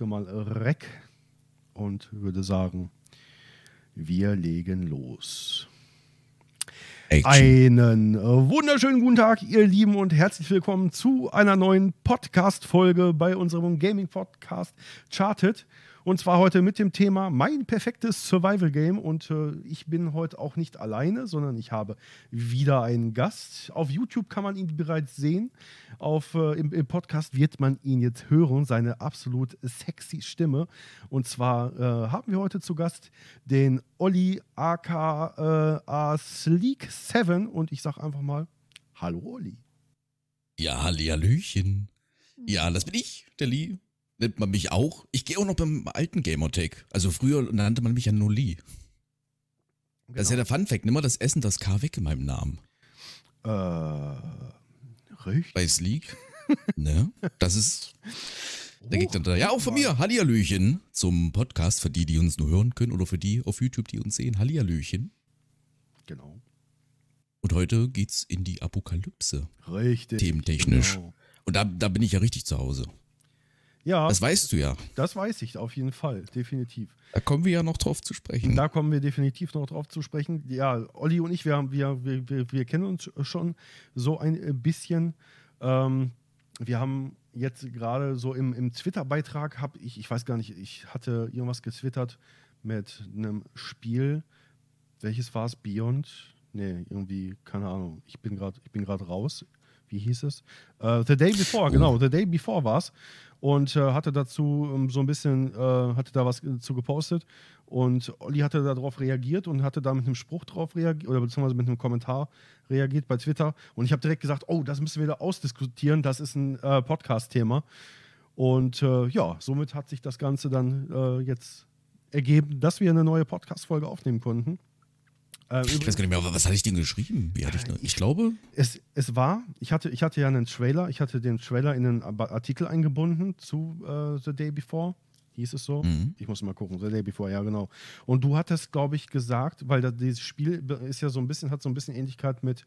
drücke mal Rec und würde sagen, wir legen los. Einen wunderschönen guten Tag, ihr Lieben, und herzlich willkommen zu einer neuen Podcast-Folge bei unserem Gaming-Podcast Charted. Und zwar heute mit dem Thema mein perfektes Survival-Game. Und ich bin heute auch nicht alleine, sondern ich habe wieder einen Gast. Auf YouTube kann man ihn bereits sehen. Im Podcast wird man ihn jetzt hören, seine absolut sexy Stimme. Und zwar haben wir heute zu Gast den Olli aka Sleek7. Und ich sage einfach mal, hallo Olli. Ja, Hallihallöchen. Ja, das bin ich, der Lee. Nennt man mich auch. Ich gehe auch noch beim alten Gamertag. Also früher nannte man mich ja nur Lee. Genau. Das ist ja der Funfact. Nimm mal das S und das K weg in meinem Namen. Richtig. Bei Sleek. Ne? Das ist... Da geht dann da. Ja, auch von mir. Hallihallöchen zum Podcast. Für die uns nur hören können oder für die auf YouTube, die uns sehen. Hallihallöchen. Genau. Und heute geht's in die Apokalypse. Richtig. Thementechnisch. Genau. Und da bin ich ja richtig zu Hause. Ja, das weißt du ja. Das weiß ich auf jeden Fall, definitiv. Da kommen wir ja noch drauf zu sprechen. Da kommen wir definitiv noch drauf zu sprechen. Ja, Olli und ich, wir kennen uns schon so ein bisschen. Wir haben jetzt gerade so im Twitter-Beitrag, ich weiß gar nicht, ich hatte irgendwas getwittert mit einem Spiel. Welches war es? Beyond? Nee, irgendwie, keine Ahnung. Ich bin gerade raus. Wie hieß es? The Day Before, genau. The Day Before war es. Und hatte dazu so ein bisschen, hatte da was zu gepostet. Und Olli hatte darauf reagiert und hatte da mit einem Spruch drauf reagiert, oder beziehungsweise mit einem Kommentar reagiert bei Twitter. Und ich habe direkt gesagt, oh, das müssen wir da ausdiskutieren, das ist ein Podcast-Thema. Und ja, somit hat sich das Ganze dann jetzt ergeben, dass wir eine neue Podcast-Folge aufnehmen konnten. Ich weiß gar nicht mehr, aber was hatte ich denn geschrieben? Wie hatte ich glaube... Es war, ich hatte ja einen Trailer, ich hatte den Trailer in einen Artikel eingebunden zu The Day Before, hieß es so? Mhm. Ich muss mal gucken, The Day Before, ja genau. Und du hattest, glaube ich, gesagt, weil dieses Spiel ist ja hat so ein bisschen Ähnlichkeit mit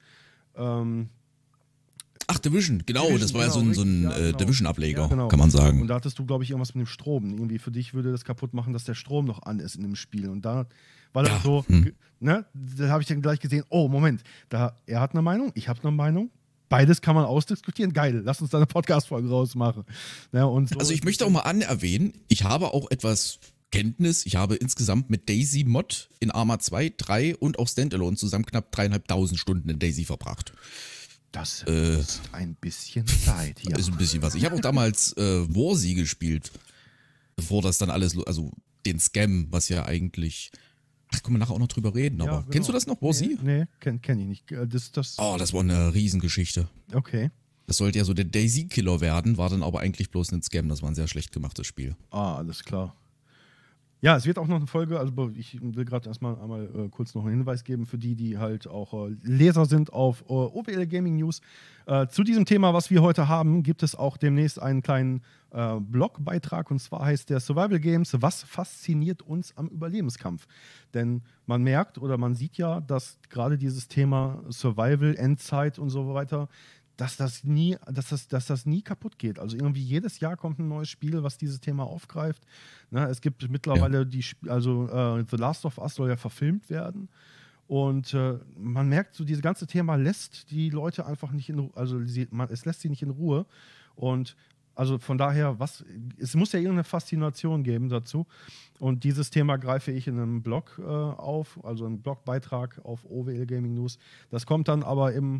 Division, genau, Division, das war ja genau, so ein genau. Division-Ableger, ja, genau. Kann man sagen. Und da hattest du, glaube ich, irgendwas mit dem Strom. Irgendwie für dich würde das kaputt machen, dass der Strom noch an ist in dem Spiel. Und da war das so, ne, da habe ich dann gleich gesehen, oh, Moment, er hat eine Meinung, ich habe eine Meinung. Beides kann man ausdiskutieren. Geil, lass uns da eine Podcast-Folge rausmachen. Ja, und so. Also ich möchte auch mal anerwähnen, ich habe auch etwas Kenntnis. Ich habe insgesamt mit Daisy Mod in Arma 2, 3 und auch Standalone zusammen knapp 3.500 Stunden in Daisy verbracht. Das ist ein bisschen Zeit, ja. Ist ein bisschen was. Ich habe auch damals Warzy gespielt, bevor das dann alles, also den Scam, was ja eigentlich... Ach, können wir nachher auch noch drüber reden, aber genau. Kennst du das noch, Warzy? Nee, kenn ich nicht. Das war eine Riesengeschichte. Okay. Das sollte ja so der Daisy-Killer werden, war dann aber eigentlich bloß ein Scam. Das war ein sehr schlecht gemachtes Spiel. Alles klar. Ja, es wird auch noch eine Folge, also ich will gerade erstmal kurz noch einen Hinweis geben für die halt auch Leser sind auf OWL Gaming News. Zu diesem Thema, was wir heute haben, gibt es auch demnächst einen kleinen Blogbeitrag, und zwar heißt der Survival Games, was fasziniert uns am Überlebenskampf? Denn man merkt oder man sieht ja, dass gerade dieses Thema Survival, Endzeit und so weiter, dass das nie kaputt geht. Also irgendwie jedes Jahr kommt ein neues Spiel, was dieses Thema aufgreift. Ne, es gibt mittlerweile The Last of Us soll ja verfilmt werden. Und man merkt, so dieses ganze Thema lässt die Leute einfach nicht in Ruhe, es lässt sie nicht in Ruhe. Und also von daher, es muss ja irgendeine Faszination geben dazu. Und dieses Thema greife ich in einem Blog auf, also einen Blogbeitrag auf OWL Gaming News. Das kommt dann aber im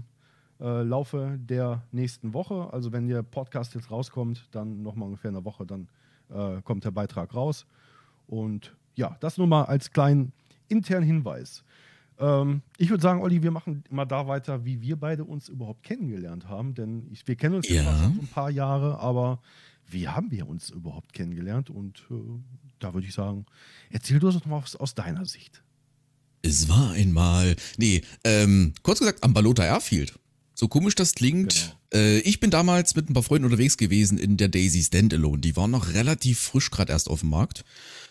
Laufe der nächsten Woche. Also wenn der Podcast jetzt rauskommt, dann nochmal ungefähr eine Woche, dann kommt der Beitrag raus. Und ja, das nur mal als kleinen internen Hinweis. Ich würde sagen, Olli, wir machen mal da weiter, wie wir beide uns überhaupt kennengelernt haben. Denn wir kennen uns jetzt schon ein paar Jahre, aber wie haben wir uns überhaupt kennengelernt? Und da würde ich sagen, erzähl du uns noch mal aus deiner Sicht. Es war einmal, kurz gesagt, am Balota Airfield. So komisch das klingt. Genau. Ich bin damals mit ein paar Freunden unterwegs gewesen in der Daisy Standalone. Die waren noch relativ frisch gerade erst auf dem Markt.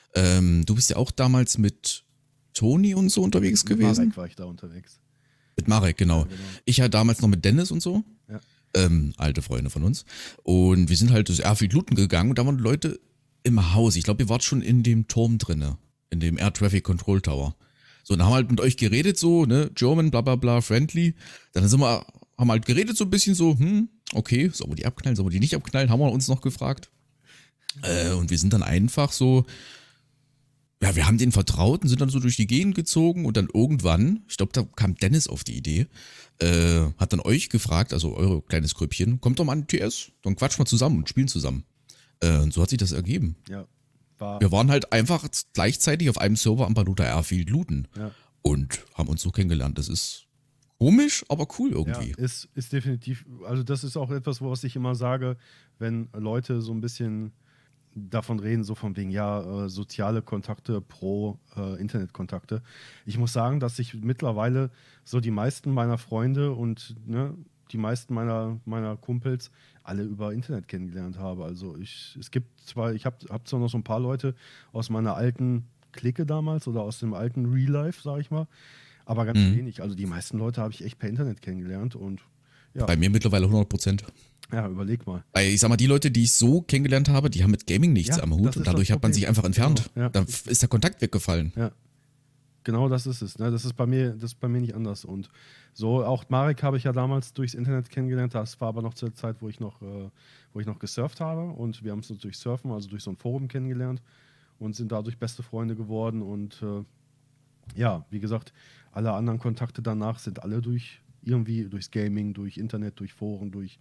Du bist ja auch damals mit Toni und so unterwegs gewesen. Mit Marek war ich da unterwegs. Mit Marek, genau. Ja, genau. Ich halt damals noch mit Dennis und so. Ja. Alte Freunde von uns. Und wir sind halt das Airfield looten gegangen und da waren Leute im Haus. Ich glaube, ihr wart schon in dem Turm drinne, in dem Air Traffic Control Tower. So, dann haben wir halt mit euch geredet, so, ne, German, bla bla bla, friendly. Dann haben wir halt geredet so ein bisschen so, okay, sollen wir die abknallen, sollen wir die nicht abknallen, haben wir uns noch gefragt. Und wir sind dann einfach so, ja, wir haben den vertraut und sind dann so durch die Gegend gezogen und dann irgendwann, ich glaube, da kam Dennis auf die Idee, hat dann euch gefragt, also eure kleines Grüppchen, kommt doch mal an die TS, dann quatschen wir zusammen und spielen zusammen. Und so hat sich das ergeben. Ja. Wir waren halt einfach gleichzeitig auf einem Server am Balota Airfield looten und haben uns so kennengelernt. Das ist komisch, aber cool irgendwie. Ja, ist definitiv, also das ist auch etwas, was ich immer sage, wenn Leute so ein bisschen davon reden, so von wegen, ja, soziale Kontakte pro Internetkontakte. Ich muss sagen, dass ich mittlerweile so die meisten meiner Freunde und die meisten meiner Kumpels alle über Internet kennengelernt habe. Also ich habe zwar noch so ein paar Leute aus meiner alten Clique damals oder aus dem alten Real Life, sag ich mal, aber ganz wenig. Also die meisten Leute habe ich echt per Internet kennengelernt und ja. Bei mir mittlerweile 100%. Ja, überleg mal. Weil ich sag mal, die Leute, die ich so kennengelernt habe, die haben mit Gaming nichts am Hut und dadurch hat man sich einfach entfernt. Genau, ja. Dann ist der Kontakt weggefallen. Ja. Genau das ist es. Ne? Das ist bei mir nicht anders. Und so, auch Marek habe ich ja damals durchs Internet kennengelernt. Das war aber noch zur Zeit, wo ich noch gesurft habe. Und wir haben uns durch Surfen, also durch so ein Forum kennengelernt und sind dadurch beste Freunde geworden. Und ja, wie gesagt, alle anderen Kontakte danach sind alle durchs Gaming, durch Internet, durch Foren, durch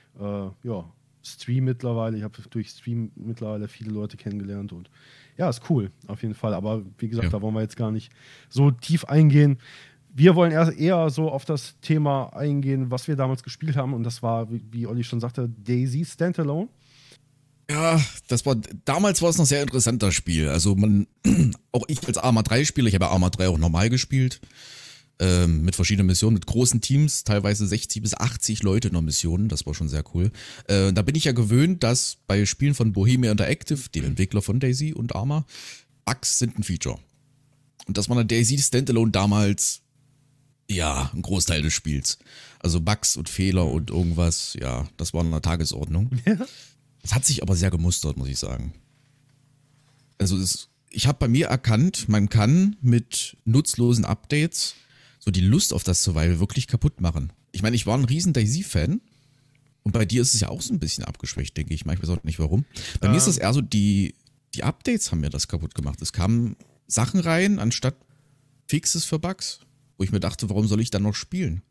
Stream mittlerweile. Ich habe durch Stream mittlerweile viele Leute kennengelernt und ja, ist cool, auf jeden Fall. Aber wie gesagt, da wollen wir jetzt gar nicht so tief eingehen. Wir wollen eher so auf das Thema eingehen, was wir damals gespielt haben und das war, wie Olli schon sagte, DayZ Standalone. Ja, damals war es noch sehr interessant, das Spiel. Also auch ich als Arma 3 Spieler, ich habe ja Arma 3 auch normal gespielt, mit verschiedenen Missionen, mit großen Teams, teilweise 60 bis 80 Leute in der Mission, das war schon sehr cool. Da bin ich ja gewöhnt, dass bei Spielen von Bohemia Interactive, dem Entwickler von DayZ und Arma, Bugs sind ein Feature. Und das war eine DayZ Standalone damals, ja, ein Großteil des Spiels. Also Bugs und Fehler und irgendwas, ja, das war in der Tagesordnung. Das hat sich aber sehr gemustert, muss ich sagen. Also ich habe bei mir erkannt, man kann mit nutzlosen Updates so die Lust auf das Survival wirklich kaputt machen. Ich meine, ich war ein riesen DayZ-Fan und bei dir ist es ja auch so ein bisschen abgeschwächt, denke ich mal. Ich weiß auch nicht warum. Bei mir ist das eher so, die Updates haben mir das kaputt gemacht. Es kamen Sachen rein, anstatt Fixes für Bugs, wo ich mir dachte, warum soll ich dann noch spielen?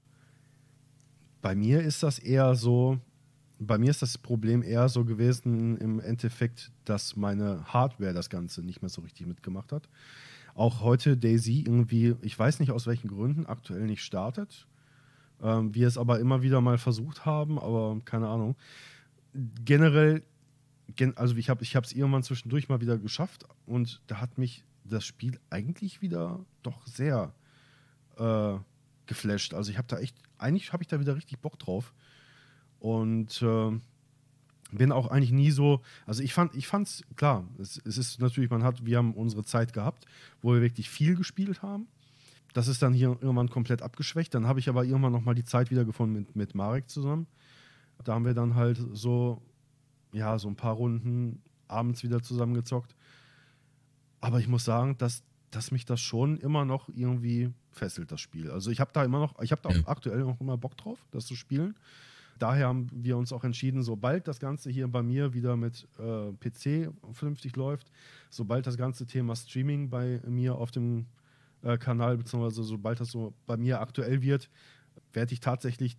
Bei mir ist das Problem eher so gewesen im Endeffekt, dass meine Hardware das Ganze nicht mehr so richtig mitgemacht hat. Auch heute DayZ irgendwie, ich weiß nicht aus welchen Gründen, aktuell nicht startet. Wir es aber immer wieder mal versucht haben, aber keine Ahnung. Generell, also ich habe es irgendwann zwischendurch mal wieder geschafft und da hat mich das Spiel eigentlich wieder doch sehr geflasht. Also eigentlich habe ich da wieder richtig Bock drauf. Und bin auch eigentlich nie so, also ich fand's, klar, es ist natürlich, wir haben unsere Zeit gehabt, wo wir wirklich viel gespielt haben. Das ist dann hier irgendwann komplett abgeschwächt. Dann habe ich aber irgendwann nochmal die Zeit wieder gefunden mit Marek zusammen. Da haben wir dann halt so ein paar Runden abends wieder zusammengezockt. Aber ich muss sagen, dass mich das schon immer noch irgendwie fesselt, das Spiel. Also ich habe da auch aktuell noch immer Bock drauf, das zu spielen. Daher haben wir uns auch entschieden, sobald das Ganze hier bei mir wieder mit PC vernünftig läuft, sobald das ganze Thema Streaming bei mir auf dem Kanal, beziehungsweise sobald das so bei mir aktuell wird, werde ich tatsächlich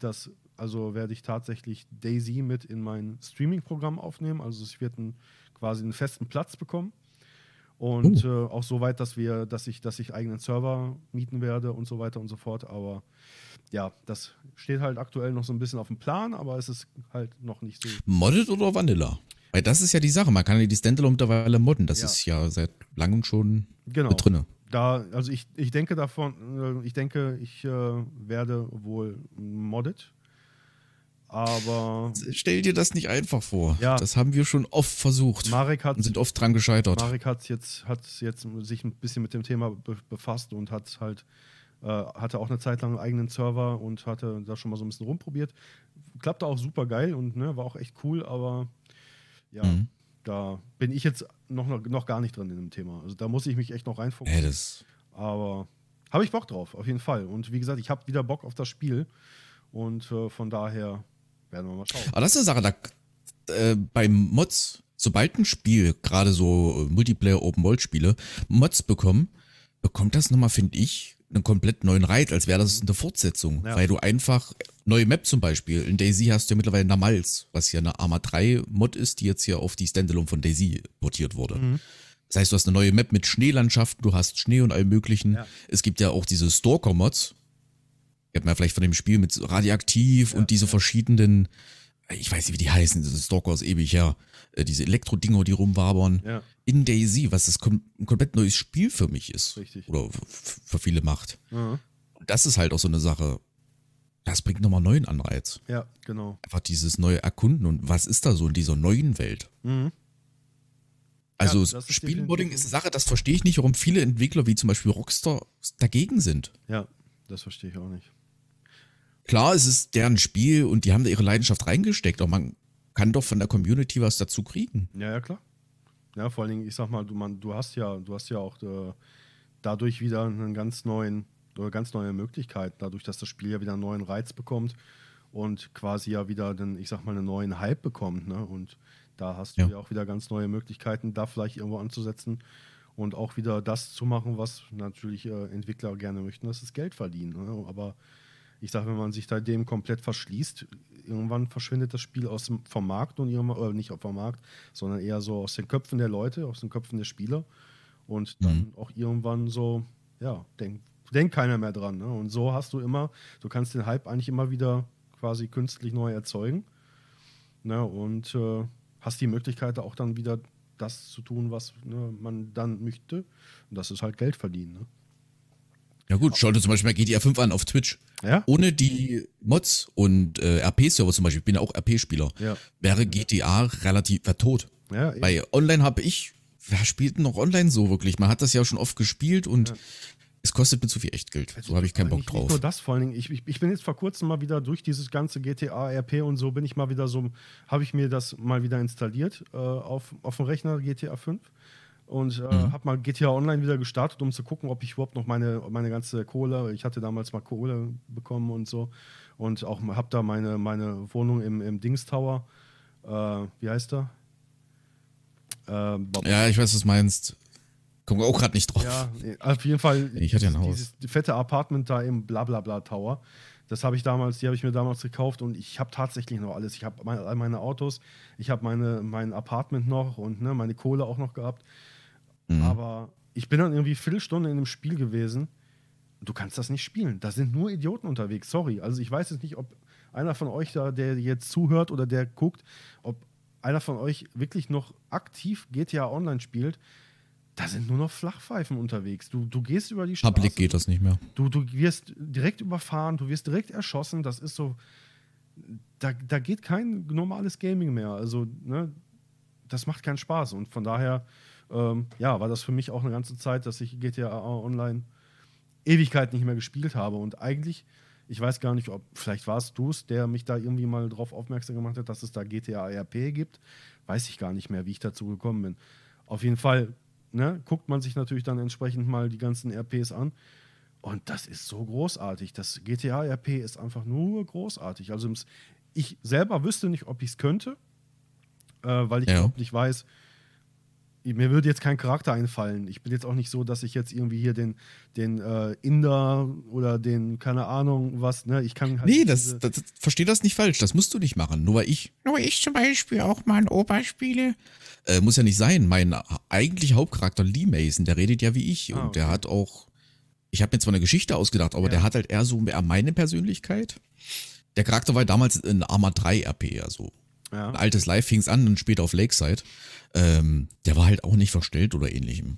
DayZ mit in mein Streaming-Programm aufnehmen. Also es wird quasi einen festen Platz bekommen. Und auch so weit, dass ich eigenen Server mieten werde und so weiter und so fort. Aber ja, das steht halt aktuell noch so ein bisschen auf dem Plan, aber es ist halt noch nicht so. Modded oder Vanilla? Weil das ist ja die Sache, man kann ja die Standalone mittlerweile modden. Das ist ja seit langem schon mit drinne. Also ich denke, ich werde wohl modded. Aber stell dir das nicht einfach vor. Ja. Das haben wir schon oft versucht und sind oft dran gescheitert. Marek hat jetzt sich ein bisschen mit dem Thema befasst und hatte auch eine Zeit lang einen eigenen Server und hatte da schon mal so ein bisschen rumprobiert. Klappte auch super geil und war auch echt cool, aber ja, da bin ich jetzt noch gar nicht drin in dem Thema. Also da muss ich mich echt noch reinfuchsen. Das Aber habe ich Bock drauf, auf jeden Fall. Und wie gesagt, ich habe wieder Bock auf das Spiel. Und von daher werden wir mal schauen. Aber das ist eine Sache, beim Mods, sobald ein Spiel, gerade so Multiplayer-Open-World-Spiele, Mods bekommt das nochmal, finde ich, einen komplett neuen Reiz, als wäre das eine Fortsetzung. Ja. Weil du einfach, neue Map zum Beispiel, in DayZ hast du ja mittlerweile Namals, was ja eine Arma 3 Mod ist, die jetzt hier auf die Standalone von DayZ portiert wurde. Das heißt, du hast eine neue Map mit Schneelandschaften, du hast Schnee und allem möglichen. Ja. Es gibt ja auch diese Stalker-Mods. Kennt man ja vielleicht von dem Spiel mit Radioaktiv und diese verschiedenen, ich weiß nicht, wie die heißen, diese Stalker ist ewig her, diese Elektro-Dinger, die rumwabern. Ja. In DayZ, was das ein komplett neues Spiel für mich ist. Richtig. Oder für viele macht. Mhm. Und das ist halt auch so eine Sache, das bringt nochmal neuen Anreiz. Ja, genau. Einfach dieses neue Erkunden und was ist da so in dieser neuen Welt. Mhm. Also Ja, das ist Spielmodding definitiv- ist eine Sache, das verstehe ich nicht, warum viele Entwickler wie zum Beispiel Rockstar dagegen sind. Ja, das verstehe ich auch nicht. Klar, es ist deren Spiel und die haben da ihre Leidenschaft reingesteckt, aber man kann doch von der Community was dazu kriegen. Ja, klar. Ja, vor allen Dingen, ich sag mal, du hast ja auch dadurch wieder einen ganz neue Möglichkeiten, dadurch, dass das Spiel ja wieder einen neuen Reiz bekommt und quasi ja wieder einen neuen Hype bekommt, ne? Und da hast du ja auch wieder ganz neue Möglichkeiten, da vielleicht irgendwo anzusetzen und auch wieder das zu machen, was natürlich Entwickler gerne möchten, das ist Geld verdienen. Ne? Aber ich sage, wenn man sich da dem komplett verschließt, irgendwann verschwindet das Spiel vom Markt und irgendwann, nicht vom Markt, sondern eher so aus den Köpfen der Leute, aus den Köpfen der Spieler und dann auch irgendwann so, ja, denkt keiner mehr dran. Ne? Und so du kannst den Hype eigentlich immer wieder quasi künstlich neu erzeugen, ne? Und hast die Möglichkeit auch dann wieder das zu tun, was man dann möchte. Und das ist halt Geld verdienen. Ne? Ja gut, schau dir zum Beispiel mal GTA 5 an auf Twitch. Ja? Ohne die Mods und RP-Server zum Beispiel, ich bin ja auch RP-Spieler, Ja. wäre GTA relativ tot. Ja, eben. Bei Online wer spielt denn noch online so wirklich? Man hat das ja schon oft gespielt und es kostet mir zu viel Echtgeld. So habe ich keinen Bock Nicht drauf. nur das, vor allen Dingen, ich bin jetzt vor kurzem mal wieder durch dieses ganze GTA, RP und so, habe ich mir das mal wieder installiert auf dem Rechner GTA 5 und habe mal GTA Online wieder gestartet, um zu gucken, ob ich überhaupt noch meine ganze Kohle, ich hatte damals mal Kohle bekommen und so und auch habe da meine Wohnung im Dings Tower, wie heißt der? Ja, ich weiß, was du meinst. Kommen wir auch gerade nicht drauf. Ja, auf jeden Fall. Ich hatte ja ein Haus. Dieses fette Apartment da im Blablabla Tower. Die habe ich mir damals gekauft und ich habe tatsächlich noch alles. Ich habe meine Autos, ich habe mein Apartment noch und meine Kohle auch noch gehabt. Aber ich bin dann irgendwie Viertelstunde in einem Spiel gewesen. Du kannst das nicht spielen. Da sind nur Idioten unterwegs. Sorry. Also ich weiß jetzt nicht, ob einer von euch da, der jetzt zuhört oder der guckt, ob einer von euch wirklich noch aktiv GTA Online spielt. Da sind nur noch Flachpfeifen unterwegs. Du gehst über die Straße. Public geht das nicht mehr. Du wirst direkt überfahren, du wirst direkt erschossen. Das ist so. Da geht kein normales Gaming mehr. Also, das macht keinen Spaß. Und von daher, war das für mich auch eine ganze Zeit, dass ich GTA Online Ewigkeit nicht mehr gespielt habe. Und eigentlich, ich weiß gar nicht, vielleicht war es du, der mich da irgendwie mal drauf aufmerksam gemacht hat, dass es da GTA RP gibt. Weiß ich gar nicht mehr, wie ich dazu gekommen bin. Auf jeden Fall. Guckt man sich natürlich dann entsprechend mal die ganzen RPs an. Und das ist so großartig. Das GTA-RP ist einfach nur großartig. Also ich selber wüsste nicht, ob ich es könnte, weil ich überhaupt nicht weiß, mir würde jetzt kein Charakter einfallen. Ich bin jetzt auch nicht so, dass ich jetzt irgendwie hier den Inder oder den, keine Ahnung was, ich kann halt. Nee, versteh das nicht falsch. Das musst du nicht machen. Nur weil ich zum Beispiel auch mal ein Opa spiele. muss ja nicht sein. Mein eigentlicher Hauptcharakter Lee Mason, der redet ja wie ich. Und der hat auch, ich habe mir zwar eine Geschichte ausgedacht, aber der hat halt eher meine Persönlichkeit. Der Charakter war damals in Arma 3 RP, also ein altes Live fing es an und später auf Lakeside. Der war halt auch nicht verstellt oder ähnlichem.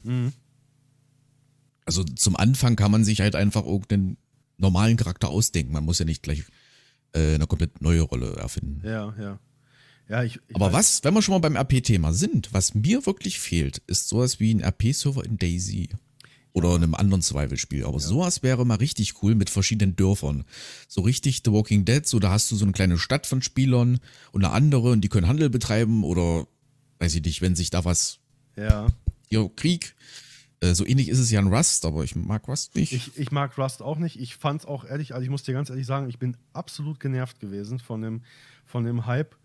Also zum Anfang kann man sich halt einfach irgendeinen normalen Charakter ausdenken. Man muss ja nicht gleich eine komplett neue Rolle erfinden. Ja, aber wenn wir schon mal beim RP-Thema sind, was mir wirklich fehlt, ist sowas wie ein RP-Server in DayZ. Oder in einem anderen Survival-Spiel. Aber sowas wäre mal richtig cool mit verschiedenen Dörfern. So richtig The Walking Dead, so da hast du so eine kleine Stadt von Spielern und eine andere und die können Handel betreiben oder, weiß ich nicht, wenn sich da was Ja. Hier, Krieg. So ähnlich ist es ja in Rust, aber ich mag Rust nicht. Ich mag Rust auch nicht. Ich fand's auch ehrlich, also ich muss dir ganz ehrlich sagen, ich bin absolut genervt gewesen von dem Hype.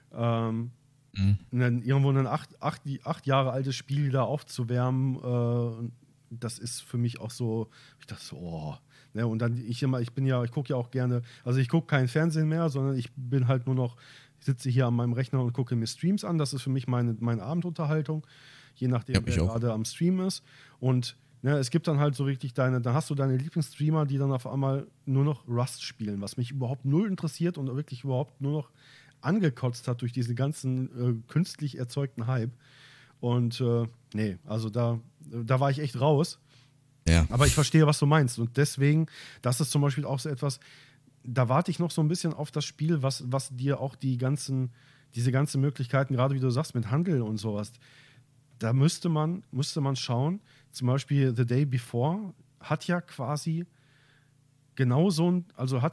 Irgendwo ein 8 Jahre altes Spiel wieder aufzuwärmen, das ist für mich auch so, ich dachte so, oh. Ne, und dann ich gucke ja auch gerne, also ich gucke kein Fernsehen mehr, sondern ich bin halt nur noch, ich sitze hier an meinem Rechner und gucke mir Streams an. Das ist für mich meine Abendunterhaltung, je nachdem, wer gerade am Stream ist. Und ne, es gibt dann halt so richtig dann hast du deine Lieblingsstreamer, die dann auf einmal nur noch Rust spielen, was mich überhaupt null interessiert und wirklich überhaupt nur noch angekotzt hat durch diese ganzen künstlich erzeugten Hype. Und nee, also da war ich echt raus. Ja. Aber ich verstehe, was du meinst. Und deswegen, das ist zum Beispiel auch so etwas, da warte ich noch so ein bisschen auf das Spiel, was dir auch diese ganzen Möglichkeiten, gerade wie du sagst, mit Handel und sowas, da müsste man schauen. Zum Beispiel The Day Before hat ja quasi genau so ein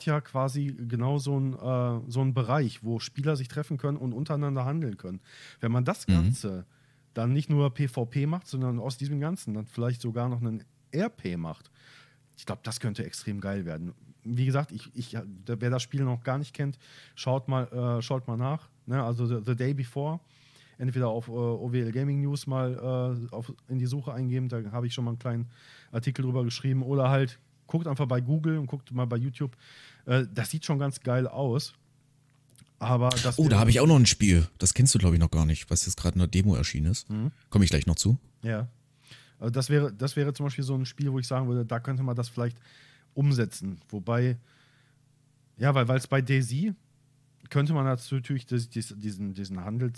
Bereich, wo Spieler sich treffen können und untereinander handeln können. Wenn man das Ganze dann nicht nur PvP macht, sondern aus diesem Ganzen dann vielleicht sogar noch einen RP macht, ich glaube, das könnte extrem geil werden. Wie gesagt, wer das Spiel noch gar nicht kennt, schaut mal nach. Ne? Also The Day Before, entweder auf OWL Gaming News mal in die Suche eingeben, da habe ich schon mal einen kleinen Artikel drüber geschrieben, oder halt guckt einfach bei Google und guckt mal bei YouTube. Das sieht schon ganz geil aus. Aber da habe ich auch noch ein Spiel. Das kennst du, glaube ich, noch gar nicht, was jetzt gerade in der Demo erschienen ist. Komme ich gleich noch zu. Ja. Also das wäre zum Beispiel so ein Spiel, wo ich sagen würde, da könnte man das vielleicht umsetzen. Wobei, ja, weil es bei DayZ könnte man natürlich diesen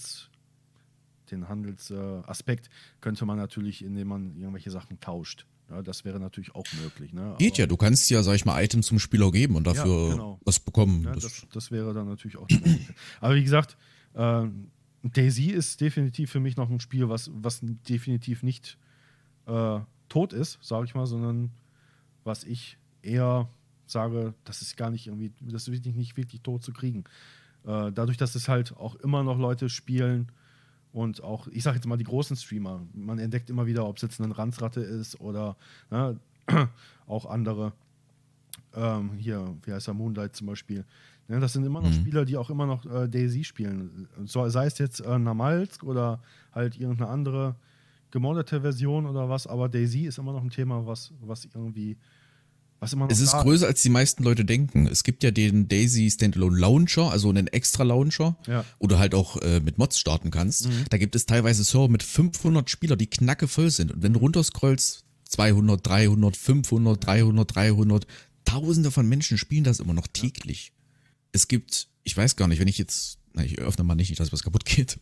Handelsaspekt könnte man natürlich, indem man irgendwelche Sachen tauscht. Ja, das wäre natürlich auch möglich. Ne? Geht ja, du kannst ja, sag ich mal, Items zum Spieler geben und dafür was bekommen. Ja, das wäre dann natürlich auch eine Möglichkeit. Aber wie gesagt, DayZ ist definitiv für mich noch ein Spiel, was definitiv nicht tot ist, sage ich mal, sondern was ich eher sage, das ist gar nicht irgendwie, das ist nicht wirklich tot zu kriegen. Dadurch, dass es halt auch immer noch Leute spielen und auch, ich sage jetzt mal, die großen Streamer, man entdeckt immer wieder, ob es jetzt eine Ranzratte ist oder auch andere. Hier, wie heißt der, Moonlight zum Beispiel. Ja, das sind immer noch Spieler, die auch immer noch DayZ spielen. Sei es jetzt Namalsk oder halt irgendeine andere gemoddete Version oder was, aber DayZ ist immer noch ein Thema, was immer noch es ist größer, als die meisten Leute denken. Es gibt ja den DayZ Standalone Launcher, also einen extra Launcher, wo du halt auch mit Mods starten kannst. Da gibt es teilweise Server mit 500 Spieler, die knackevoll sind. Und wenn du runterscrollst, 200, 300, 500, 300, Tausende von Menschen spielen das immer noch täglich. Es gibt, ich weiß gar nicht, ich öffne mal nicht, dass was kaputt geht.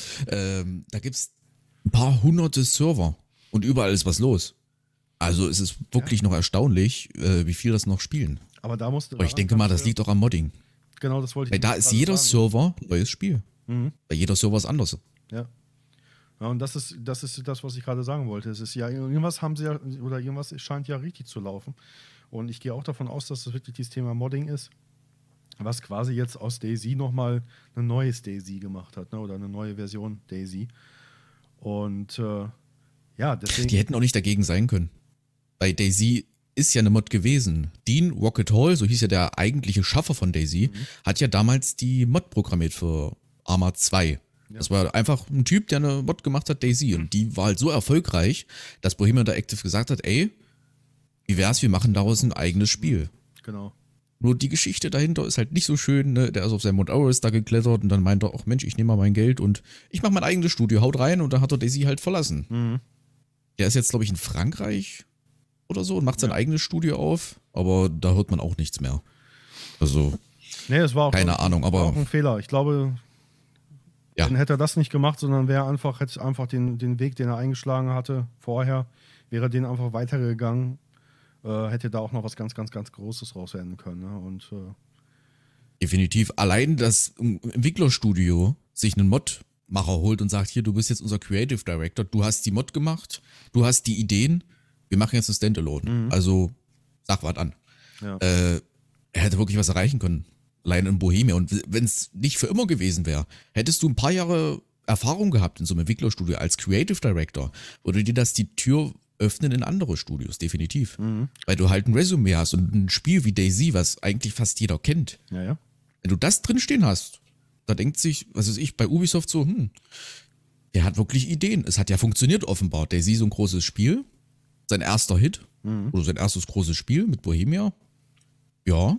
Da gibt es ein paar hunderte Server und überall ist was los. Also es ist wirklich noch erstaunlich, wie viel das noch spielen. Aber ich denke mal, das liegt auch am Modding. Genau, das wollte ich. Weil da ist jeder Server ein neues Spiel. Bei jeder Server ist anders. Ja. Ja, und das ist das, was ich gerade sagen wollte. Es ist ja, irgendwas scheint ja richtig zu laufen. Und ich gehe auch davon aus, dass das wirklich dieses Thema Modding ist, was quasi jetzt aus DayZ nochmal ein neues DayZ gemacht hat, ne? Oder eine neue Version DayZ. Und deswegen. Die hätten auch nicht dagegen sein können. Bei DayZ ist ja eine Mod gewesen. Dean Rocket Hall, so hieß ja der eigentliche Schaffer von DayZ, hat ja damals die Mod programmiert für Arma 2. Ja. Das war einfach ein Typ, der eine Mod gemacht hat, DayZ. Und die war halt so erfolgreich, dass Bohemian Interactive gesagt hat, ey, wie wär's, wir machen daraus ein eigenes Spiel. Genau. Nur die Geschichte dahinter ist halt nicht so schön, ne? Der ist auf seinem Mount Everest da geklettert und dann meint er, ach Mensch, ich nehme mal mein Geld und ich mache mein eigenes Studio, haut rein, und dann hat er DayZ halt verlassen. Der ist jetzt, glaube ich, in Frankreich oder so und macht sein eigenes Studio auf, aber da hört man auch nichts mehr. Also, es war auch keine Ahnung, aber auch ein Fehler. Ich glaube, dann hätte er das nicht gemacht, sondern hätte einfach den Weg, den er eingeschlagen hatte vorher, wäre den einfach weitergegangen, hätte da auch noch was ganz, ganz, ganz Großes rauswerden können. Ne? Und definitiv. Allein das Entwicklerstudio sich einen Modmacher holt und sagt, hier, du bist jetzt unser Creative Director, du hast die Mod gemacht, du hast die Ideen, wir machen jetzt ein Standalone. Also sag was an. Ja. Er hätte wirklich was erreichen können. Allein in Bohemia. Und wenn es nicht für immer gewesen wäre, hättest du ein paar Jahre Erfahrung gehabt in so einem Entwicklerstudio als Creative Director, würde dir das die Tür öffnen in andere Studios, definitiv. Weil du halt ein Resümee hast und ein Spiel wie DayZ, was eigentlich fast jeder kennt. Ja, ja. Wenn du das drinstehen hast, da denkt sich, was weiß ich, bei Ubisoft so, der hat wirklich Ideen. Es hat ja funktioniert offenbar. DayZ so ein großes Spiel, sein erster Hit oder sein erstes großes Spiel mit Bohemia. Ja.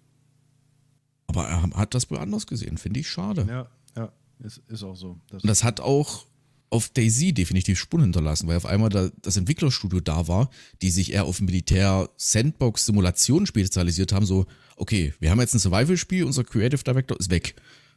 Aber er hat das wohl anders gesehen, finde ich schade. Ja, ist auch so. Und das hat auch auf DayZ definitiv Spuren hinterlassen, weil auf einmal das Entwicklerstudio da war, die sich eher auf Militär-Sandbox-Simulationen spezialisiert haben, so, okay, wir haben jetzt ein Survival-Spiel, unser Creative Director ist weg.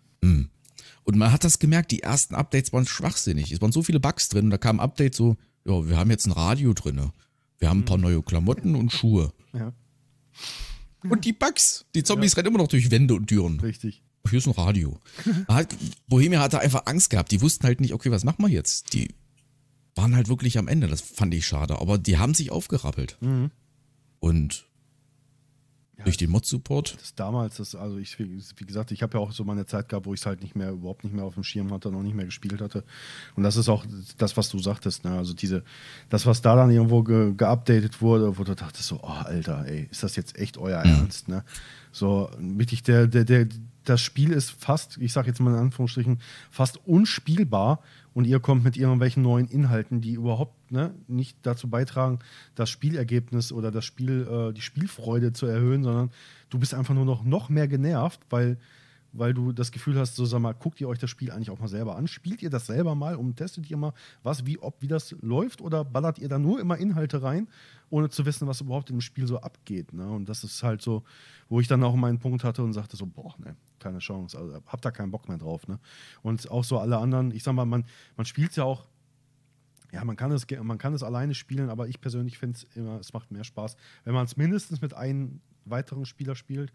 Und man hat das gemerkt, die ersten Updates waren schwachsinnig. Es waren so viele Bugs drin und da kam ein Update so, ja, wir haben jetzt ein Radio drin. Wir haben ein paar neue Klamotten und Schuhe. Ja. Und die Bugs, die Zombies rennen immer noch durch Wände und Türen. Richtig. Hier ist ein Radio. Bohemia hatte einfach Angst gehabt. Die wussten halt nicht, okay, was machen wir jetzt? Die waren halt wirklich am Ende. Das fand ich schade. Aber die haben sich aufgerappelt. Und durch den Mod-Support. Das damals, wie gesagt, ich habe ja auch so meine Zeit gehabt, wo ich es halt überhaupt nicht mehr auf dem Schirm hatte, noch nicht mehr gespielt hatte. Und das ist auch das, was du sagtest, ne? Also das, was da dann irgendwo geupdatet wurde, wo du dachtest so, oh Alter, ey, ist das jetzt echt euer Ernst, ne? So, wirklich das Spiel ist fast, ich sage jetzt mal in Anführungsstrichen, fast unspielbar und ihr kommt mit irgendwelchen neuen Inhalten, die überhaupt nicht dazu beitragen, das Spielergebnis oder die Spielfreude zu erhöhen, sondern du bist einfach nur noch mehr genervt, weil du das Gefühl hast, so sag mal, guckt ihr euch das Spiel eigentlich auch mal selber an? Spielt ihr das selber mal und testet ihr mal, wie das läuft oder ballert ihr da nur immer Inhalte rein, ohne zu wissen, was überhaupt im Spiel so abgeht? Ne? Und das ist halt so, wo ich dann auch meinen Punkt hatte und sagte so, boah, ne, keine Chance, also hab da keinen Bock mehr drauf. Ne? Und auch so alle anderen, ich sag mal, man spielt es ja auch, ja, man kann es alleine spielen, aber ich persönlich finde es immer, es macht mehr Spaß, wenn man es mindestens mit einem weiteren Spieler spielt,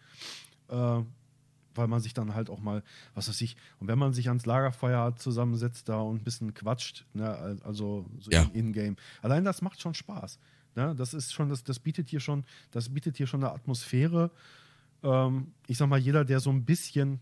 weil man sich dann halt auch mal, was weiß ich, und wenn man sich ans Lagerfeuer zusammensetzt da und ein bisschen quatscht, ne, also so in-game, allein das macht schon Spaß. Ne? Das ist schon, das bietet hier schon eine Atmosphäre. Ich sag mal, jeder, der so ein bisschen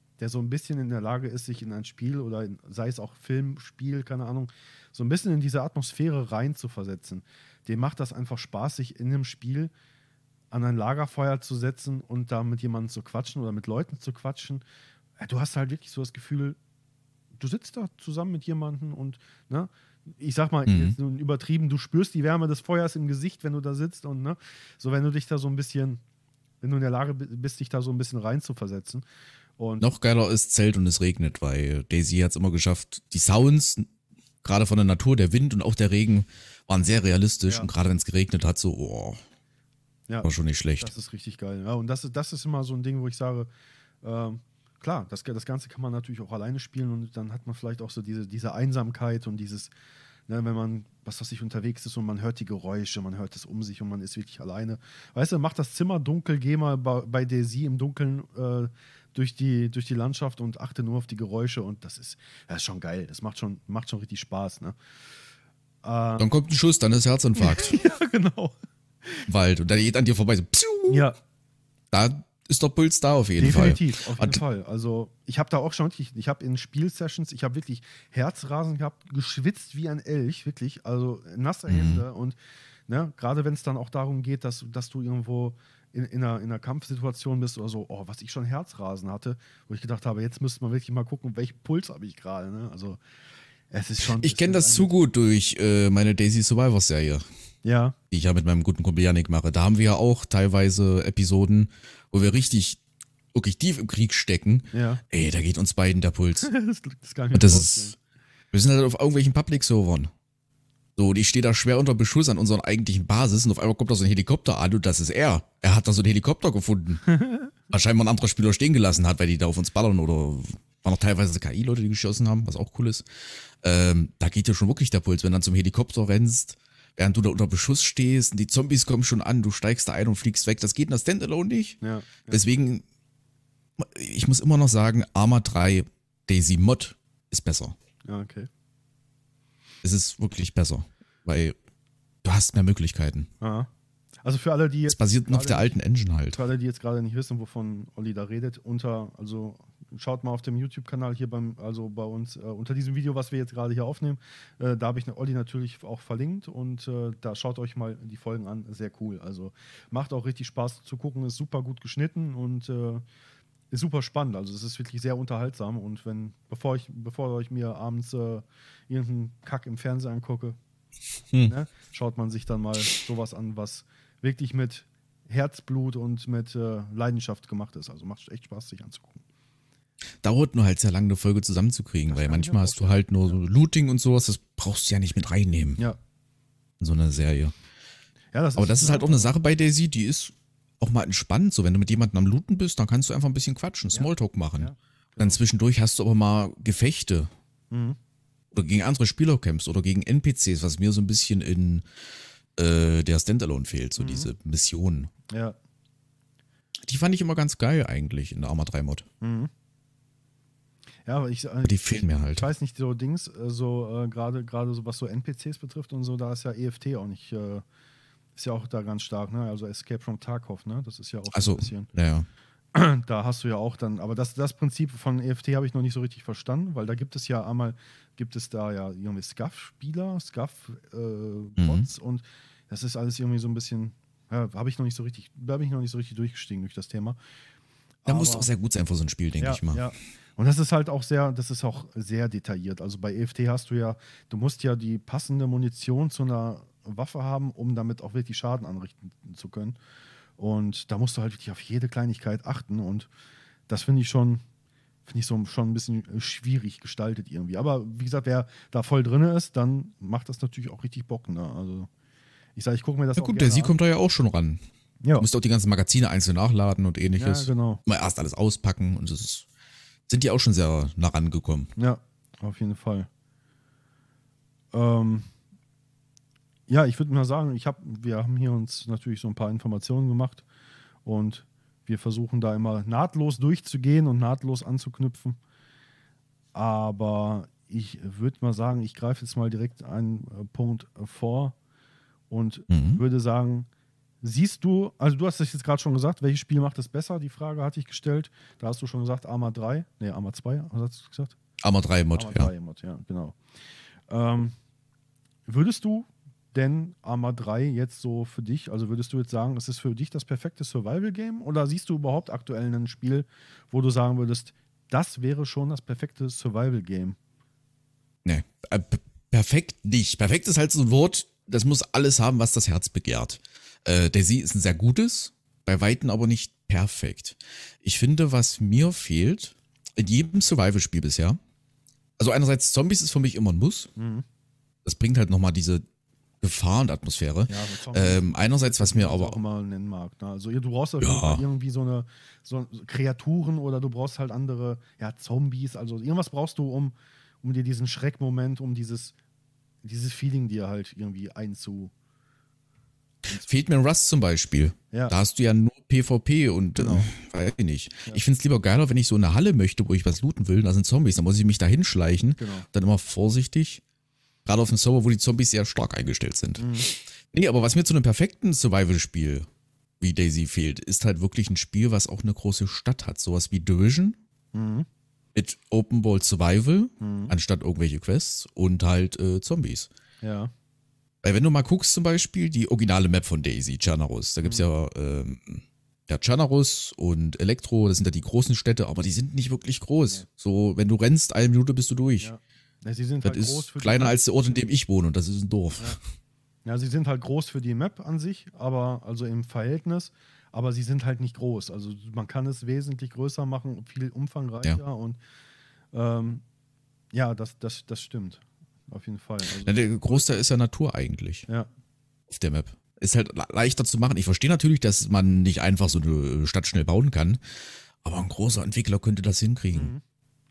in der Lage ist, sich in ein Spiel oder sei es auch Film, Spiel, keine Ahnung, so ein bisschen in diese Atmosphäre rein zu versetzen, dem macht das einfach Spaß, sich in einem Spiel an ein Lagerfeuer zu setzen und da mit jemandem zu quatschen oder mit Leuten zu quatschen. Du hast halt wirklich so das Gefühl, du sitzt da zusammen mit jemandem und, ne, ich sag mal, jetzt übertrieben, du spürst die Wärme des Feuers im Gesicht, wenn du da sitzt und, ne, so wenn du dich da so ein bisschen, wenn du in der Lage bist, dich da so ein bisschen rein zu versetzen. Und noch geiler ist Zelt und es regnet, weil DayZ hat es immer geschafft, die Sounds, gerade von der Natur, der Wind und auch der Regen, waren sehr realistisch und gerade wenn es geregnet hat, so, war schon nicht schlecht. Das ist richtig geil. Ja, und das ist immer so ein Ding, wo ich sage, klar, das Ganze kann man natürlich auch alleine spielen und dann hat man vielleicht auch so diese Einsamkeit und dieses, ne, wenn man, was weiß ich, unterwegs ist und man hört die Geräusche, man hört es um sich und man ist wirklich alleine. Weißt du, mach das Zimmer dunkel, geh mal bei DayZ im Dunkeln durch die Landschaft und achte nur auf die Geräusche und das ist schon geil. Das macht schon richtig Spaß. Ne? Dann kommt ein Schuss, dann ist Herzinfarkt. Ja, genau. Wald und dann geht an dir vorbei so, psiu. Ja. Da ist der Puls da auf jeden Definitiv, auf jeden Fall. Also ich habe da auch schon, ich habe in Spielsessions, ich habe wirklich Herzrasen gehabt, geschwitzt wie ein Elch, wirklich, also nasse Hände und ne, gerade wenn es dann auch darum geht, dass du irgendwo in einer Kampfsituation bist oder so, was ich schon Herzrasen hatte, wo ich gedacht habe, jetzt müsste man wirklich mal gucken, welchen Puls habe ich gerade, ne? Also es ist schon... Ich kenne das zu gut durch meine DayZ Survivor Serie. Ja. Die ich ja mit meinem guten Kumpel Yannick mache. Da haben wir ja auch teilweise Episoden, wo wir wirklich tief im Krieg stecken. Ja. Ey, da geht uns beiden der Puls. das kann ich mir vorstellen. Wir sind halt auf irgendwelchen Public-Servern. So, und ich stehe da schwer unter Beschuss an unserer eigentlichen Basis und auf einmal kommt da so ein Helikopter an und das ist er. Er hat da so einen Helikopter gefunden. Wahrscheinlich mal ein anderer Spieler stehen gelassen hat, weil die da auf uns ballern oder waren noch teilweise KI-Leute, die geschossen haben, was auch cool ist. Da geht ja schon wirklich der Puls, wenn du dann zum Helikopter rennst, während du da unter Beschuss stehst und die Zombies kommen schon an, du steigst da ein und fliegst weg. Das geht in der Standalone nicht. Ja. Deswegen, ich muss immer noch sagen, Arma 3 DayZ Mod ist besser. Ja, okay. Es ist wirklich besser, weil du hast mehr Möglichkeiten. Aha. Also für alle, die jetzt... Es basiert noch auf der alten Engine halt. Für alle, die jetzt gerade nicht wissen, wovon Olli da redet, also schaut mal auf dem YouTube-Kanal hier also bei uns unter diesem Video, was wir jetzt gerade hier aufnehmen. Da habe ich Olli natürlich auch verlinkt und da schaut euch mal die Folgen an. Sehr cool. Also macht auch richtig Spaß zu gucken, ist super gut geschnitten und ist super spannend. Also es ist wirklich sehr unterhaltsam und bevor ich mir abends irgendeinen Kack im Fernsehen angucke, ne, schaut man sich dann mal sowas an, was wirklich mit Herzblut und mit Leidenschaft gemacht ist. Also macht echt Spaß, sich anzugucken. Dauert nur halt sehr lange, eine Folge zusammenzukriegen, weil manchmal hast du halt nur so Looting und sowas, das brauchst du ja nicht mit reinnehmen. Ja. In so einer Serie. Ja, aber das ist halt auch eine Sache bei Daisy, die ist auch mal entspannt. So, wenn du mit jemandem am Looten bist, dann kannst du einfach ein bisschen quatschen, Smalltalk machen. Ja, genau. Dann zwischendurch hast du aber mal Gefechte. Oder gegen andere Spieler kämpfst oder gegen NPCs, was mir so ein bisschen in der Standalone fehlt, so diese Missionen. Ja. Die fand ich immer ganz geil eigentlich in der Arma 3 Mod. Ja, aber die fehlen mir halt. Ich weiß nicht, so Dings, gerade so was so NPCs betrifft und so, da ist ja EFT auch nicht, ist ja auch da ganz stark, ne? Also Escape from Tarkov, ne? Das ist ja auch so ein bisschen. Ja. Da hast du ja auch dann, aber das Prinzip von EFT habe ich noch nicht so richtig verstanden, weil da gibt es ja irgendwie Scuff-Spieler, Scuff-Bots und das ist alles irgendwie so ein bisschen, da bin ich noch nicht so richtig durchgestiegen durch das Thema. Da muss auch sehr gut sein für so ein Spiel, denke ich mal. Ja. Und das ist auch sehr detailliert. Also bei EFT du musst ja die passende Munition zu einer Waffe haben, um damit auch wirklich Schaden anrichten zu können. Und da musst du halt wirklich auf jede Kleinigkeit achten. Und das finde ich schon ein bisschen schwierig gestaltet irgendwie. Aber wie gesagt, wer da voll drin ist, dann macht das natürlich auch richtig Bock. Ne? Also ich gucke mir das auch gut, gerne der Sieg kommt da ja auch schon ran. Ja. Du musst auch die ganzen Magazine einzeln nachladen und ähnliches. Ja, genau. Mal erst alles auspacken und sind die auch schon sehr nah rangekommen. Ja, auf jeden Fall. Ja, ich würde mal sagen, wir haben hier uns natürlich so ein paar Informationen gemacht und wir versuchen da immer nahtlos durchzugehen und nahtlos anzuknüpfen. Aber ich würde mal sagen, ich greife jetzt mal direkt einen Punkt vor und würde sagen, siehst du, also du hast das jetzt gerade schon gesagt, welches Spiel macht es besser? Die Frage hatte ich gestellt. Da hast du schon gesagt, Arma 2, hast du gesagt? Arma 3 Mod, Arma 3 Mod, ja, genau. Würdest du denn Arma 3 jetzt so für dich, also würdest du jetzt sagen, es ist für dich das perfekte Survival-Game oder siehst du überhaupt aktuell ein Spiel, wo du sagen würdest, das wäre schon das perfekte Survival-Game? Nee, perfekt nicht. Perfekt ist halt so ein Wort, das muss alles haben, was das Herz begehrt. Daisy ist ein sehr gutes, bei Weitem aber nicht perfekt. Ich finde, was mir fehlt, in jedem Survival-Spiel bisher, also einerseits Zombies ist für mich immer ein Muss. Das bringt halt nochmal diese Gefahr und Atmosphäre. Ja, einerseits, was mir aber auch mal nennen mag. Ne? Also du brauchst irgendwie so Kreaturen oder du brauchst halt andere Zombies. Also irgendwas brauchst du, um dir diesen Schreckmoment, um dieses Feeling dir halt irgendwie Fehlt mir Rust zum Beispiel. Ja. Da hast du ja nur PvP und weiß ich nicht. Ja. Ich finde es lieber geiler, wenn ich so eine Halle möchte, wo ich was looten will, da sind Zombies, dann muss ich mich da hinschleichen. Genau. Dann immer vorsichtig. Gerade auf dem Server, wo die Zombies sehr stark eingestellt sind. Nee, aber was mir zu einem perfekten Survival-Spiel wie Daisy fehlt, ist halt wirklich ein Spiel, was auch eine große Stadt hat. Sowas wie Division mit Open World Survival, anstatt irgendwelche Quests und halt Zombies. Ja. Weil wenn du mal guckst zum Beispiel, die originale Map von Daisy, Chernarus, da gibt es ja Chernarus und Elektro, das sind ja die großen Städte, aber die sind nicht wirklich groß. Ja. So, wenn du rennst, 1 Minute bist du durch. Ja. Ja, sie sind das halt ist groß für kleiner als der Ort, in dem ich wohne und das ist ein Dorf. Ja, sie sind halt groß für die Map an sich, aber also im Verhältnis, aber sie sind halt nicht groß. Also man kann es wesentlich größer machen, viel umfangreicher und das stimmt. Auf jeden Fall. Also, der Großteil ist ja Natur eigentlich. Ja. Auf der Map. Ist halt leichter zu machen. Ich verstehe natürlich, dass man nicht einfach so eine Stadt schnell bauen kann, aber ein großer Entwickler könnte das hinkriegen.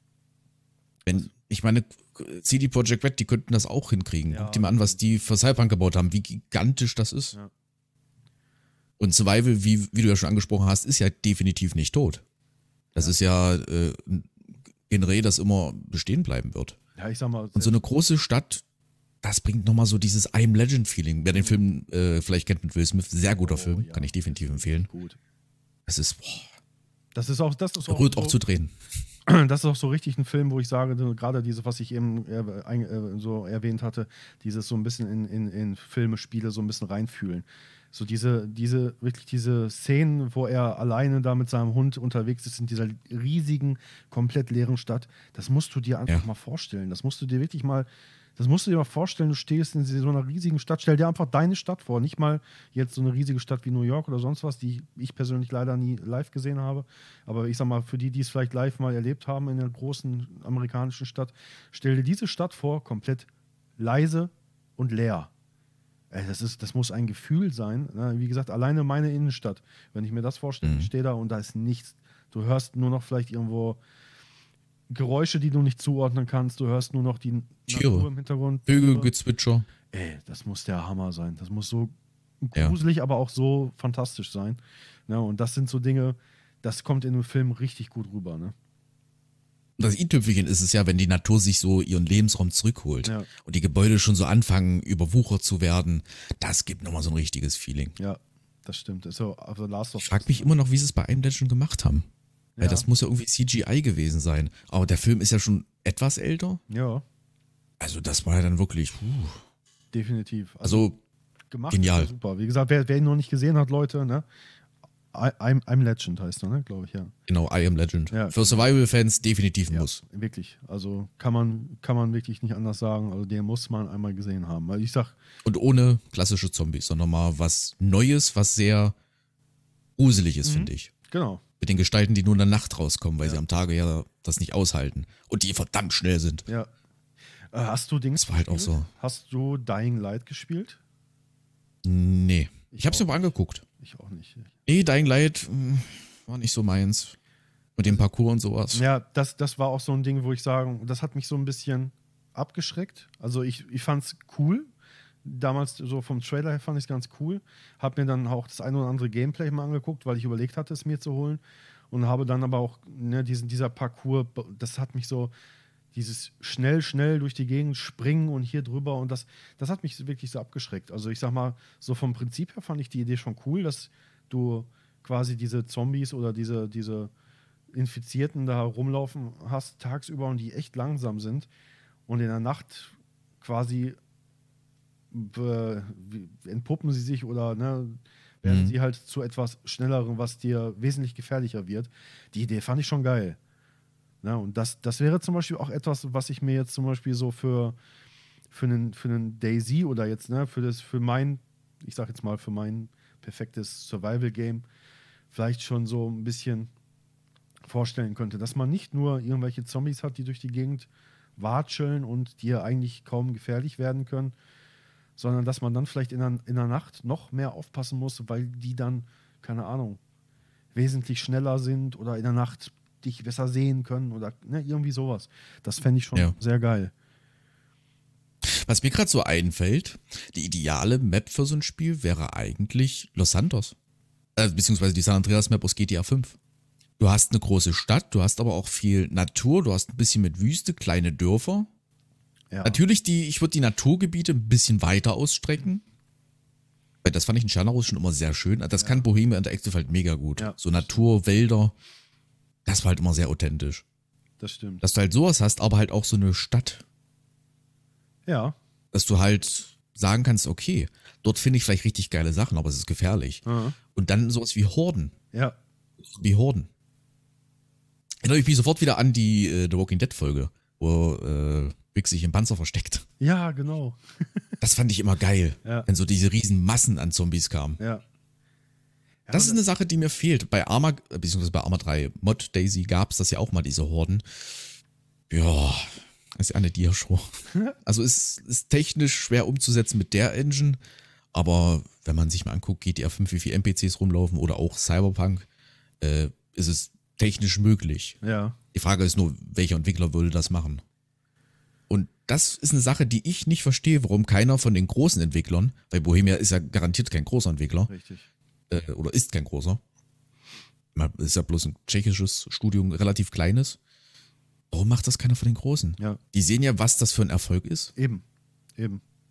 Ich meine, CD Projekt Red, die könnten das auch hinkriegen. Guck dir mal an, was die für Cyberpunk gebaut haben, wie gigantisch das ist. Ja. Und Survival, wie du ja schon angesprochen hast, ist ja definitiv nicht tot. Das ist ja ein Genre, das immer bestehen bleiben wird. Ja, ich sag mal. Und so eine große Stadt, das bringt nochmal so dieses I Am Legend-Feeling. Wer den Film vielleicht kennt mit Will Smith, sehr guter Film, kann ich definitiv empfehlen. Gut. Es ist, das ist auch berührt auch zu drehen. das ist auch so richtig ein Film, wo ich sage, gerade diese, was ich eben so erwähnt hatte, dieses so ein bisschen in Filme, Spiele so ein bisschen reinfühlen. So wirklich diese Szenen, wo er alleine da mit seinem Hund unterwegs ist in dieser riesigen, komplett leeren Stadt, das musst du dir einfach mal vorstellen. Das musst du dir mal vorstellen, du stehst in so einer riesigen Stadt, stell dir einfach deine Stadt vor, nicht mal jetzt so eine riesige Stadt wie New York oder sonst was, die ich persönlich leider nie live gesehen habe, aber ich sag mal, für die es vielleicht live mal erlebt haben in einer großen amerikanischen Stadt, stell dir diese Stadt vor, komplett leise und leer. Das muss ein Gefühl sein. Wie gesagt, alleine meine Innenstadt. Wenn ich mir das vorstelle, ich stehe da und da ist nichts. Du hörst nur noch vielleicht irgendwo Geräusche, die du nicht zuordnen kannst. Du hörst nur noch die Tiere. Natur im Hintergrund. Vögelgezwitscher. Das muss der Hammer sein. Das muss so gruselig, aber auch so fantastisch sein. Und das sind so Dinge, das kommt in einem Film richtig gut rüber. Ne? Das i-Tüpfelchen ist es ja, wenn die Natur sich so ihren Lebensraum zurückholt und die Gebäude schon so anfangen, überwuchert zu werden. Das gibt nochmal so ein richtiges Feeling. Ja, das stimmt. Also Last of Us. Ich frage mich immer noch, wie sie es bei einem Legend gemacht haben. Weil das muss ja irgendwie CGI gewesen sein. Aber der Film ist ja schon etwas älter. Ja. Also das war ja dann wirklich definitiv. Also gemacht. Genial. Super. Wie gesagt, wer ihn noch nicht gesehen hat, Leute, ne? I'm Legend heißt er, ne? Glaube ich, ja. Genau, I Am Legend. Ja. Für Survival-Fans definitiv ein Muss. Wirklich. Also kann man wirklich nicht anders sagen. Also den muss man einmal gesehen haben. Weil ich sag. Und ohne klassische Zombies, sondern mal was Neues, was sehr gruselig ist, finde ich. Genau. Mit den Gestalten, die nur in der Nacht rauskommen, weil sie am Tage ja das nicht aushalten. Und die verdammt schnell sind. Ja. Hast du Dings Das war halt auch gespielt? so. Hast du Dying Light gespielt? Nee. Ich hab's mir mal angeguckt. Ich auch nicht. Nee, Dying Light war nicht so meins. Mit dem Parcours und sowas. Ja, das war auch so ein Ding, wo ich sagen, das hat mich so ein bisschen abgeschreckt. Also ich fand's cool. Damals so vom Trailer her fand ich es ganz cool. Hab mir dann auch das eine oder andere Gameplay mal angeguckt, weil ich überlegt hatte, es mir zu holen. Und habe dann aber auch dieser Parcours, das hat mich so, dieses schnell durch die Gegend springen und hier drüber und das hat mich wirklich so abgeschreckt. Also ich sag mal, so vom Prinzip her fand ich die Idee schon cool, dass du quasi diese Zombies oder diese Infizierten da rumlaufen hast tagsüber und die echt langsam sind und in der Nacht quasi entpuppen sie sich oder werden sie halt zu etwas Schnellerem, was dir wesentlich gefährlicher wird. Die Idee fand ich schon geil. Ja, und das wäre zum Beispiel auch etwas, was ich mir jetzt zum Beispiel so für einen DayZ oder jetzt, für mein perfektes Survival-Game vielleicht schon so ein bisschen vorstellen könnte, dass man nicht nur irgendwelche Zombies hat, die durch die Gegend watscheln und dir eigentlich kaum gefährlich werden können, sondern dass man dann vielleicht in der Nacht noch mehr aufpassen muss, weil die dann, keine Ahnung, wesentlich schneller sind oder in der Nacht dich besser sehen können oder irgendwie sowas. Das fände ich schon sehr geil. Was mir gerade so einfällt, die ideale Map für so ein Spiel wäre eigentlich Los Santos. Beziehungsweise die San Andreas Map aus GTA 5. Du hast eine große Stadt, du hast aber auch viel Natur, du hast ein bisschen mit Wüste, kleine Dörfer. Ja. Natürlich, ich würde die Naturgebiete ein bisschen weiter ausstrecken. Weil das fand ich in Chernaros schon immer sehr schön. Das kann Bohemia Interactive halt mega gut. Ja, so Natur, Wälder. Das war halt immer sehr authentisch. Das stimmt. Dass du halt sowas hast, aber halt auch so eine Stadt. Ja. Dass du halt sagen kannst, okay, dort finde ich vielleicht richtig geile Sachen, aber es ist gefährlich. Mhm. Und dann sowas wie Horden. Ja. Wie Horden. Erinnere ich mich sofort wieder an die The Walking Dead Folge, wo Rick sich im Panzer versteckt. Ja, genau. Das fand ich immer geil, wenn so diese riesen Massen an Zombies kamen. Ja. Das ist eine Sache, die mir fehlt. Bei Arma, beziehungsweise bei Arma 3 Mod DayZ gab es das ja auch mal, diese Horden. Ja, ist ja eine Dia-Show. Also ist technisch schwer umzusetzen mit der Engine, aber wenn man sich mal anguckt, GTA 5, wie viele NPCs rumlaufen oder auch Cyberpunk, ist es technisch möglich. Ja. Die Frage ist nur, welcher Entwickler würde das machen? Und das ist eine Sache, die ich nicht verstehe, warum keiner von den großen Entwicklern, weil Bohemia ist ja garantiert kein großer Entwickler. Richtig. Oder ist kein großer. Ist ja bloß ein tschechisches Studio, ein relativ kleines. Warum macht das keiner von den Großen? Ja. Die sehen ja, was das für ein Erfolg ist. Eben.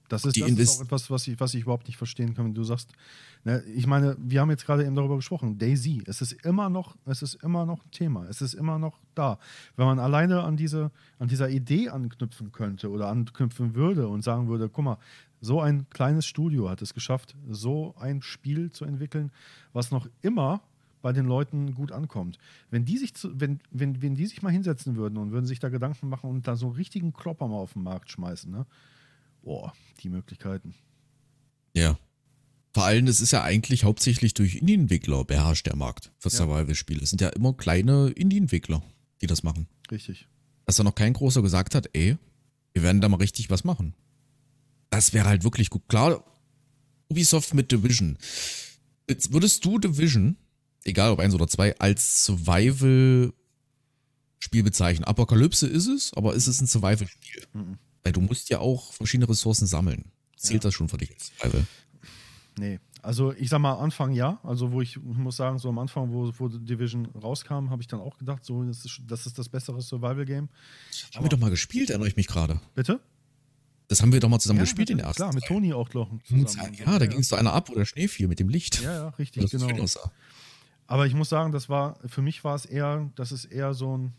Das ist auch etwas, was ich überhaupt nicht verstehen kann, wenn du sagst, ne, ich meine, wir haben jetzt gerade eben darüber gesprochen, DayZ, es ist immer noch ein Thema, es ist immer noch da. Wenn man alleine an dieser Idee anknüpfen könnte oder anknüpfen würde und sagen würde, guck mal, so ein kleines Studio hat es geschafft, so ein Spiel zu entwickeln, was noch immer bei den Leuten gut ankommt. Wenn die sich mal hinsetzen würden und würden sich da Gedanken machen und da so einen richtigen Klopper mal auf den Markt schmeißen, ne? Boah, die Möglichkeiten. Ja. Vor allem, es ist ja eigentlich hauptsächlich durch Indie-Entwickler beherrscht der Markt für Survival-Spiele. Es sind ja immer kleine Indie-Entwickler, die das machen. Richtig. Dass da noch kein großer gesagt hat, ey, wir werden da mal richtig was machen. Das wäre halt wirklich gut. Klar, Ubisoft mit Division. Jetzt würdest du Division, egal ob 1 oder 2, als Survival-Spiel bezeichnen? Apokalypse ist es, aber ist es ein Survival-Spiel? Mhm. Weil du musst ja auch verschiedene Ressourcen sammeln. Zählt das schon für dich als Survival? Nee, also ich sag mal Anfang ja, also ich muss sagen, so am Anfang, wo Division rauskam, habe ich dann auch gedacht, so das ist das bessere Survival-Game. Haben wir doch mal gespielt, erinnere ich mich gerade. Bitte? Das haben wir doch mal zusammen gespielt in der ersten. Klar, mit Toni auch noch zusammen. Ja, da ging es so einer ab, wo der Schnee fiel mit dem Licht. Ja, richtig, das genau. Aber ich muss sagen, für mich war es eher, das ist eher so ein,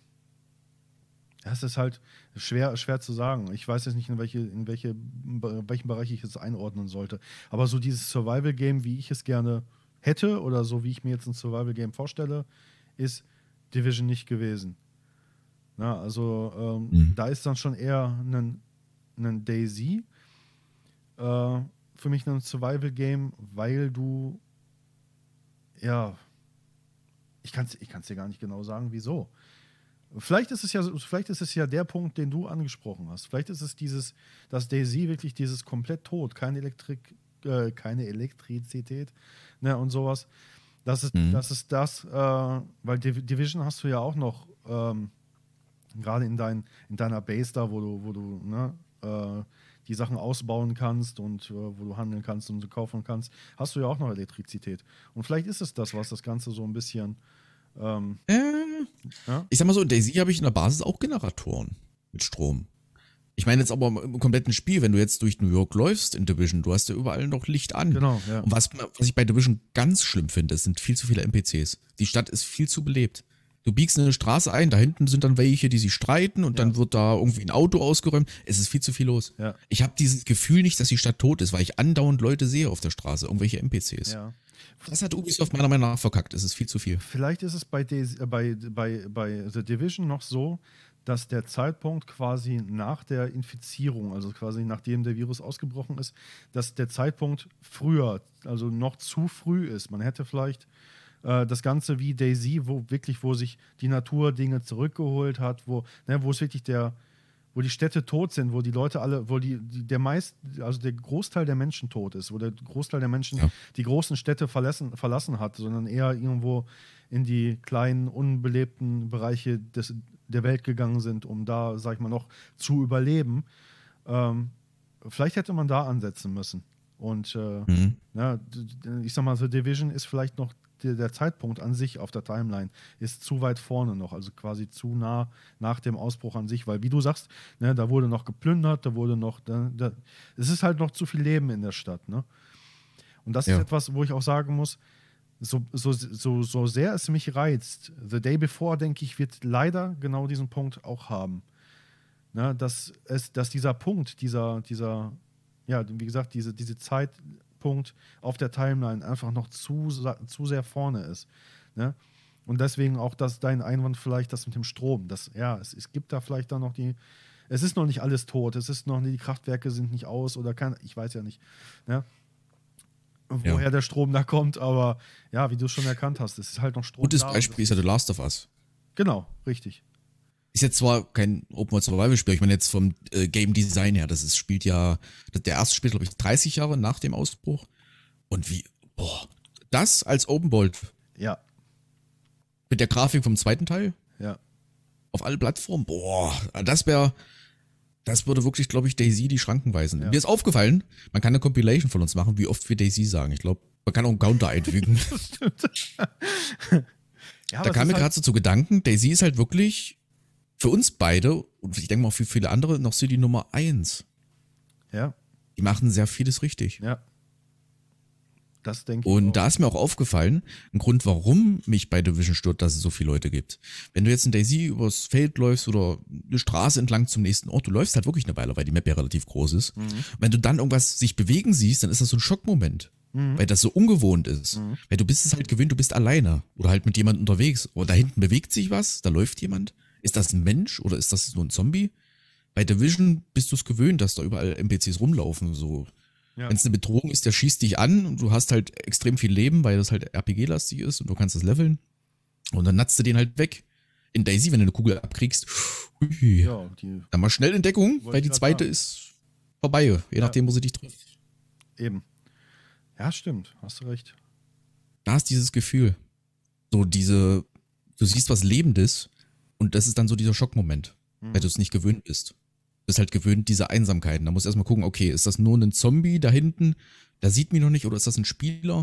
es ist halt schwer zu sagen. Ich weiß jetzt nicht, in welchen Bereich ich es einordnen sollte. Aber so dieses Survival-Game, wie ich es gerne hätte oder so wie ich mir jetzt ein Survival-Game vorstelle, ist Division nicht gewesen. Na, also da ist dann schon eher ein DayZ für mich ein Survival-Game, weil du, ja, ich kann es dir gar nicht genau sagen, wieso. Vielleicht ist es ja der Punkt, den du angesprochen hast. Vielleicht ist es dass DayZ wirklich dieses komplett tot, keine Elektrizität, ne, und sowas. Das ist weil Division hast du ja auch noch gerade in deiner Base da, wo du ne, die Sachen ausbauen kannst und wo du handeln kannst und kaufen kannst, hast du ja auch noch Elektrizität. Und vielleicht ist es das, was das Ganze so ein bisschen ja? Ich sag mal so, in DayZ habe ich in der Basis auch Generatoren mit Strom. Ich meine jetzt aber im kompletten Spiel, wenn du jetzt durch New York läufst in Division, du hast ja überall noch Licht an. Genau, ja. Und was ich bei Division ganz schlimm finde, es sind viel zu viele NPCs. Die Stadt ist viel zu belebt. Du biegst in eine Straße ein, da hinten sind dann welche, die sich streiten und dann wird da irgendwie ein Auto ausgeräumt. Es ist viel zu viel los. Ja. Ich habe dieses Gefühl nicht, dass die Stadt tot ist, weil ich andauernd Leute sehe auf der Straße, irgendwelche NPCs. Ja. Das hat Ubisoft meiner Meinung nach verkackt. Es ist viel zu viel. Vielleicht ist es bei The Division noch so, dass der Zeitpunkt quasi nach der Infizierung, also quasi nachdem der Virus ausgebrochen ist, dass der Zeitpunkt früher, also noch zu früh ist. Man hätte vielleicht das Ganze wie DayZ, wo sich die Natur Dinge zurückgeholt hat, wo es wirklich wo die Städte tot sind, wo die Leute alle, wo der Großteil der Menschen tot ist, wo der Großteil der Menschen die großen Städte verlassen hat, sondern eher irgendwo in die kleinen, unbelebten Bereiche der Welt gegangen sind, um da, sag ich mal, noch zu überleben. Vielleicht hätte man da ansetzen müssen. Und ich sag mal, The Division ist vielleicht noch der Zeitpunkt an sich auf der Timeline ist zu weit vorne noch, also quasi zu nah nach dem Ausbruch an sich, weil wie du sagst, ne, da wurde noch geplündert, es ist halt noch zu viel Leben in der Stadt, ne? Und das ist etwas, wo ich auch sagen muss, so sehr es mich reizt, The Day Before, denke ich, wird leider genau diesen Punkt auch haben. Ne, dass dieser Punkt, wie gesagt, diese Zeitpunkt auf der Timeline einfach noch zu sehr vorne ist. Ne? Und deswegen auch dein Einwand vielleicht, das mit dem Strom. Es gibt da vielleicht dann noch es ist noch nicht alles tot, die Kraftwerke sind nicht aus oder ich weiß ja nicht, ne? Woher der Strom da kommt, aber ja, wie du es schon erkannt hast, es ist halt noch Strom. Gutes Beispiel ist ja The Last of Us. Genau, richtig. Ist jetzt zwar kein Open-World-Survival-Spiel, ich meine jetzt vom Game Design her, der erste spielt, glaube ich, 30 Jahre nach dem Ausbruch. Und das als Open World. Ja. Mit der Grafik vom zweiten Teil. Ja. Auf alle Plattformen. Das würde wirklich, glaube ich, DayZ die Schranken weisen. Ja. Mir ist aufgefallen, man kann eine Compilation von uns machen, wie oft wir DayZ sagen. Ich glaube, man kann auch einen Counter einfügen. Da kam mir gerade so zu Gedanken, DayZ ist halt wirklich für uns beide und ich denke mal auch für viele andere noch so die Nummer 1. Ja. Die machen sehr vieles richtig. Ja. Das denke ich Und auch. da ist mir auch aufgefallen, ein Grund, warum mich bei Division stört, dass es so viele Leute gibt. Wenn du jetzt in DayZ übers Feld läufst oder eine Straße entlang zum nächsten Ort, du läufst halt wirklich eine Weile, weil die Map ja relativ groß ist. Wenn du dann irgendwas sich bewegen siehst, dann ist das so ein Schockmoment. Weil das so ungewohnt ist. Weil du bist es halt gewöhnt, du bist alleine oder halt mit jemandem unterwegs. Oder da hinten bewegt sich was, da läuft jemand. Ist das ein Mensch oder ist das nur ein Zombie? Bei Division bist du es gewöhnt, dass da überall NPCs rumlaufen, so. Ja. Wenn es eine Bedrohung ist, der schießt dich an und du hast halt extrem viel Leben, weil das halt RPG-lastig ist und du kannst das leveln. Und dann natzt du den halt weg. In DayZ, wenn du eine Kugel abkriegst, hui, Ja, dann mal schnell in Deckung, Wollte weil ich die grad zweite sagen. ist vorbei, je nachdem, wo sie dich trifft. eben. Ja, stimmt. Hast du recht. Da ist dieses Gefühl. Du siehst was Lebendes und das ist dann so dieser Schockmoment, weil du es nicht gewöhnt bist. Du bist halt gewöhnt, diese Einsamkeiten. Da musst du erstmal gucken, okay, ist das nur ein Zombie da hinten, der sieht mich noch nicht, oder ist das ein Spieler?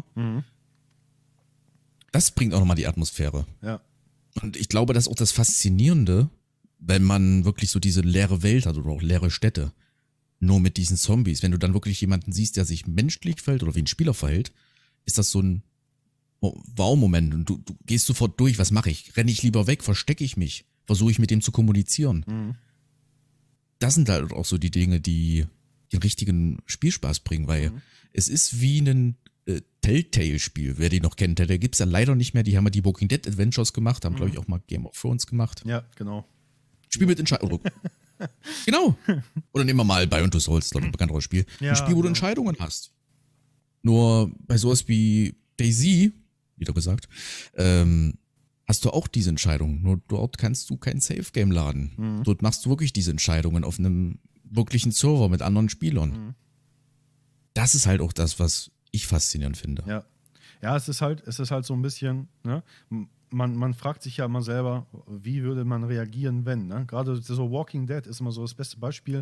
Das bringt auch nochmal die Atmosphäre. Ja. Und ich glaube, das ist auch das Faszinierende, wenn man wirklich so diese leere Welt hat oder auch leere Städte. Nur mit diesen Zombies. Wenn du dann wirklich jemanden siehst, der sich menschlich verhält oder wie ein Spieler verhält, ist das so ein Wow-Moment. Und du gehst sofort durch. Was mache ich? Renne ich lieber weg? Verstecke ich mich? Versuche ich mit dem zu kommunizieren? Das sind halt auch so die Dinge, die den richtigen Spielspaß bringen, weil es ist wie ein Telltale-Spiel, wer die noch kennt. Der gibt's ja leider nicht mehr. Die haben ja die Walking Dead Adventures gemacht, haben, glaube ich, auch mal Game of Thrones gemacht. Ja, genau. Spiel mit Entscheidungen. Genau. Oder nehmen wir mal Beyond Two Souls, glaube ich, ein bekannteres Spiel. Ja, Ein Spiel, wo du genau. Entscheidungen hast. Nur bei sowas wie DayZ, wieder gesagt, hast du auch diese Entscheidung. Nur dort kannst du kein Safe-Game laden. Dort machst du wirklich diese Entscheidungen auf einem wirklichen Server mit anderen Spielern. Das ist halt auch das, was ich faszinierend finde. Ja. Ja, es ist halt so ein bisschen, ne? Man fragt sich ja immer selber, wie würde man reagieren, wenn, ne? Gerade so Walking Dead ist immer so das beste Beispiel.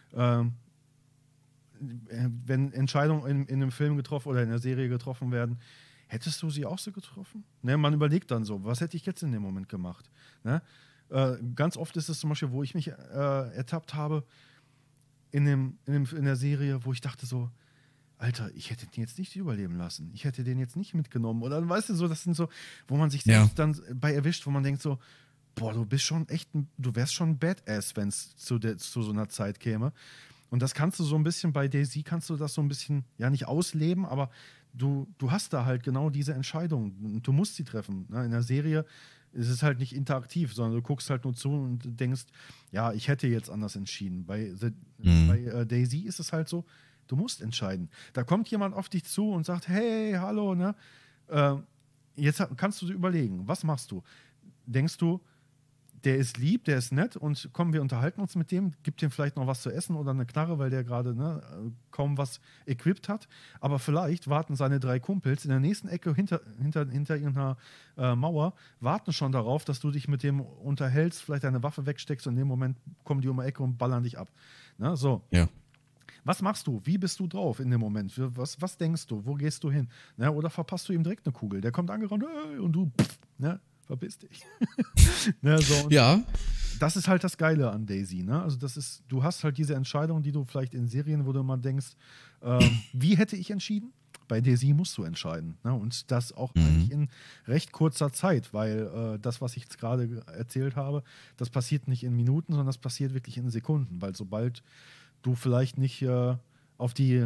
Wenn Entscheidungen in einem Film getroffen oder in einer Serie getroffen werden, hättest du sie auch so getroffen? Ne? Man überlegt dann so, was hätte ich jetzt in dem Moment gemacht? Ne? Ganz oft ist es zum Beispiel, wo ich mich ertappt habe, in der Serie, wo ich dachte so, Alter, ich hätte den jetzt nicht überleben lassen. Ich hätte den jetzt nicht mitgenommen. Oder weißt du so, das sind so, wo man sich selbst dann bei erwischt, wo man denkt so, boah, du bist schon echt, du wärst schon ein Badass, wenn es zu so einer Zeit käme. Und das kannst du so ein bisschen bei DayZ, kannst du das so ein bisschen, ja nicht ausleben, aber du hast da halt genau diese Entscheidung. Und du musst sie treffen. Ne? In der Serie ist es halt nicht interaktiv, sondern du guckst halt nur zu und denkst, ja, ich hätte jetzt anders entschieden. Bei DayZ ist es halt so, du musst entscheiden. Da kommt jemand auf dich zu und sagt, hey, hallo, ne? Jetzt kannst du dir überlegen, was machst du? Denkst du, der ist lieb, der ist nett und komm, wir unterhalten uns mit dem, gib dem vielleicht noch was zu essen oder eine Knarre, weil der gerade kaum was equipped hat. Aber vielleicht warten seine 3 Kumpels in der nächsten Ecke hinter irgendeiner Mauer, warten schon darauf, dass du dich mit dem unterhältst, vielleicht deine Waffe wegsteckst und in dem Moment kommen die um die Ecke und ballern dich ab. Ne? So. Ja. Was machst du? Wie bist du drauf in dem Moment? Was denkst du? Wo gehst du hin? Ne? Oder verpasst du ihm direkt eine Kugel? Der kommt angerannt und du, ne? Verpiss dich. Ne? So, und Ja, das ist halt das Geile an DayZ. Ne? Also du hast halt diese Entscheidung, die du vielleicht in Serien, wo du mal denkst, wie hätte ich entschieden? Bei DayZ musst du entscheiden. Ne? Und das auch eigentlich in recht kurzer Zeit, weil das, was ich jetzt gerade erzählt habe, das passiert nicht in Minuten, sondern das passiert wirklich in Sekunden, weil sobald du vielleicht nicht auf die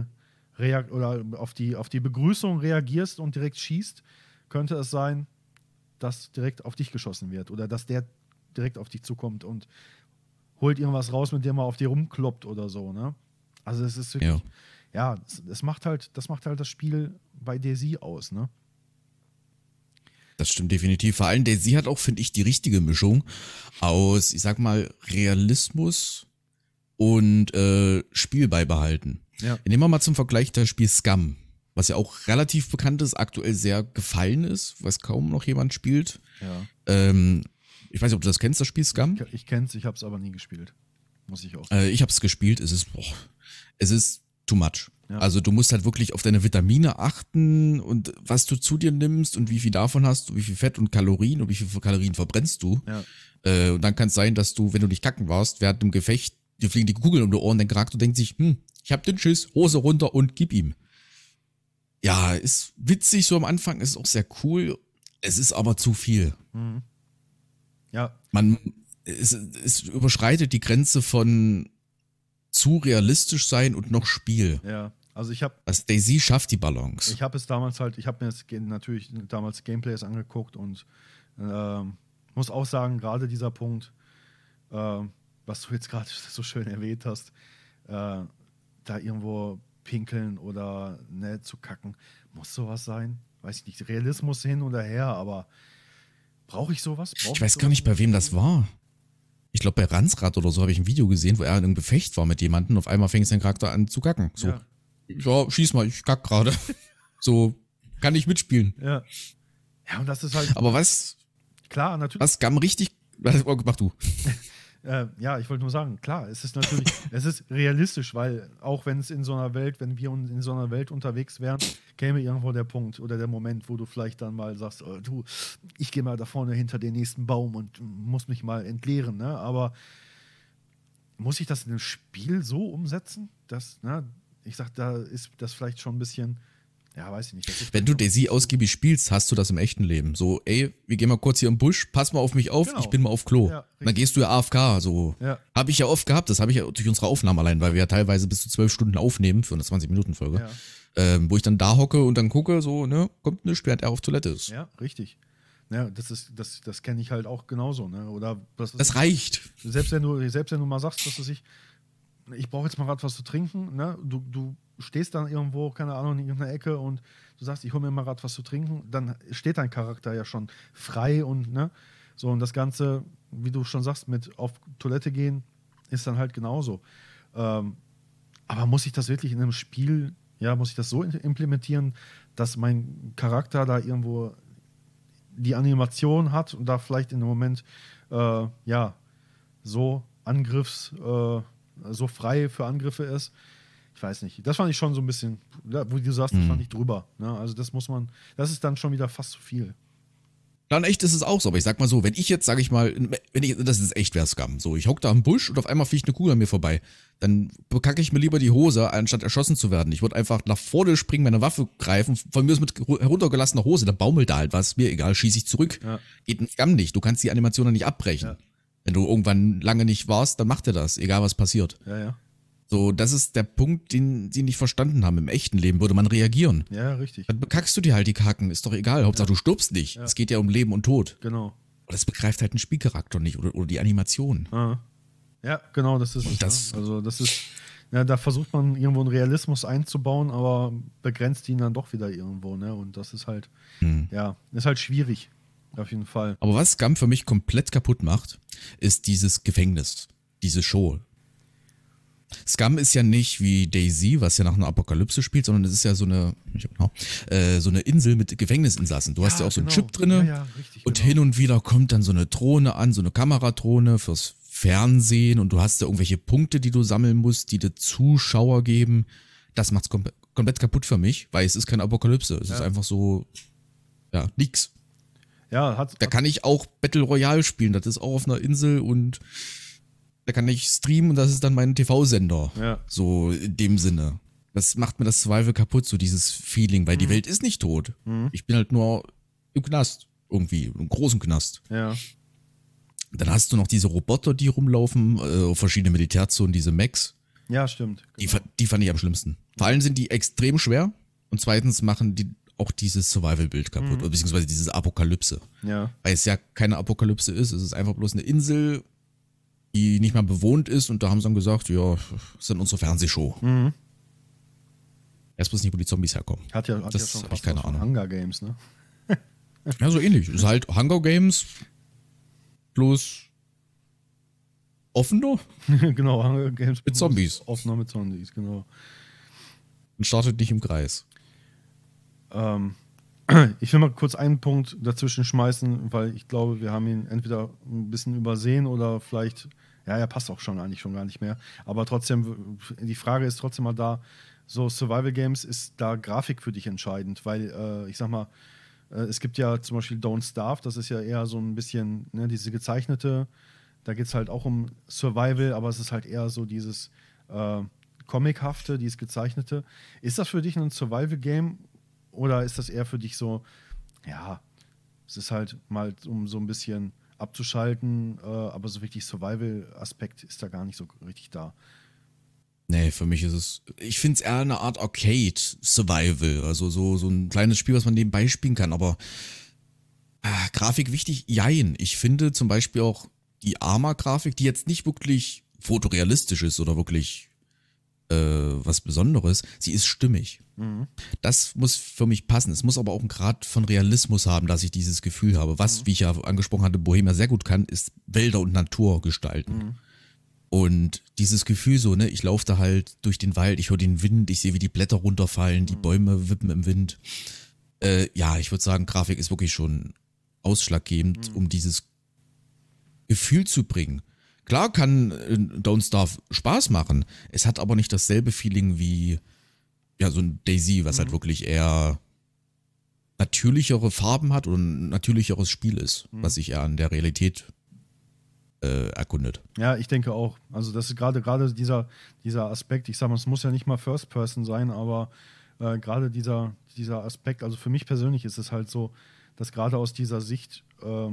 Begrüßung reagierst und direkt schießt, könnte es sein, dass direkt auf dich geschossen wird oder dass der direkt auf dich zukommt und holt irgendwas raus, mit dem er auf dir rumkloppt oder so. Ne? Also es ist wirklich, das macht halt das Spiel bei DayZ aus. Ne? das stimmt definitiv. Vor allem DayZ hat auch, finde ich, die richtige Mischung aus, ich sag mal, Realismus und Spiel beibehalten. Ja. Nehmen wir mal zum Vergleich das Spiel Scum, was ja auch relativ bekannt ist, aktuell sehr gefallen ist, was kaum noch jemand spielt. Ja. Ich weiß nicht, ob du das kennst, das Spiel Scum? Ich kenn's, ich hab's aber nie gespielt. Muss ich auch. Ich habe es gespielt, es ist too much. Ja. Also du musst halt wirklich auf deine Vitamine achten und was du zu dir nimmst und wie viel davon hast du, wie viel Fett und Kalorien und wie viel Kalorien verbrennst du. Ja. Und dann kann es sein, dass du, wenn du nicht kacken warst, während dem Gefecht, dir fliegen die Kugeln um die Ohren, dann Charakter denkt sich, Ich hab den Schiss, Hose runter und gib ihm. Ja, ist witzig so am Anfang, ist auch sehr cool. Es ist aber zu viel. Ja, Es überschreitet die Grenze von zu realistisch sein und noch Spiel. ja. Also ich habe Das DayZ schafft die Balance. Ich habe es damals halt, ich habe mir jetzt natürlich damals Gameplays angeguckt und muss auch sagen, gerade dieser Punkt, was du jetzt gerade so schön erwähnt hast, da irgendwo pinkeln oder ne, zu kacken, muss sowas sein? Weiß ich nicht. Realismus hin oder her, aber brauche ich sowas? Ich weiß gar nicht, bei wem das war. Ich glaube, bei Ransrad oder so habe ich ein Video gesehen, wo er in einem Gefecht war mit jemandem. Auf einmal fängt sein Charakter an zu kacken. So, ja, schieß mal, ich kack gerade. So, kann ich mitspielen. Ja. Ja, und das ist halt. Aber was Natürlich. Gam richtig. Mach du. Ja, ich wollte nur sagen, klar, es ist natürlich, es ist realistisch, weil auch wenn es in so einer Welt, wenn wir in so einer Welt unterwegs wären, käme irgendwo der Punkt oder der Moment, wo du vielleicht dann mal sagst, oh, du, ich gehe mal da vorne hinter den nächsten Baum und muss mich mal entleeren, ne? Aber muss ich das in einem Spiel so umsetzen, dass, ne, ich sag, da ist das vielleicht schon ein bisschen, ja, weiß ich nicht. Das ist Wenn du DayZ ausgiebig spielst, hast du das im echten Leben. So, ey, wir gehen mal kurz hier im Busch, pass mal auf mich auf, Genau. ich bin mal auf Klo. Ja, Und dann gehst du ja AFK. So, Ja. habe ich ja oft gehabt, das habe ich ja durch unsere Aufnahmen allein, weil wir ja teilweise bis zu 12 Stunden aufnehmen für eine 20-Minuten-Folge. Ja. Wo ich dann da hocke und dann gucke, so, ne, kommt nichts, während er auf Toilette ist. Ja, richtig. Ja, das kenne ich halt auch genauso, ne? Oder Das reicht. selbst wenn du mal sagst, dass ich brauche jetzt mal gerade was zu trinken, ne? Du stehst dann irgendwo, keine Ahnung, in irgendeiner Ecke und du sagst, ich hole mir mal gerade was zu trinken, dann steht dein Charakter ja schon frei und ne, so, und das Ganze, wie du schon sagst, mit auf Toilette gehen, ist dann halt genauso. Aber muss ich das wirklich in einem Spiel, ja, muss ich das so implementieren, dass mein Charakter da irgendwo die Animation hat und da vielleicht in dem Moment ja, so so frei für Angriffe ist. Ich weiß nicht. Das fand ich schon so ein bisschen, wo du sagst, das fand ich drüber. Ne? Also das ist dann schon wieder fast zu viel. Dann echt ist es auch so, aber ich sag mal so, wenn ich jetzt, sag ich mal, das ist echt wer Scam. So, ich hock da am Busch und auf einmal fliegt eine Kugel an mir vorbei. Dann bekacke ich mir lieber die Hose, anstatt erschossen zu werden. Ich würde einfach nach vorne springen, meine Waffe greifen, von mir ist mit heruntergelassener Hose, da baumelt da halt was, mir egal, schieße ich zurück. Ja. Geht in Scam nicht, du kannst die Animation dann nicht abbrechen. Ja. Wenn du irgendwann lange nicht warst, dann macht er das, egal was passiert. Ja, ja. So, das ist der Punkt, den sie nicht verstanden haben. Im echten Leben würde man reagieren. Ja, richtig. Dann bekackst du dir halt die Kacken, ist doch egal. Hauptsache du stirbst nicht. Es geht ja um Leben und Tod. Genau. Aber das begreift halt ein Spielcharakter nicht oder die Animation. Ah. Ja, genau, das ist es. das- Ne? Also das ist, ja, da versucht man irgendwo einen Realismus einzubauen, aber begrenzt ihn dann doch wieder irgendwo, ne? Und das ist halt, ja, ist halt schwierig. Auf jeden Fall. Aber was Scum für mich komplett kaputt macht, ist dieses Gefängnis, diese Show. Scum ist ja nicht wie DayZ, was ja nach einer Apokalypse spielt, sondern es ist ja so eine Insel mit Gefängnisinsassen. Du hast ja auch so einen genau. Chip drinne Ja, ja, richtig, und genau. hin und wieder kommt dann so eine Drohne an, so eine Kameradrohne fürs Fernsehen und du hast da irgendwelche Punkte, die du sammeln musst, die dir Zuschauer geben. Das macht's komplett kaputt für mich, weil es ist keine Apokalypse. Es ist einfach so, ja, nix. Ja, Da kann ich auch Battle Royale spielen, das ist auch auf einer Insel und da kann ich streamen und das ist dann mein TV-Sender. Ja. So in dem Sinne. Das macht mir das Survival kaputt, so dieses Feeling, weil die Welt ist nicht tot. Ich bin halt nur im Knast irgendwie, im großen Knast. Ja. Dann hast du noch diese Roboter, die rumlaufen, auf verschiedene Militärzonen, diese Mechs. Ja, stimmt. Genau. Die fand ich am schlimmsten. Vor allem sind die extrem schwer und zweitens machen die auch dieses Survival-Bild kaputt, oder beziehungsweise diese Apokalypse. Ja. Weil es ja keine Apokalypse ist, es ist einfach bloß eine Insel, die nicht mal bewohnt ist und da haben sie dann gesagt, ja, das ist dann unsere Fernsehshow. Erst bloß nicht, wo die Zombies herkommen. Hat ja Das schon hab ich fast keine was von Ahnung. Hunger Games, ne? Ja, so ähnlich. Ist halt Hunger Games bloß offener Genau, Hunger Games. Mit Zombies. Offener mit Zombies, genau. und startet nicht im Kreis. Ich will mal kurz einen Punkt dazwischen schmeißen, weil ich glaube, wir haben ihn entweder ein bisschen übersehen oder vielleicht, ja, er passt auch schon eigentlich schon gar nicht mehr. Aber trotzdem, die Frage ist trotzdem mal da, so Survival Games, ist da Grafik für dich entscheidend? Weil, ich sag mal, es gibt ja zum Beispiel Don't Starve, das ist ja eher so ein bisschen, ne, diese gezeichnete, da geht es halt auch um Survival, aber es ist halt eher so dieses Comichafte, dieses Gezeichnete. Ist das für dich ein Survival-Game oder ist das eher für dich so, ja, es ist halt mal, um so ein bisschen abzuschalten, aber so richtig Survival-Aspekt ist da gar nicht so richtig da. Nee, für mich ist es, ich finde es eher eine Art Arcade-Survival, also so ein kleines Spiel, was man nebenbei spielen kann, aber Grafik wichtig, jein. Ich finde zum Beispiel auch die Arma-Grafik, die jetzt nicht wirklich fotorealistisch ist oder wirklich was Besonderes, sie ist stimmig. Das muss für mich passen. Es muss aber auch einen Grad von Realismus haben, dass ich dieses Gefühl habe. Was, wie ich ja angesprochen hatte, Bohemia sehr gut kann, ist Wälder und Natur gestalten. Und dieses Gefühl so, ne, ich laufe da halt durch den Wald, ich höre den Wind, ich sehe, wie die Blätter runterfallen, die Bäume wippen im Wind. Ja, ich würde sagen, Grafik ist wirklich schon ausschlaggebend, um dieses Gefühl zu bringen. Klar kann Don't Starve Spaß machen, es hat aber nicht dasselbe Feeling wie ja so ein DayZ, was halt wirklich eher natürlichere Farben hat und ein natürlicheres Spiel ist, was sich eher an der Realität erkundet. Ja, ich denke auch. Also das ist gerade dieser Aspekt, ich sag mal, es muss ja nicht mal First Person sein, aber gerade dieser Aspekt, also für mich persönlich ist es halt so, dass gerade aus dieser Sicht,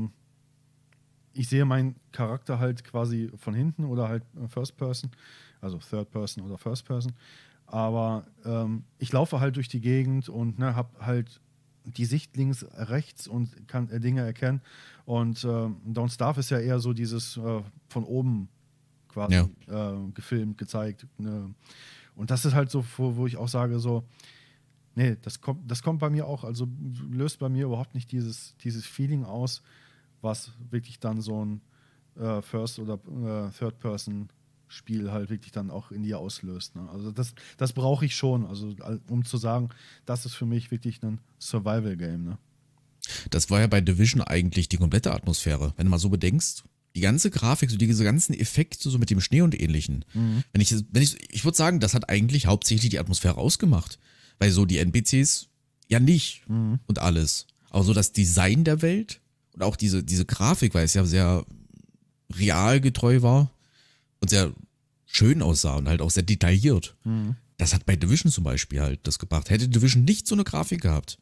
ich sehe meinen Charakter halt quasi von hinten oder halt First Person, also Third Person oder First Person, aber ich laufe halt durch die Gegend und habe halt die Sicht links, rechts und kann Dinge erkennen. Und Don't Starve ist ja eher so dieses von oben quasi gefilmt, gezeigt. Ne? Und das ist halt so, wo ich auch sage, so, nee, das kommt bei mir auch, also löst bei mir überhaupt nicht dieses Feeling aus, was wirklich dann so ein First- oder Third-Person-Spiel halt wirklich dann auch in dir auslöst. Ne? Also das brauche ich schon, also um zu sagen, das ist für mich wirklich ein Survival-Game. Ne? Das war ja bei Division eigentlich die komplette Atmosphäre. Wenn du mal so bedenkst, die ganze Grafik, so diese ganzen Effekte so mit dem Schnee und Ähnlichen. Ich würde sagen, das hat eigentlich hauptsächlich die Atmosphäre ausgemacht. Weil so die NPCs ja nicht und alles. Aber so das Design der Welt und auch diese Grafik, weil es ja sehr realgetreu war und sehr schön aussah und halt auch sehr detailliert. Das hat bei Division zum Beispiel halt das gebracht. Hätte Division nicht so eine Grafik gehabt,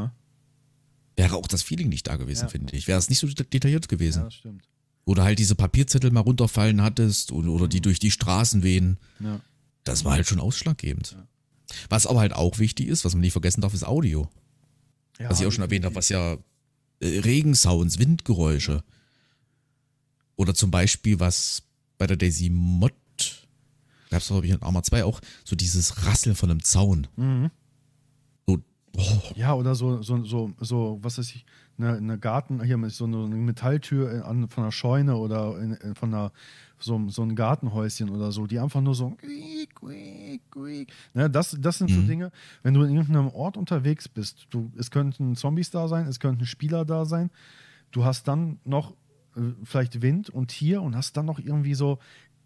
wäre auch das Feeling nicht da gewesen, finde ich. Wäre es nicht so detailliert gewesen. Ja, das stimmt. Oder halt diese Papierzettel mal runterfallen hattest oder die durch die Straßen wehen. Ja. Das war halt schon ausschlaggebend. Ja. Was aber halt auch wichtig ist, was man nicht vergessen darf, ist Audio. Ja, was ich auch schon erwähnt habe, was ja Regensounds, Windgeräusche. Oder zum Beispiel, was bei der DayZ Mod gab es, glaube ich, in Arma 2 auch, so dieses Rasseln von einem Zaun. So, ja, oder so, was weiß ich, eine Garten, hier so eine Metalltür von einer Scheune oder von so ein Gartenhäuschen oder so, die einfach nur so ne, das sind so Dinge, wenn du in irgendeinem Ort unterwegs bist, es könnten Zombies da sein, es könnten Spieler da sein, du hast dann noch vielleicht Wind und Tier und hast dann noch irgendwie so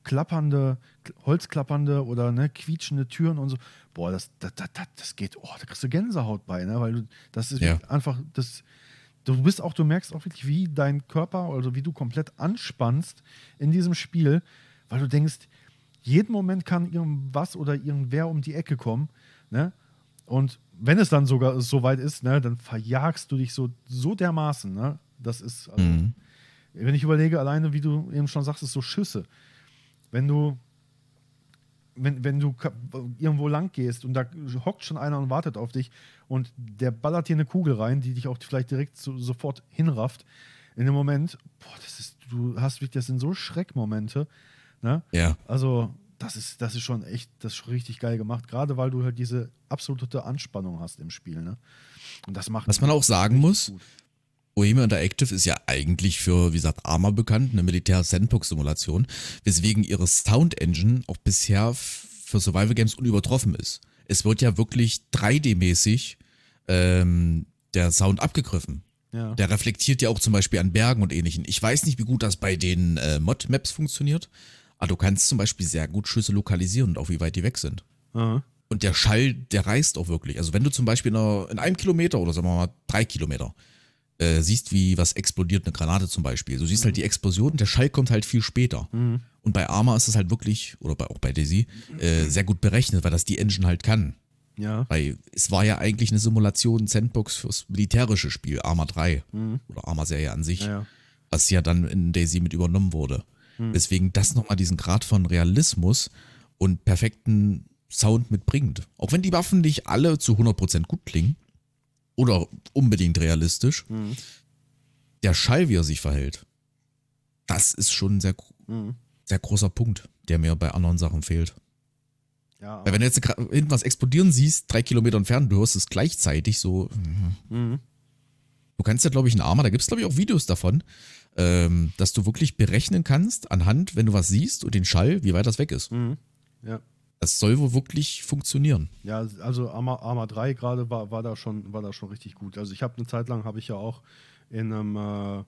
holzklappernde oder quietschende Türen und so. Boah, das geht, da kriegst du Gänsehaut bei, ne? Weil das ist einfach, du merkst auch wirklich, wie dein Körper, also wie du komplett anspannst in diesem Spiel, weil du denkst, jeden Moment kann irgendwas oder irgendwer um die Ecke kommen, ne? Und wenn es dann sogar so weit ist, ne, dann verjagst du dich so dermaßen, ne? Das ist, also, wenn ich überlege, alleine, wie du eben schon sagst, ist so Schüsse. Wenn du irgendwo lang gehst und da hockt schon einer und wartet auf dich und der ballert dir eine Kugel rein, die dich auch vielleicht direkt sofort hinrafft, in dem Moment, das sind so Schreckmomente, ne? Ja. Also das ist schon echt, das ist schon richtig geil gemacht, gerade weil du halt diese absolute Anspannung hast im Spiel, ne? Und das macht, was man auch sagen muss, gut. Bohemia Interactive ist ja eigentlich für, wie gesagt, Arma bekannt, eine Militär-Sandbox-Simulation, weswegen ihre Sound-Engine auch bisher für Survival-Games unübertroffen ist. Es wird ja wirklich 3D-mäßig der Sound abgegriffen. Ja. Der reflektiert ja auch zum Beispiel an Bergen und Ähnlichem. Ich weiß nicht, wie gut das bei den Mod-Maps funktioniert, aber du kannst zum Beispiel sehr gut Schüsse lokalisieren und auch wie weit die weg sind. Aha. Und der Schall, der reißt auch wirklich. Also wenn du zum Beispiel in 1 Kilometer oder sagen wir mal 3 Kilometer siehst, wie was explodiert, eine Granate zum Beispiel. Du siehst halt die Explosion, der Schall kommt halt viel später. Und bei Arma ist es halt wirklich, oder auch bei DayZ, sehr gut berechnet, weil das die Engine halt kann. Ja. Weil es war ja eigentlich eine Simulation Sandbox fürs militärische Spiel, Arma 3 oder Arma-Serie an sich, Ja. was ja dann in DayZ mit übernommen wurde. Deswegen das nochmal diesen Grad von Realismus und perfekten Sound mitbringt. Auch wenn die Waffen nicht alle zu 100% gut klingen oder unbedingt realistisch, der Schall, wie er sich verhält, das ist schon ein sehr, sehr großer Punkt, der mir bei anderen Sachen fehlt. Ja, Weil wenn du jetzt hinten was explodieren siehst, 3 Kilometer entfernt, du hörst es gleichzeitig so. Du kannst ja, glaube ich, in Arma, da gibt es, glaube ich, auch Videos davon, dass du wirklich berechnen kannst, anhand, wenn du was siehst und den Schall, wie weit das weg ist. ja. Das soll wohl wirklich funktionieren. Ja, also Arma 3 gerade war da schon richtig gut. Also ich habe eine Zeit lang, habe ich ja auch in einem,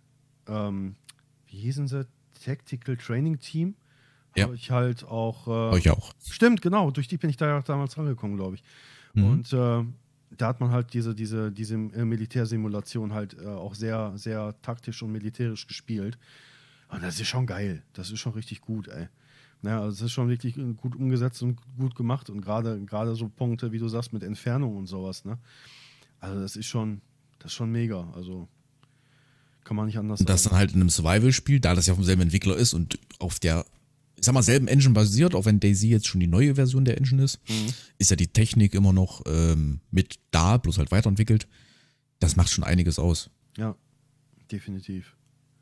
wie hießen sie, Tactical Training Team, Ja. habe ich halt auch. Euch auch. Stimmt, genau, durch die bin ich da ja damals rangekommen, glaube ich. Und da hat man halt diese Militärsimulation halt auch sehr, sehr taktisch und militärisch gespielt. Und das ist schon geil. Das ist schon richtig gut, ey. Ja, also es ist schon wirklich gut umgesetzt und gut gemacht. Und gerade so Punkte, wie du sagst, mit Entfernung und sowas, ne? Also das ist schon mega. Also kann man nicht anders Und das sagen. dann halt in einem Survival-Spiel, da das ja vom selben Entwickler ist und auf der, ich sag mal, selben Engine basiert, auch wenn DayZ jetzt schon die neue Version der Engine ist, ist ja die Technik immer noch mit da, bloß halt weiterentwickelt. Das macht schon einiges aus. Ja, definitiv.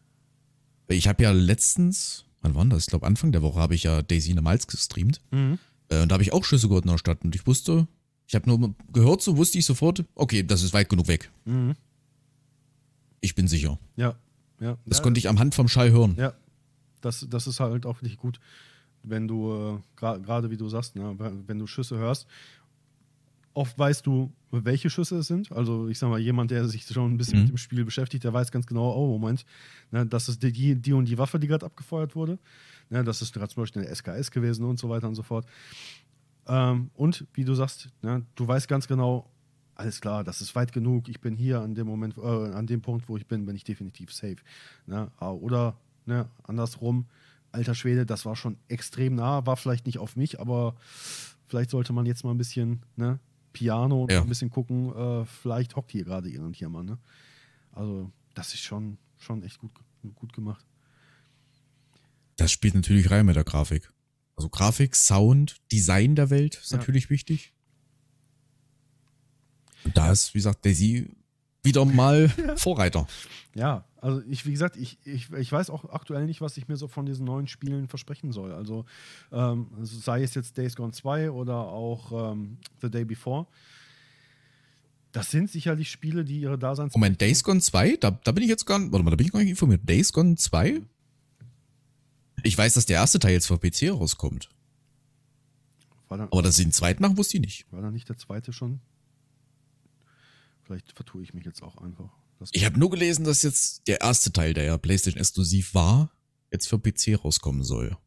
Ich habe ja letztens, wann war das? Ich glaube Anfang der Woche habe ich ja DayZ Malz gestreamt. Und da habe ich auch Schüsse gehört in der Stadt und ich habe nur gehört, so wusste ich sofort, okay, das ist weit genug weg. Ich bin sicher. Ja, ja. Das ja, konnte ich am Hand vom Schall hören. Ja, das ist halt auch wirklich gut, wenn du, gerade wie du sagst, ne, wenn du Schüsse hörst. Oft weißt du, welche Schüsse es sind. Also ich sag mal, jemand, der sich schon ein bisschen mit dem Spiel beschäftigt, der weiß ganz genau, oh Moment, ne, das ist die und die Waffe, die gerade abgefeuert wurde. Ne, das ist gerade zum Beispiel eine SKS gewesen und so weiter und so fort. Und wie du sagst, ne, du weißt ganz genau, alles klar, das ist weit genug, ich bin hier an dem Moment, an dem Punkt, wo ich bin ich definitiv safe. Ne? Oder ne, andersrum, alter Schwede, das war schon extrem nah, war vielleicht nicht auf mich, aber vielleicht sollte man jetzt mal ein bisschen, ne, Piano und Ja. mal ein bisschen gucken, vielleicht hockt hier gerade jemand. Ne? Also das ist schon echt gut gemacht. Das spielt natürlich rein mit der Grafik. Also Grafik, Sound, Design der Welt ist Ja. natürlich wichtig. Und da ist, wie gesagt, DayZ wieder mal Vorreiter. Ja, also wie gesagt, ich weiß auch aktuell nicht, was ich mir so von diesen neuen Spielen versprechen soll. Also sei es jetzt Days Gone 2 oder auch The Day Before. Das sind sicherlich Spiele, die ihre Daseinsberechtigung... Moment, Days Gone 2? Da bin ich jetzt gar nicht, warte mal, da bin ich gar nicht informiert. Days Gone 2? Ich weiß, dass der erste Teil jetzt für PC rauskommt. Aber dass sie den zweiten machen, wusste ich nicht. War da nicht der zweite schon? Vielleicht vertue ich mich jetzt auch einfach. Ich habe nur gelesen, dass jetzt der erste Teil, der ja PlayStation exklusiv war, jetzt für PC rauskommen soll.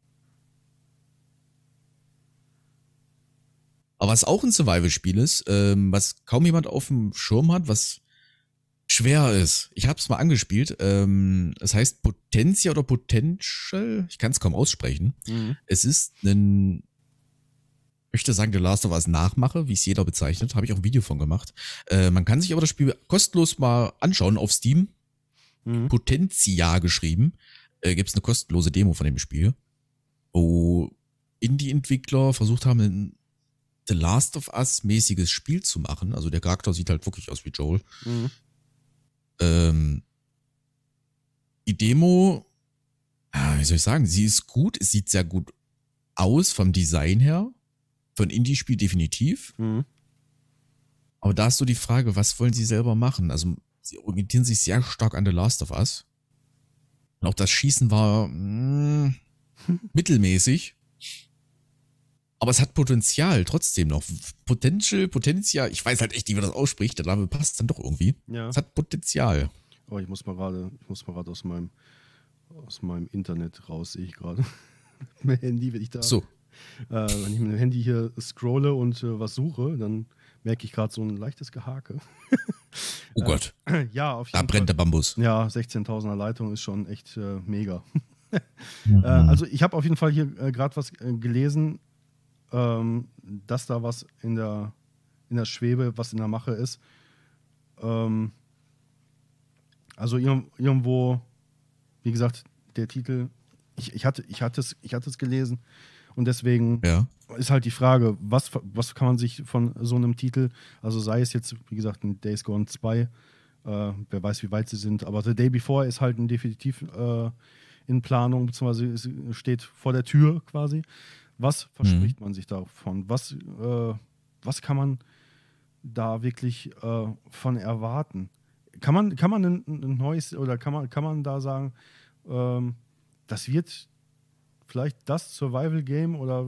Aber was auch ein Survival-Spiel ist, was kaum jemand auf dem Schirm hat, was schwer ist. Ich habe es mal angespielt. Es heißt Potentia oder Potential. Ich kann es kaum aussprechen. Es ist ein, ich möchte sagen, The Last of Us Nachmache, wie es jeder bezeichnet. Habe ich auch ein Video von gemacht. Man kann sich aber das Spiel kostenlos mal anschauen auf Steam. Potentia geschrieben. Gibt es eine kostenlose Demo von dem Spiel, wo Indie-Entwickler versucht haben, ein The Last of Us mäßiges Spiel zu machen. Also der Charakter sieht halt wirklich aus wie Joel. Die Demo, wie soll ich sagen, sie ist gut, es sieht sehr gut aus vom Design her. Für ein Indie-Spiel definitiv. Aber da ist so die Frage, was wollen sie selber machen? Also sie orientieren sich sehr stark an The Last of Us. Und auch das Schießen war mittelmäßig. Aber es hat Potenzial trotzdem noch. Potenzial, ich weiß halt echt nicht, wie man das ausspricht, der Name passt dann doch irgendwie. Ja. Es hat Potenzial. Oh, ich muss mal gerade aus meinem Internet raus, sehe ich gerade. Mit dem Handy, wenn ich da. So. Wenn ich mit dem Handy hier scrolle und was suche, dann merke ich gerade so ein leichtes Gehake. Oh Gott, Ja, auf da jeden brennt der Fall. Bambus. Ja, 16.000er Leitung ist schon echt mega. Also ich habe auf jeden Fall hier gerade was gelesen, dass da was in der Schwebe, was in der Mache ist. Also irgendwo, wie gesagt, der Titel, ich hatte es gelesen und deswegen Ja. ist halt die Frage, was kann man sich von so einem Titel, also sei es jetzt, wie gesagt, ein Days Gone 2, wer weiß, wie weit sie sind, aber The Day Before ist halt definitiv in Planung, beziehungsweise es steht vor der Tür quasi. Was verspricht man sich davon? Was kann man da wirklich von erwarten? Kann man ein neues oder kann man da sagen, das wird vielleicht das Survival-Game oder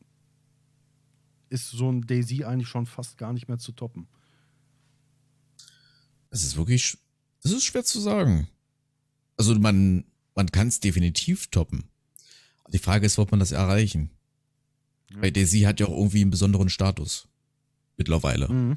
ist so ein DayZ eigentlich schon fast gar nicht mehr zu toppen? Es ist wirklich, das ist schwer zu sagen. Also man kann es definitiv toppen. Die Frage ist, ob man das erreichen. Ja. Weil DayZ hat ja auch irgendwie einen besonderen Status. Mittlerweile. Mhm.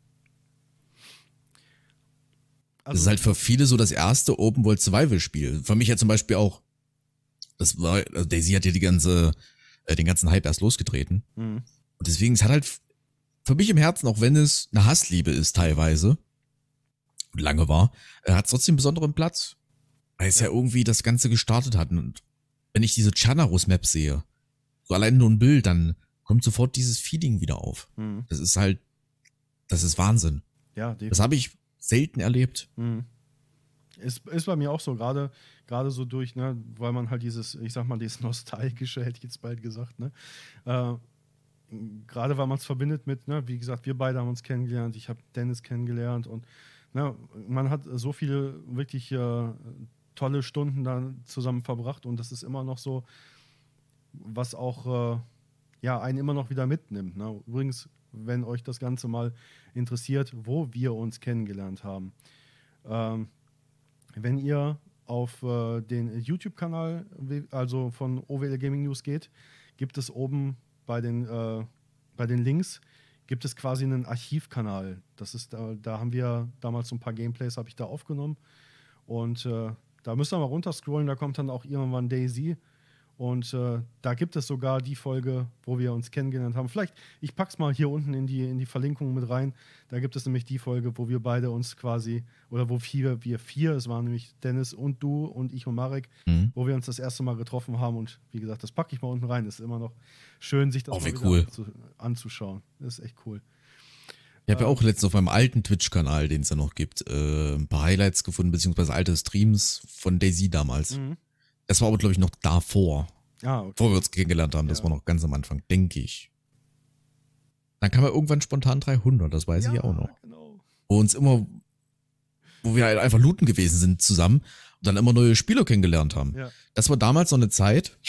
Das ist halt für viele so das erste Open-World-Survival-Spiel. Für mich ja zum Beispiel auch. Das war, also DayZ hat ja den ganzen Hype erst losgetreten. Mhm. Und deswegen, es hat halt für mich im Herzen, auch wenn es eine Hassliebe ist teilweise, und lange war, hat es trotzdem einen besonderen Platz. Weil es ja irgendwie das Ganze gestartet hat. Und wenn ich diese Chanaros-Map sehe, so allein nur ein Bild, dann kommt sofort dieses Feeling wieder auf. Mhm. Das ist halt, das ist Wahnsinn. Ja, definitiv. Das habe ich selten erlebt. Mhm. Ist bei mir auch so, gerade so durch, ne, weil man halt dieses, ich sag mal, dieses Nostalgische, hätte ich jetzt bald gesagt, ne? Gerade weil man es verbindet mit, ne, wie gesagt, wir beide haben uns kennengelernt, ich habe Dennis kennengelernt und ne, man hat so viele wirklich tolle Stunden da zusammen verbracht und das ist immer noch so, was auch einen immer noch wieder mitnimmt. Ne? Übrigens, wenn euch das Ganze mal interessiert, wo wir uns kennengelernt haben. Wenn ihr auf den YouTube-Kanal, also von OWL Gaming News geht, gibt es oben bei den Links, gibt es quasi einen Archivkanal. Das ist, da haben wir damals so ein paar Gameplays, habe ich da aufgenommen. Und da müsst ihr mal runterscrollen, da kommt dann auch irgendwann DayZ. Und da gibt es sogar die Folge, wo wir uns kennengelernt haben. Vielleicht, ich pack's mal hier unten in die Verlinkung mit rein. Da gibt es nämlich die Folge, wo wir beide uns quasi, oder wo wir vier, es waren nämlich Dennis und du und ich und Marek, wo wir uns das erste Mal getroffen haben. Und wie gesagt, das packe ich mal unten rein. Das ist immer noch schön, sich das mal wieder anzuschauen. Das ist echt cool. Ich habe ja auch letztens auf meinem alten Twitch-Kanal, den es ja noch gibt, ein paar Highlights gefunden, beziehungsweise alte Streams von DayZ damals. Mhm. Das war aber, glaube ich, noch davor. Okay. Bevor wir uns kennengelernt haben. Das war noch ganz am Anfang, denke ich. Dann kam ja irgendwann spontan 300, das weiß ich ja auch noch. Genau. Wo wir halt einfach looten gewesen sind zusammen und dann immer neue Spieler kennengelernt haben. Ja. Das war damals noch eine Zeit,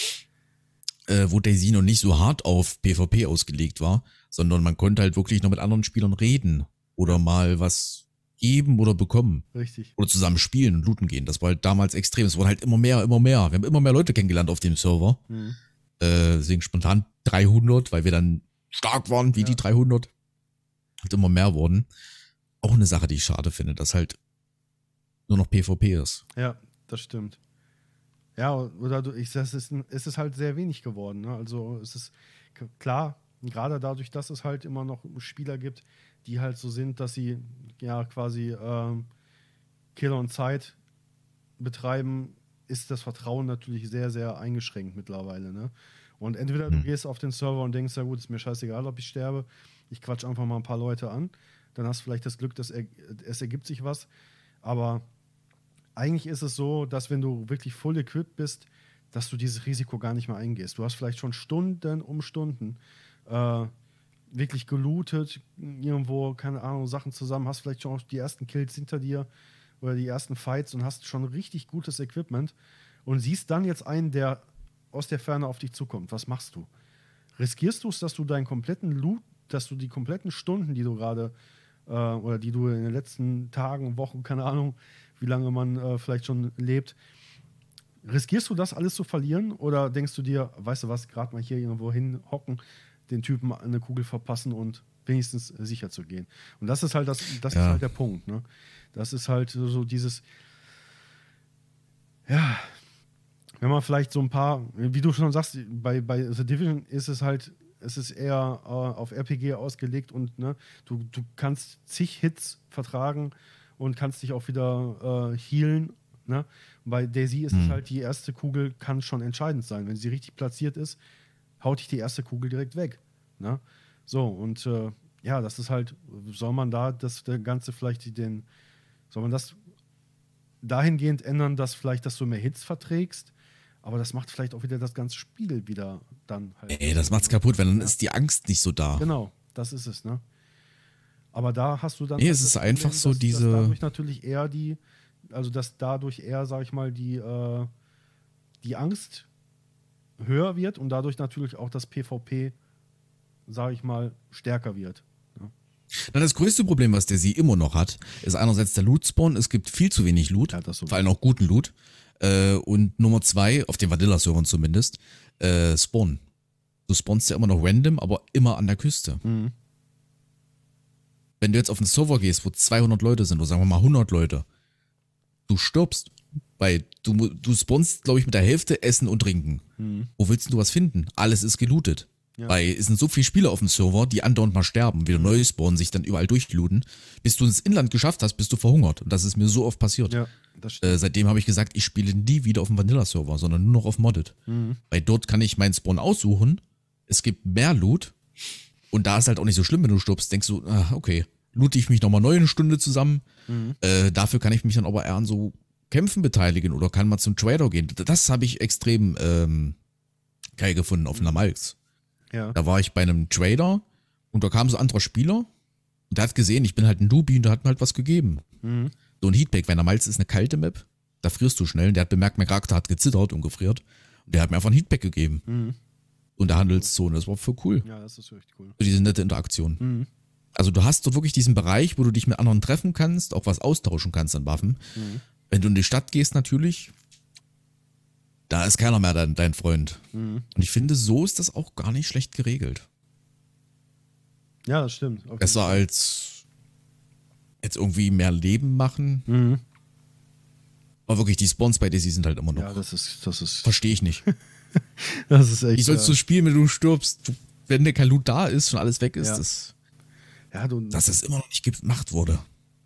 wo DayZ noch nicht so hart auf PvP ausgelegt war, sondern man konnte halt wirklich noch mit anderen Spielern reden oder mal was geben oder bekommen. Richtig. Oder zusammen spielen und looten gehen. Das war halt damals extrem. Es wurden halt immer mehr. Wir haben immer mehr Leute kennengelernt auf dem Server. Mhm. Deswegen spontan 300, weil wir dann stark waren wie die 300. Und immer mehr wurden. Auch eine Sache, die ich schade finde, dass halt nur noch PvP ist. Ja, das stimmt. Ja, oder es ist halt sehr wenig geworden. Ne? Also es ist klar, gerade dadurch, dass es halt immer noch Spieler gibt, die halt so sind, dass sie ja quasi Kill on Zeit betreiben, ist das Vertrauen natürlich sehr, sehr eingeschränkt mittlerweile. Ne? Und entweder du gehst auf den Server und denkst, ja gut, ist mir scheißegal, ob ich sterbe, ich quatsch einfach mal ein paar Leute an, dann hast du vielleicht das Glück, dass es ergibt sich was. Aber eigentlich ist es so, dass wenn du wirklich full equipped bist, dass du dieses Risiko gar nicht mehr eingehst. Du hast vielleicht schon Stunden um Stunden wirklich gelootet, irgendwo, keine Ahnung, Sachen zusammen, hast vielleicht schon auch die ersten Kills hinter dir oder die ersten Fights und hast schon richtig gutes Equipment und siehst dann jetzt einen, der aus der Ferne auf dich zukommt. Was machst du? Riskierst du es, dass du deinen kompletten Loot, dass du die kompletten Stunden, die du gerade oder die du in den letzten Tagen, Wochen, keine Ahnung, wie lange man vielleicht schon lebt, riskierst du das alles zu verlieren oder denkst du dir, weißt du was, gerade mal hier irgendwo hinhocken, den Typen eine Kugel verpassen und wenigstens sicher zu gehen? Und das ist halt ist halt der Punkt. Ne? Das ist halt so dieses, ja, wenn man vielleicht so ein paar, wie du schon sagst, bei The Division ist es halt, es ist eher auf RPG ausgelegt und ne, du kannst zig Hits vertragen und kannst dich auch wieder healen. Ne? Bei DayZ ist es halt, die erste Kugel kann schon entscheidend sein. Wenn sie richtig platziert ist, haut dich die erste Kugel direkt weg. Ne? So, und ja, das ist halt, soll man da das Ganze vielleicht soll man das dahingehend ändern, dass vielleicht, dass du mehr Hits verträgst, aber das macht vielleicht auch wieder das ganze Spiel wieder dann halt. Ey, das macht's kaputt, weil dann ist die Angst nicht so da. Genau, das ist es, ne? Aber da hast du dann. Nee, halt es ist das einfach Problem, so dass dadurch natürlich eher dass dadurch eher, sag ich mal, die Angst höher wird und dadurch natürlich auch das PvP, sag ich mal, stärker wird. Ne? Na, das größte Problem, was der sie immer noch hat, ist einerseits der Loot-Spawn. Es gibt viel zu wenig Loot, Ja, das so. vor allem auch guten Loot. Und Nummer 2, auf den Vanilla-Servern zumindest, Spawn. Du spawnst ja immer noch random, aber immer an der Küste. Mhm. Wenn du jetzt auf einen Server gehst, wo 200 Leute sind, oder sagen wir mal 100 Leute, du stirbst, weil du spawnst, glaube ich, mit der Hälfte Essen und Trinken. Wo willst du was finden? Alles ist gelootet. Ja. Weil es sind so viele Spieler auf dem Server, die andauernd mal sterben, wieder neu spawnen, sich dann überall durchlooten. Bis du ins Inland geschafft hast, bist du verhungert. Und das ist mir so oft passiert. Ja, das stimmt. Seitdem habe ich gesagt, ich spiele nie wieder auf dem Vanilla-Server, sondern nur noch auf Modded. Weil dort kann ich meinen Spawn aussuchen. Es gibt mehr Loot. Und da ist halt auch nicht so schlimm, wenn du stirbst. Denkst du, okay, loote ich mich nochmal neu eine Stunde zusammen. Dafür kann ich mich dann aber eher an so Kämpfen beteiligen oder kann mal zum Trader gehen. Das habe ich extrem geil gefunden auf einer Malz. Ja. Da war ich bei einem Trader und da kam so ein anderer Spieler und der hat gesehen, ich bin halt ein Newbie und der hat mir halt was gegeben. So ein Heatpack, weil Malz ist eine kalte Map, da frierst du schnell und der hat bemerkt, mein Charakter hat gezittert und gefriert und der hat mir einfach ein Heatpack gegeben. Und der Handelszone, das war voll cool. Ja, das ist echt cool. So diese nette Interaktion. Also du hast dort wirklich diesen Bereich, wo du dich mit anderen treffen kannst, auch was austauschen kannst an Waffen. Wenn du in die Stadt gehst natürlich, da ist keiner mehr dein Freund. Und ich finde, so ist das auch gar nicht schlecht geregelt. Ja, das stimmt. Auf jeden Besser Fall. als jetzt irgendwie mehr Leben machen. Aber wirklich, die Spawns bei Daisy sind halt immer noch. Ja, das ist Verstehe ich nicht. echt. Wie sollst du spielen, wenn du stirbst? Wenn dir kein Loot da ist und alles weg ist, Ja. dass das immer noch nicht gemacht wurde.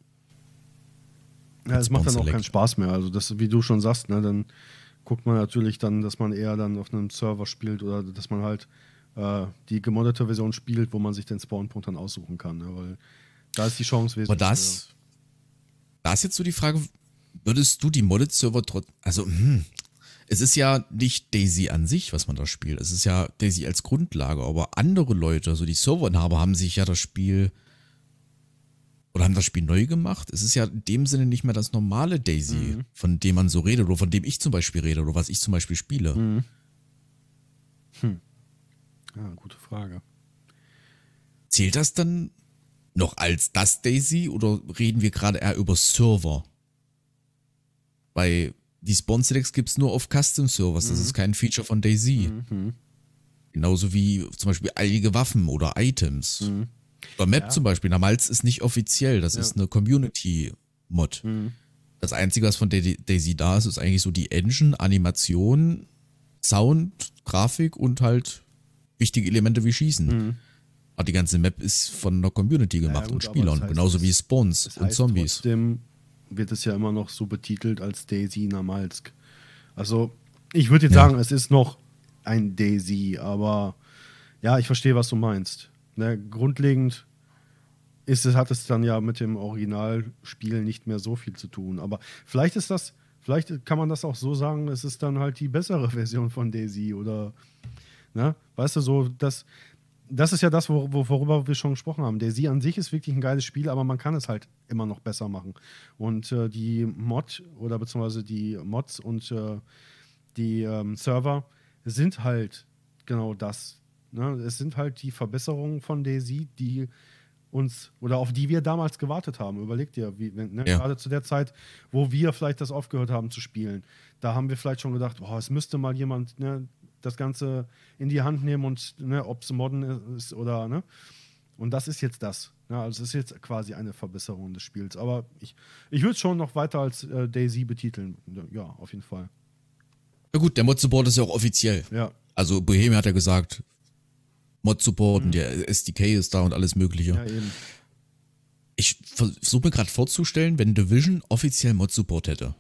Ja, das macht dann auch Spawn keinen Select. Spaß mehr. Also das, wie du schon sagst, ne, dann guckt man natürlich dann, dass man eher dann auf einem Server spielt oder dass man halt die gemoddete Version spielt, wo man sich den Spawnpunkt dann aussuchen kann. Ne, weil da ist die Chance wesentlich Aber da ist jetzt so die Frage, würdest du die Modded-Server es ist ja nicht Daisy an sich, was man da spielt. Es ist ja Daisy als Grundlage, aber andere Leute, also die Serverinhaber, haben sich ja das Spiel oder haben das Spiel neu gemacht. Es ist ja in dem Sinne nicht mehr das normale Daisy, von dem man so redet oder von dem ich zum Beispiel rede oder was ich zum Beispiel spiele. Ja, gute Frage. Zählt das dann noch als das Daisy oder reden wir gerade eher über Server? Weil die Spawn-Selects gibt es nur auf Custom-Servers, das ist kein Feature von Daisy. Genauso wie zum Beispiel einige Waffen oder Items. Oder Map zum Beispiel. Na, Malz ist nicht offiziell, das ist eine Community-Mod. Das Einzige, was von Daisy da ist, ist eigentlich so die Engine, Animation, Sound, Grafik und halt wichtige Elemente wie Schießen. Aber die ganze Map ist von der Community gemacht gut, und aber Spielern, das heißt, genauso wie Spawns Das und heißt, Zombies. trotzdem wird es ja immer noch so betitelt als Daisy Namalsk. Also, ich würde jetzt sagen, es ist noch ein Daisy, aber ja, ich verstehe, was du meinst. Ne, grundlegend hat es dann ja mit dem Originalspiel nicht mehr so viel zu tun. Aber vielleicht kann man das auch so sagen, es ist dann halt die bessere Version von Daisy oder, ne? Weißt du, so, das ist ja das, worüber wir schon gesprochen haben. Daisy an sich ist wirklich ein geiles Spiel, aber man kann es halt immer noch besser machen. Und die Mod oder beziehungsweise die Mods und die Server sind halt genau das. Ne? Es sind halt die Verbesserungen von Daisy, die uns oder auf die wir damals gewartet haben. Überleg dir, gerade zu der Zeit, wo wir vielleicht das aufgehört haben zu spielen, da haben wir vielleicht schon gedacht, es müsste mal jemand das Ganze in die Hand nehmen und ob es modden ist oder Und das ist jetzt das. Ja, also es ist jetzt quasi eine Verbesserung des Spiels. Aber ich würde es schon noch weiter als DayZ betiteln. Ja, auf jeden Fall. Ja gut, der Mod-Support ist ja auch offiziell. Ja. Also Bohemia hat ja gesagt, Mod-Support und der SDK ist da und alles mögliche. Ja, eben. Ich versuche mir gerade vorzustellen, wenn Division offiziell Mod-Support hätte.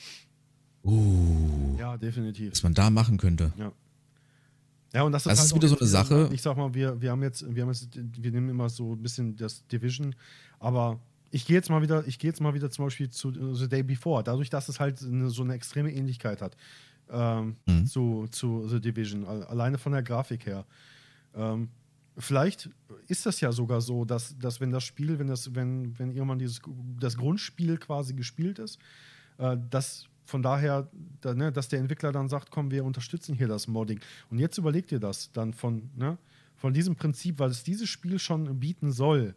Ja, definitiv. Was man da machen könnte. Ja. Ja, und das Das halt ist auch wieder so jetzt eine Sache. Ich sag mal, wir nehmen immer so ein bisschen das Division, aber ich gehe jetzt mal wieder zum Beispiel zu The Day Before, dadurch, dass es halt so eine extreme Ähnlichkeit hat zu The Division, alleine von der Grafik her. Vielleicht ist das ja sogar so, dass wenn das Spiel, wenn irgendwann das Grundspiel quasi gespielt ist, dass von daher, dass der Entwickler dann sagt, komm, wir unterstützen hier das Modding. Und jetzt überlegt ihr das dann von diesem Prinzip, weil es dieses Spiel schon bieten soll,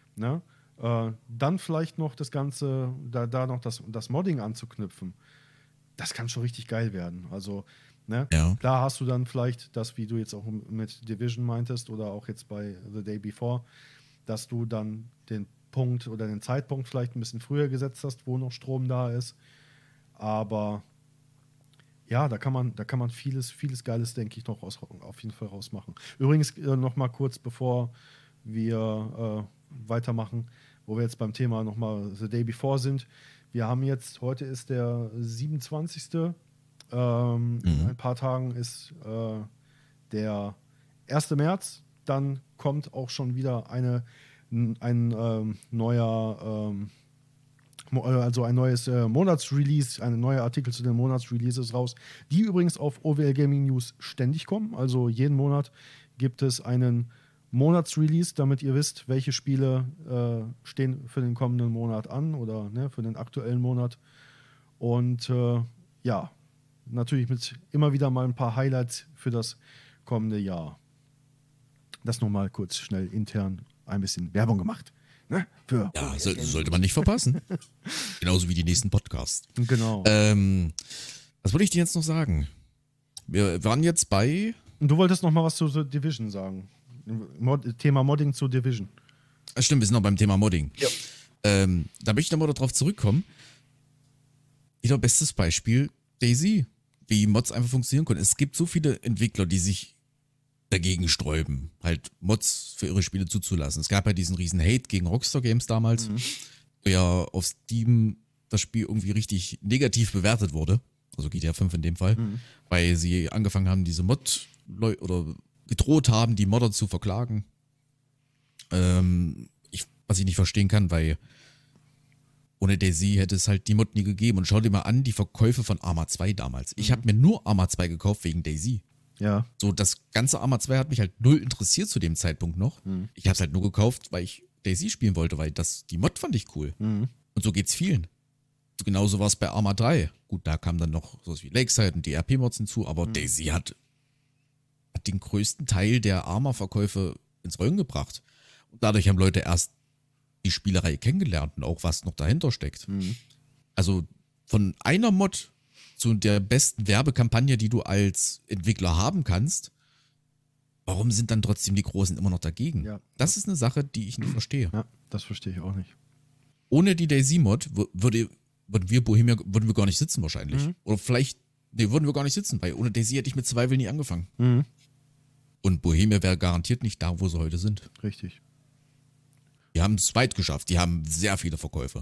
dann vielleicht noch das Ganze, da noch das Modding anzuknüpfen. Das kann schon richtig geil werden. Also, Ja. klar hast du dann vielleicht das, wie du jetzt auch mit Division meintest oder auch jetzt bei The Day Before, dass du dann den Punkt oder den Zeitpunkt vielleicht ein bisschen früher gesetzt hast, wo noch Strom da ist. Aber ja, da kann man vieles Geiles, denke ich, noch auf jeden Fall rausmachen. Übrigens, noch mal kurz, bevor wir weitermachen, wo wir jetzt beim Thema noch mal The Day Before sind. Wir haben jetzt, heute ist der 27. In ein paar Tagen ist der 1. März. Dann kommt auch schon wieder ein neues Monatsrelease, ein neuer Artikel zu den Monatsreleases raus, die übrigens auf OWL Gaming News ständig kommen. Also jeden Monat gibt es einen Monatsrelease, damit ihr wisst, welche Spiele stehen für den kommenden Monat an oder für den aktuellen Monat. Und ja, natürlich mit immer wieder mal ein paar Highlights für das kommende Jahr. Das nochmal kurz schnell intern ein bisschen Werbung gemacht. Für Sollte man nicht verpassen. Genauso wie die nächsten Podcasts. Genau. Was wollte ich dir jetzt noch sagen? Wir waren jetzt bei... Und du wolltest noch mal was zu The Division sagen. Thema Modding zu Division. Stimmt, wir sind noch beim Thema Modding. Ja. Da möchte ich nochmal darauf zurückkommen. Wieder bestes Beispiel, DayZ. Wie Mods einfach funktionieren können. Es gibt so viele Entwickler, die sich dagegen sträuben, halt Mods für ihre Spiele zuzulassen. Es gab ja diesen riesen Hate gegen Rockstar Games damals, wo ja auf Steam das Spiel irgendwie richtig negativ bewertet wurde. Also GTA 5 in dem Fall. Weil sie angefangen haben, diese oder gedroht haben, die Modder zu verklagen. Was ich nicht verstehen kann, weil ohne DayZ hätte es halt die Mod nie gegeben. Und schau dir mal an, die Verkäufe von Arma 2 damals. Ich habe mir nur Arma 2 gekauft wegen DayZ. Ja. So, das ganze Arma 2 hat mich halt null interessiert zu dem Zeitpunkt noch. Ich habe es halt nur gekauft, weil ich DayZ spielen wollte, weil die Mod fand ich cool. Und so geht's vielen. So, genauso war es bei Arma 3. Gut, da kam dann noch sowas wie Lakeside und die RP-Mods hinzu, aber DayZ hat den größten Teil der Arma-Verkäufe ins Rollen gebracht. Und dadurch haben Leute erst die Spielerei kennengelernt und auch was noch dahinter steckt. Also von einer Mod zu der besten Werbekampagne, die du als Entwickler haben kannst, warum sind dann trotzdem die Großen immer noch dagegen? Ja. Das ist eine Sache, die ich nicht verstehe. Ja, das verstehe ich auch nicht. Ohne die DayZ-Mod würden wir Bohemia gar nicht sitzen wahrscheinlich. Oder vielleicht, würden wir gar nicht sitzen, weil ohne DayZ hätte ich mit Survival nie angefangen. Und Bohemia wäre garantiert nicht da, wo sie heute sind. Richtig. Die haben es weit geschafft. Die haben sehr viele Verkäufe.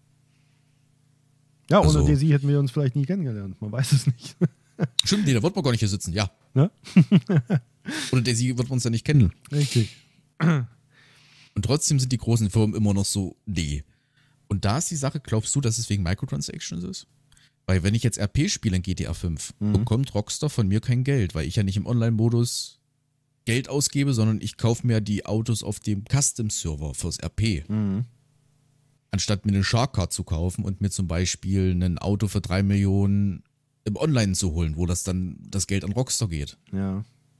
Ja, Also- ohne DayZ hätten wir uns vielleicht nie kennengelernt. Man weiß es nicht. Stimmt, nee, da wird man gar nicht hier sitzen, ja. Ne? Ohne DayZ wird man uns ja nicht kennen. Richtig. Und trotzdem sind die großen Firmen immer noch so, nee. Und da ist die Sache, glaubst du, dass es wegen Microtransactions ist? Weil wenn ich jetzt RP spiele in GTA 5, bekommt Rockstar von mir kein Geld, weil ich ja nicht im Online-Modus Geld ausgebe, sondern ich kaufe mir die Autos auf dem Custom-Server fürs RP. Anstatt mir eine Shark Card zu kaufen und mir zum Beispiel ein Auto für 3 Millionen im Online zu holen, wo das dann das Geld an Rockstar geht. Ja.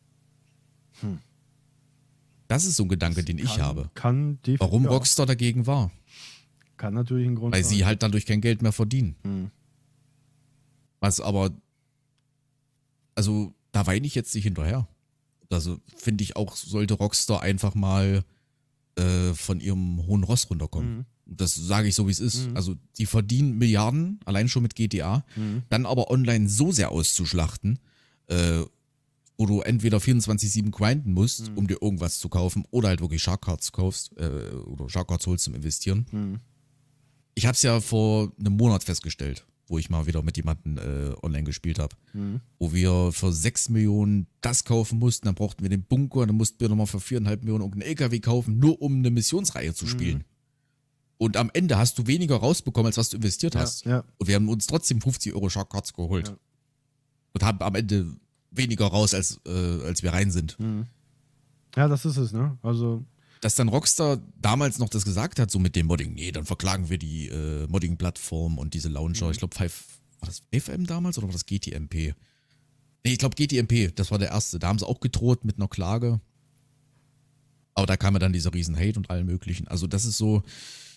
Das ist so ein Gedanke, den ich habe. Kann definitiv. Warum ja, Rockstar dagegen war. Kann natürlich ein Grund Weil sein. sie halt dadurch kein Geld mehr verdienen. Was aber, also da weine ich jetzt nicht hinterher. Also finde ich auch, sollte Rockstar einfach mal von ihrem hohen Ross runterkommen. Das sage ich so, wie es ist. Also die verdienen Milliarden, allein schon mit GTA, dann aber online so sehr auszuschlachten, wo du entweder 24/7 grinden musst, um dir irgendwas zu kaufen, oder halt wirklich Shark Cards kaufst oder Shark Cards holst zum Investieren. Ich habe es ja vor einem Monat festgestellt, wo ich mal wieder mit jemandem online gespielt habe, wo wir für 6 Millionen das kaufen mussten, dann brauchten wir den Bunker, dann mussten wir nochmal für 4,5 Millionen irgendeinen LKW kaufen, nur um eine Missionsreihe zu spielen. Und am Ende hast du weniger rausbekommen, als was du investiert hast. Ja. Und wir haben uns trotzdem 50 Euro Shark Cards geholt. Ja. Und haben am Ende weniger raus, als wir rein sind. Ja, das ist es, ne? Also, Dass dann Rockstar damals noch das gesagt hat, so mit dem Modding, nee, dann verklagen wir die Modding-Plattform und diese Launcher. Ich glaube, war das FM damals oder war das GTMP? Nee, ich glaube GTMP, das war der erste. Da haben sie auch gedroht mit einer Klage. Aber da kam ja dann dieser riesen Hate und allem möglichen. Also das ist so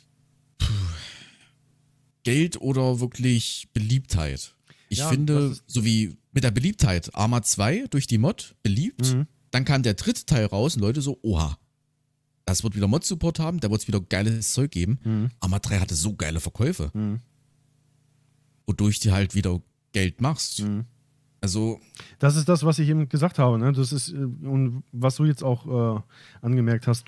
Geld oder wirklich Beliebtheit. Ich finde, so wie mit der Beliebtheit, Arma 2 durch die Mod beliebt, dann kam der dritte Teil raus und Leute so, oha, das wird wieder Mod-Support haben, da wird es wieder geiles Zeug geben. Arma 3 hatte so geile Verkäufe, wodurch du halt wieder Geld machst. Also das ist das, was ich eben gesagt habe, ne? Das ist, und was du jetzt auch angemerkt hast,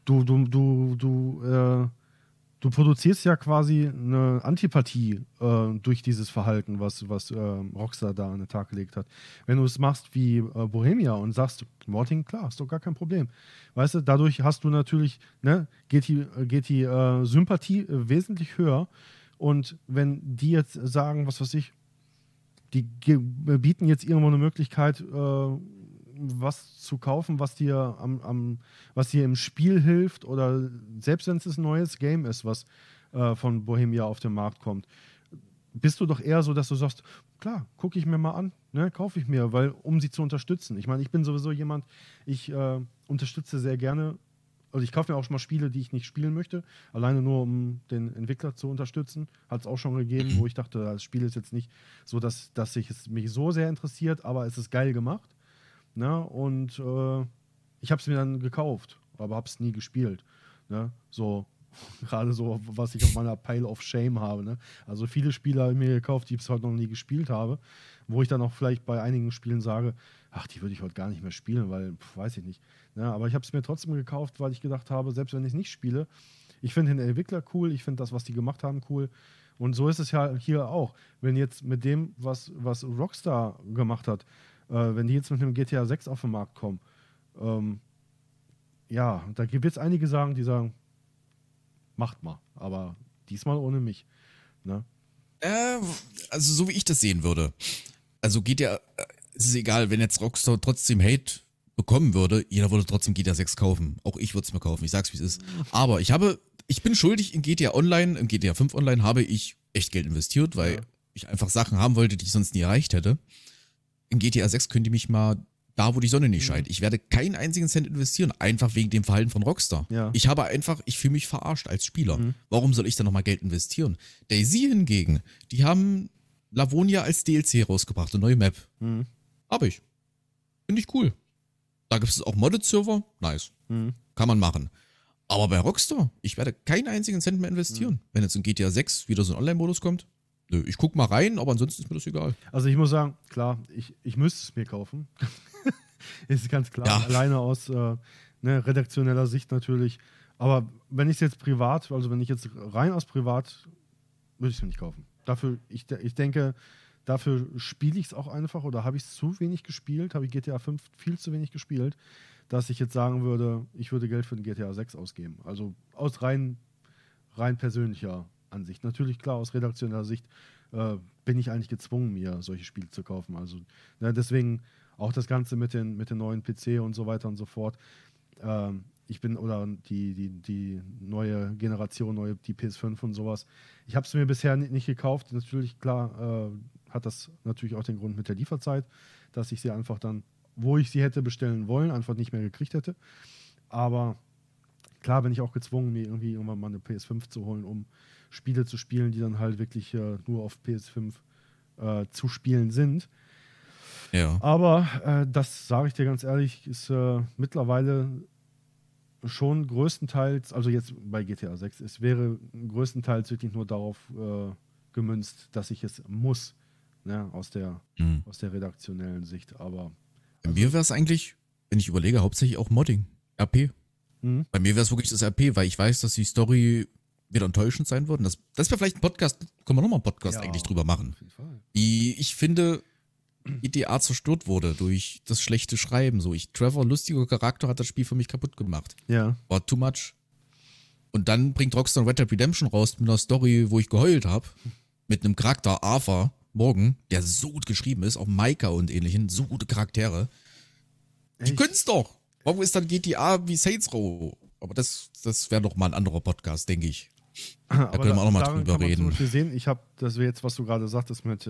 du produzierst ja quasi eine Antipathie durch dieses Verhalten, was Rockstar da an den Tag gelegt hat. Wenn du es machst wie Bohemia und sagst, Modding, klar, ist doch gar kein Problem. Weißt du, dadurch hast du natürlich, ne, geht die Sympathie wesentlich höher. Und wenn die jetzt sagen, was weiß ich, die bieten jetzt irgendwo eine Möglichkeit, was zu kaufen, was dir was dir im Spiel hilft, oder selbst wenn es ein neues Game ist, was von Bohemia auf den Markt kommt, bist du doch eher so, dass du sagst, klar, gucke ich mir mal an, ne, kaufe ich mir, um sie zu unterstützen. Ich meine, ich bin sowieso jemand, ich unterstütze sehr gerne, also ich kaufe mir auch schon mal Spiele, die ich nicht spielen möchte, alleine nur um den Entwickler zu unterstützen. Hat es auch schon gegeben, wo ich dachte, das Spiel ist jetzt nicht so, dass mich so sehr interessiert, aber es ist geil gemacht. Ne? Und ich habe es mir dann gekauft, aber habe es nie gespielt. Ne? So, gerade so, was ich auf meiner Pile of Shame habe. Ne? Also viele Spiele habe ich mir gekauft, die ich bis heute noch nie gespielt habe, wo ich dann auch vielleicht bei einigen Spielen sage, ach, die würde ich heute gar nicht mehr spielen, weil, weiß ich nicht. Ne? Aber ich habe es mir trotzdem gekauft, weil ich gedacht habe, selbst wenn ich es nicht spiele, ich finde den Entwickler cool, ich finde das, was die gemacht haben, cool. Und so ist es ja hier auch. Wenn jetzt mit dem, was Rockstar gemacht hat, wenn die jetzt mit einem GTA 6 auf den Markt kommen, ja, da gibt es einige die sagen, macht mal, aber diesmal ohne mich. Ne? Also so wie ich das sehen würde. Also GTA, es ist egal, wenn jetzt Rockstar trotzdem Hate bekommen würde, jeder würde trotzdem GTA 6 kaufen. Auch ich würde es mir kaufen, ich sag's wie es ist. Aber ich bin schuldig, in GTA Online, in GTA 5 Online habe ich echt Geld investiert, weil ich einfach Sachen haben wollte, die ich sonst nie erreicht hätte. In GTA 6 könnt ihr mich mal da, wo die Sonne nicht scheint. Ich werde keinen einzigen Cent investieren, einfach wegen dem Verhalten von Rockstar. Ja. Ich fühle mich verarscht als Spieler. Warum soll ich da nochmal Geld investieren? DayZ hingegen, die haben Lavonia als DLC rausgebracht, eine neue Map. Hab ich. Finde ich cool. Da gibt es auch Modded-Server. Nice. Kann man machen. Aber bei Rockstar, ich werde keinen einzigen Cent mehr investieren. Wenn jetzt in GTA 6 wieder so ein Online-Modus kommt, nö, ich guck mal rein, aber ansonsten ist mir das egal. Also ich muss sagen, klar, ich müsste es mir kaufen. Ist ganz klar. Ja. Alleine aus redaktioneller Sicht natürlich. Aber wenn ich es jetzt privat, also wenn ich jetzt rein aus privat, würde ich es mir nicht kaufen. Dafür, ich denke, dafür spiele ich es auch einfach, oder habe ich es zu wenig gespielt, habe ich GTA 5 viel zu wenig gespielt, dass ich jetzt sagen würde, ich würde Geld für den GTA 6 ausgeben. Also aus rein persönlicher Ansicht. Natürlich, klar, aus redaktioneller Sicht bin ich eigentlich gezwungen, mir solche Spiele zu kaufen. Also deswegen auch das Ganze mit den neuen PC und so weiter und so fort. Oder die neue Generation, die PS5 und sowas. Ich habe es mir bisher nicht gekauft. Natürlich, klar, hat das natürlich auch den Grund mit der Lieferzeit, dass ich sie einfach dann, wo ich sie hätte bestellen wollen, einfach nicht mehr gekriegt hätte. Aber klar bin ich auch gezwungen, mir irgendwann mal eine PS5 zu holen, um Spiele zu spielen, die dann halt wirklich nur auf PS5 zu spielen sind. Ja. Aber das sage ich dir ganz ehrlich, ist mittlerweile schon größtenteils, also jetzt bei GTA 6, es wäre größtenteils wirklich nur darauf gemünzt, dass ich es muss, ne, aus der redaktionellen Sicht. Aber Bei mir wäre es eigentlich, wenn ich überlege, hauptsächlich auch Modding, RP. Bei mir wäre es wirklich das RP, weil ich weiß, dass die Story wieder enttäuschend sein wird. Und das wäre vielleicht ein Podcast, können wir nochmal einen Podcast Ja, eigentlich drüber machen. auf jeden Fall. Wie ich finde, GTA zerstört wurde durch das schlechte Schreiben. So, Trevor, lustiger Charakter, hat das Spiel für mich kaputt gemacht. Ja. War too much. Und dann bringt Rockstar Red Dead Redemption raus mit einer Story, wo ich geheult habe. Mit einem Charakter, Arthur Morgan, der so gut geschrieben ist, auch Micah und ähnlichen, so gute Charaktere. Die können's doch. Warum ist dann GTA wie Saints Row? Aber das wäre doch mal ein anderer Podcast, denke ich. Da können wir auch noch mal daran drüber kann man reden. zum Beispiel sehen, ich habe, das wäre jetzt, was du gerade sagtest mit,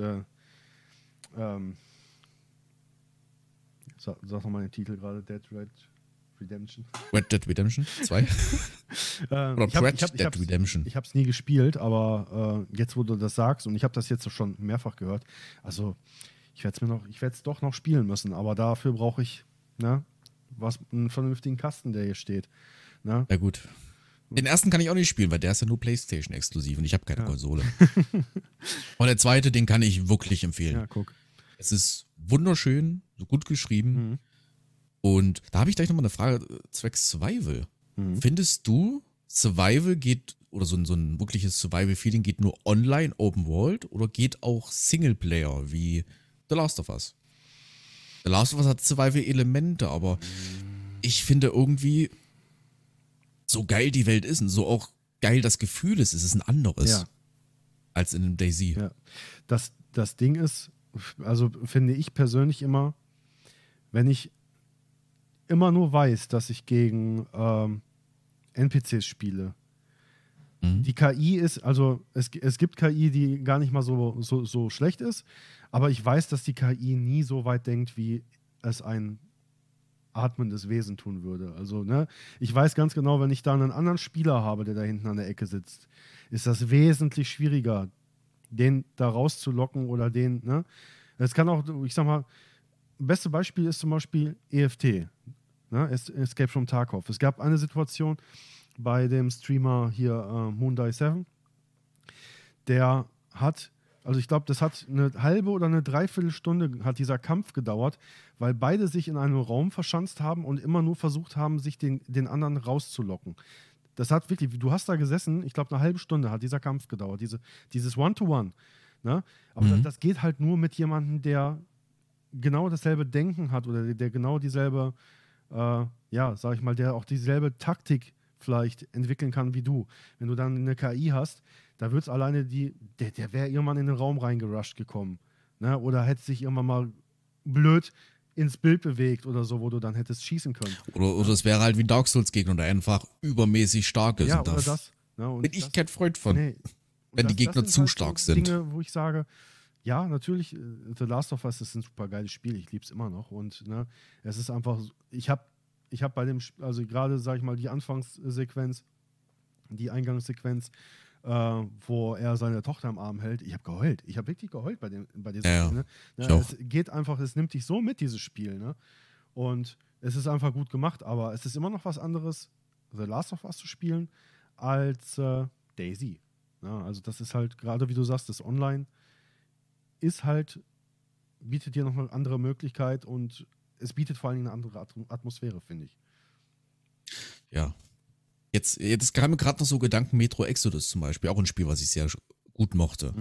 sag nochmal den Titel gerade, Dead Red Redemption. Red Dead Redemption 2? Oder Red Dead Redemption. Ich habe es nie gespielt, aber jetzt, wo du das sagst, und ich habe das jetzt schon mehrfach gehört, also ich werde es doch noch spielen müssen, aber dafür brauche ich, ne, einen vernünftigen Kasten, der hier steht. Ne? Ja gut. Den ersten kann ich auch nicht spielen, weil der ist ja nur PlayStation exklusiv und ich habe keine Konsole. Und der zweite, den kann ich wirklich empfehlen. Ja, guck. Es ist wunderschön, so gut geschrieben. Und da habe ich gleich nochmal eine Frage zwecks Survival. Findest du, Survival geht, oder so ein wirkliches Survival-Feeling geht nur online, Open World, oder geht auch Singleplayer wie The Last of Us? The Last of Us hat Survival-Elemente, aber ich finde irgendwie, so geil die Welt ist und so auch geil das Gefühl ist, es ist ein anderes als in einem DayZ. Ja. Das Ding ist, also finde ich persönlich immer, wenn ich immer nur weiß, dass ich gegen NPCs spiele. Die KI ist, also es gibt KI, die gar nicht mal so schlecht ist, aber ich weiß, dass die KI nie so weit denkt, wie es ein atmendes Wesen tun würde. Also, ne, ich weiß ganz genau, wenn ich da einen anderen Spieler habe, der da hinten an der Ecke sitzt, ist das wesentlich schwieriger, den da rauszulocken oder den, ne? Es kann auch, ich sag mal, beste Beispiel ist zum Beispiel EFT, ne? Escape from Tarkov. Es gab eine Situation bei dem Streamer hier, Moondie7, der hat, also ich glaube, das hat eine halbe oder eine Dreiviertelstunde hat dieser Kampf gedauert, weil beide sich in einem Raum verschanzt haben und immer nur versucht haben, sich den anderen rauszulocken. Das hat wirklich, du hast da gesessen, ich glaube, eine halbe Stunde hat dieser Kampf gedauert, dieses One-to-One. Ne? Aber das geht halt nur mit jemandem, der genau dasselbe Denken hat oder der genau dieselbe, sag ich mal, der auch dieselbe Taktik vielleicht entwickeln kann wie du. Wenn du dann eine KI hast, da wird es alleine der wäre irgendwann in den Raum reingerusht gekommen. Ne? Oder hätte sich irgendwann mal blöd ins Bild bewegt oder so, wo du dann hättest schießen können. Oder es wäre halt wie ein Dark Souls-Gegner, der einfach übermäßig stark ist. Ja, und oder das. Ne? Und bin ich kein Freund von, nee. wenn die Gegner sind zu halt stark so sind. Dinge, wo ich sage, ja, natürlich, The Last of Us ist ein super geiles Spiel, ich liebe es immer noch. Und ne, es ist einfach, ich habe bei dem, also gerade, sag ich mal, die Anfangssequenz, die Eingangssequenz, wo er seine Tochter am Arm hält, ich habe geheult. Ich habe wirklich geheult bei diesem Spiel. Ne? Es geht einfach, es nimmt dich so mit, dieses Spiel. Ne? Und es ist einfach gut gemacht, aber es ist immer noch was anderes, The Last of Us zu spielen, als DayZ. Ja, also das ist halt, gerade wie du sagst, das Online ist halt, bietet dir noch eine andere Möglichkeit und es bietet vor allen Dingen eine andere Atmosphäre, finde ich. Ja. Jetzt kam mir gerade noch so Gedanken, Metro Exodus zum Beispiel, auch ein Spiel, was ich sehr gut mochte.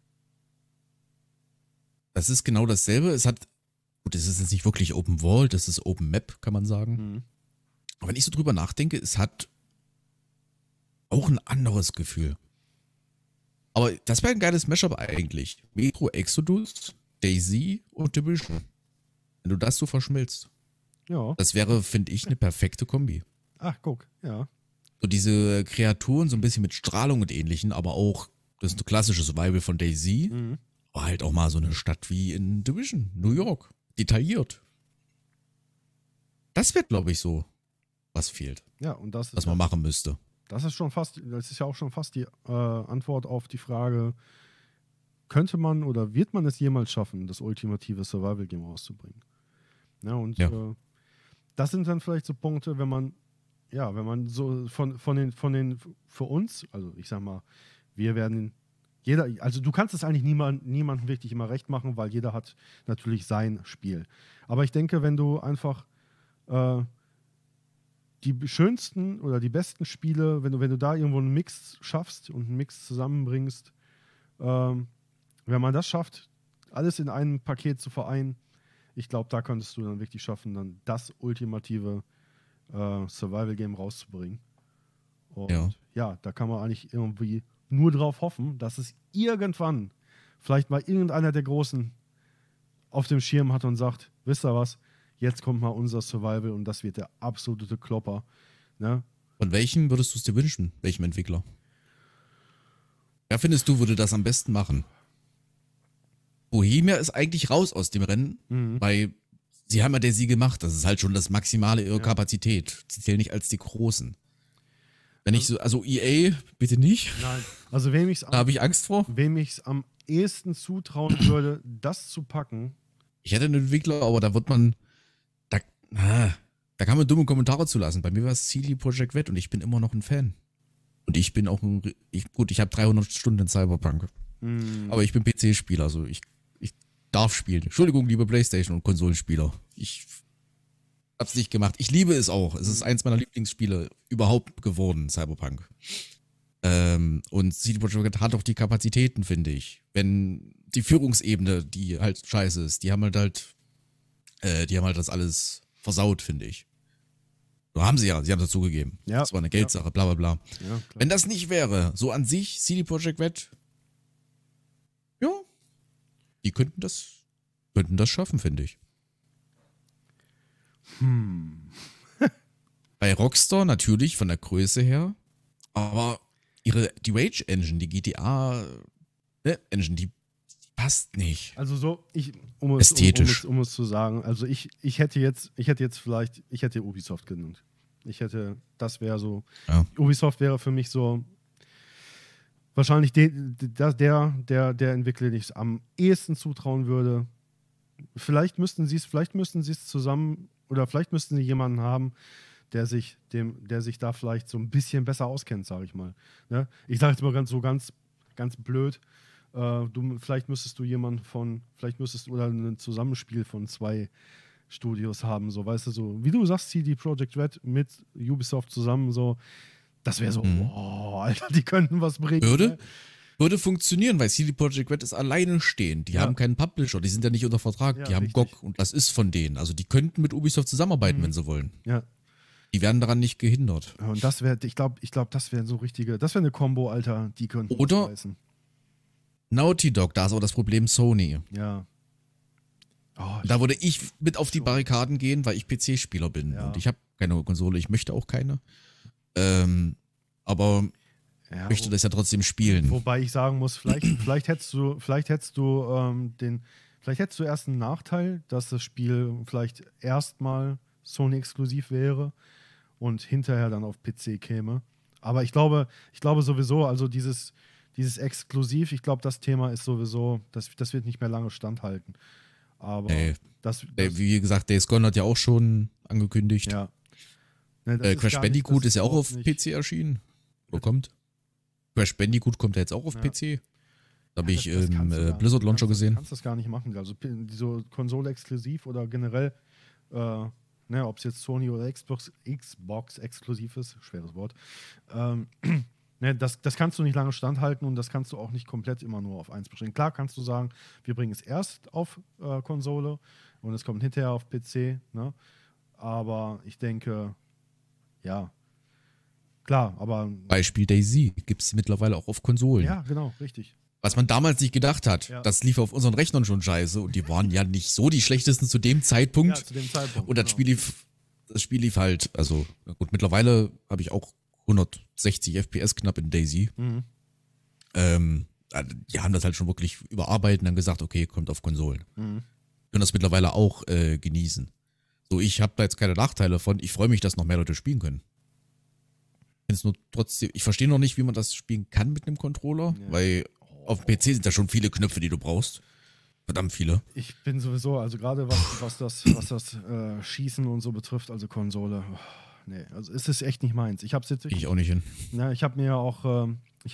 Das ist genau dasselbe. Es ist jetzt nicht wirklich Open World, das ist Open Map, kann man sagen. Aber wenn ich so drüber nachdenke, es hat auch ein anderes Gefühl. Aber das wäre ein geiles Mashup eigentlich. Metro Exodus, DayZ und Division. Wenn du das so verschmilzt. Ja. Das wäre, finde ich, eine perfekte Kombi. Ach, guck, ja. So diese Kreaturen, so ein bisschen mit Strahlung und ähnlichen, aber auch das klassische Survival von DayZ. Aber halt auch mal so eine Stadt wie in Division, New York. Detailliert. Das wird, glaube ich, so, was fehlt. Ja, und das ist, was man machen müsste. Das ist ja auch schon fast die Antwort auf die Frage, könnte man oder wird man es jemals schaffen, das ultimative Survival-Game rauszubringen? Ja, und das sind dann vielleicht so Punkte, wenn man ja, wenn man so für uns, also ich sag mal, wir werden also du kannst es eigentlich niemandem wirklich immer recht machen, weil jeder hat natürlich sein Spiel. Aber ich denke, wenn du einfach die schönsten oder die besten Spiele, wenn du da irgendwo einen Mix schaffst und einen Mix zusammenbringst, wenn man das schafft, alles in einem Paket zu vereinen, ich glaube, da könntest du dann wirklich schaffen, dann das ultimative Survival-Game rauszubringen. Und ja, da kann man eigentlich irgendwie nur drauf hoffen, dass es irgendwann vielleicht mal irgendeiner der Großen auf dem Schirm hat und sagt, wisst ihr was, jetzt kommt mal unser Survival und das wird der absolute Klopper. Ne? Von welchem würdest du es dir wünschen? Welchem Entwickler? Wer findest du, würde das am besten machen? Bohemia ist eigentlich raus aus dem Rennen, weil sie haben ja der sie gemacht. Das ist halt schon das Maximale ihrer Kapazität. Sie zählen nicht als die Großen. Wenn ich so, also EA, bitte nicht. Nein. Also da habe ich Angst vor. Wem ich es am ehesten zutrauen würde, das zu packen. Ich hätte einen Entwickler, aber da wird man, da kann man dumme Kommentare zulassen. Bei mir war es CD Projekt Red und ich bin immer noch ein Fan. Und ich bin auch ich habe 300 Stunden in Cyberpunk. Aber ich bin PC-Spieler, also ich darf spielen. Entschuldigung, liebe PlayStation- und Konsolenspieler. Ich hab's nicht gemacht. Ich liebe es auch. Es ist eins meiner Lieblingsspiele überhaupt geworden, Cyberpunk. Und CD Projekt Red hat auch die Kapazitäten, finde ich. Wenn die Führungsebene, die halt scheiße ist, die haben halt das alles versaut, finde ich. So haben sie ja, sie haben das zugegeben. Ja. Das war eine Geldsache, bla bla bla. Ja, wenn das nicht wäre, so an sich, CD Projekt Red, ja, die könnten das schaffen, finde ich. Bei Rockstar natürlich von der Größe her, aber die Rage Engine, die GTA Engine, die passt nicht. Also so, ästhetisch. Um es zu sagen, also ich hätte Ubisoft genannt. Das wäre so, Ubisoft wäre für mich so wahrscheinlich der Entwickler, den ich am ehesten zutrauen würde. Vielleicht müssten sie es zusammen, oder vielleicht müssten sie jemanden haben, der sich da vielleicht so ein bisschen besser auskennt, sage ich mal. Ne? Ich sage jetzt mal ganz blöd, vielleicht müsstest du oder ein Zusammenspiel von 2 Studios haben, so, weißt du, so, wie du sagst, CD Projekt Red mit Ubisoft zusammen, so, das wäre so, Alter, die könnten was bringen. Würde funktionieren, weil CD Projekt Red ist alleine stehend. Die haben keinen Publisher, die sind ja nicht unter Vertrag, die haben GOG und das ist von denen. Also die könnten mit Ubisoft zusammenarbeiten, wenn sie wollen. Ja. Die werden daran nicht gehindert. Und das wäre, ich glaube, das wäre so das wäre eine Kombo, Alter, die könnten oder reißen. Naughty Dog, da ist aber das Problem Sony. Ja. Da würde ich mit auf die Barrikaden gehen, weil ich PC-Spieler bin. Ja. Und ich habe keine Konsole, ich möchte auch keine. Aber möchte das ja trotzdem spielen. Wobei ich sagen muss, vielleicht hättest du erst einen Nachteil, dass das Spiel vielleicht erstmal Sony-exklusiv wäre und hinterher dann auf PC käme. Aber ich glaube sowieso, also dieses Exklusiv, ich glaube, das Thema ist sowieso, das wird nicht mehr lange standhalten. Aber wie gesagt, Days Gone hat ja auch schon angekündigt. Ja. Crash Bandicoot ist ja auch auf PC erschienen. Wo kommt? Crash Bandicoot kommt ja jetzt auch auf PC. Da habe ich im Blizzard Launcher gesehen. Du kannst das gar nicht machen. Also so Konsole-exklusiv oder generell, ob es jetzt Sony oder Xbox exklusiv ist, schweres Wort, das kannst du nicht lange standhalten und das kannst du auch nicht komplett immer nur auf 1 bestehen. Klar kannst du sagen, wir bringen es erst auf Konsole und es kommt hinterher auf PC, ne? Aber ich denke, ja, klar, aber... Beispiel DayZ gibt es mittlerweile auch auf Konsolen. Ja, genau, richtig. Was man damals nicht gedacht hat, das lief auf unseren Rechnern schon scheiße und die waren ja nicht so die schlechtesten zu dem Zeitpunkt. Ja, zu dem Zeitpunkt. Und das Spiel lief halt, also gut, mittlerweile habe ich auch 160 FPS knapp in DayZ. Die haben das halt schon wirklich überarbeitet und dann gesagt, okay, kommt auf Konsolen. Können das mittlerweile auch genießen. So, ich habe da jetzt keine Nachteile von. Ich freue mich, dass noch mehr Leute spielen können. Ich verstehe noch nicht, wie man das spielen kann mit einem Controller, weil auf dem PC sind da schon viele Knöpfe, die du brauchst. Verdammt viele. Ich bin sowieso, also gerade was das Schießen und so betrifft, also Konsole, nee, also es ist echt nicht meins. Ich habe jetzt Ich auch nicht hin. Ja, ich habe mir ja auch,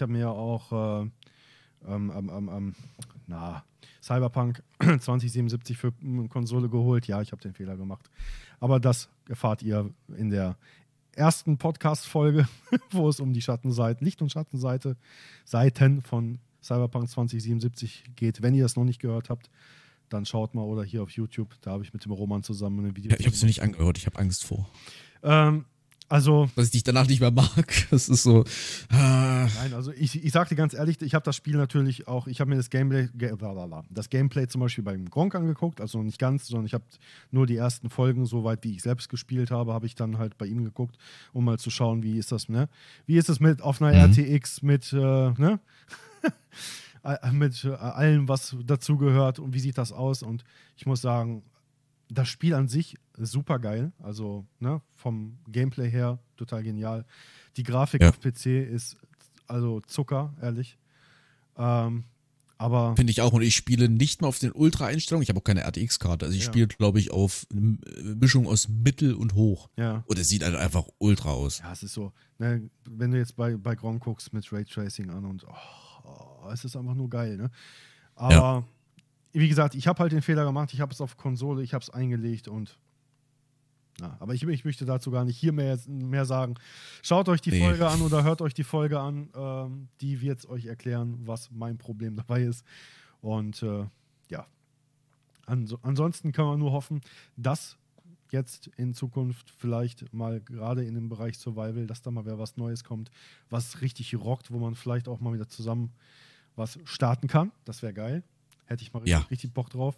Cyberpunk 2077 für Konsole geholt. Ja, ich habe den Fehler gemacht. Aber das erfahrt ihr in der ersten Podcast-Folge, wo es um die Schattenseiten, Licht- und Seiten von Cyberpunk 2077 geht. Wenn ihr das noch nicht gehört habt, dann schaut mal oder hier auf YouTube. Da habe ich mit dem Roman zusammen ein Video. Ja, ich habe es mir nicht angehört, ich habe Angst vor. Also, dass ich dich danach nicht mehr mag. Das ist so. Nein, also ich sag dir ganz ehrlich, ich habe das Spiel natürlich auch, ich habe mir das Gameplay zum Beispiel beim Gronkh angeguckt, also nicht ganz, sondern ich habe nur die ersten Folgen, soweit wie ich selbst gespielt habe ich dann halt bei ihm geguckt, um mal zu schauen, wie ist das, ne? Wie ist es mit auf einer RTX mit, ne? mit allem, was dazugehört und wie sieht das aus? Und ich muss sagen, das Spiel an sich super geil, also ne, vom Gameplay her total genial. Die Grafik auf PC ist also Zucker, ehrlich. Aber finde ich auch, und ich spiele nicht mal auf den Ultra-Einstellungen, ich habe auch keine RTX-Karte, also ich spiele, glaube ich, auf eine Mischung aus Mittel und Hoch. Ja. Und es sieht halt einfach ultra aus. Ja, es ist so, ne, wenn du jetzt bei Gronkh guckst mit Raytracing an und es ist einfach nur geil, ne? Aber wie gesagt, ich habe halt den Fehler gemacht, ich habe es auf Konsole, ich habe es eingelegt und aber ich möchte dazu gar nicht hier mehr sagen. Schaut euch die Folge an oder hört euch die Folge an, die wird euch erklären, was mein Problem dabei ist. Und ansonsten kann man nur hoffen, dass jetzt in Zukunft vielleicht mal gerade in dem Bereich Survival, dass da mal wieder was Neues kommt, was richtig rockt, wo man vielleicht auch mal wieder zusammen was starten kann. Das wäre geil. Hätte ich mal richtig Bock drauf.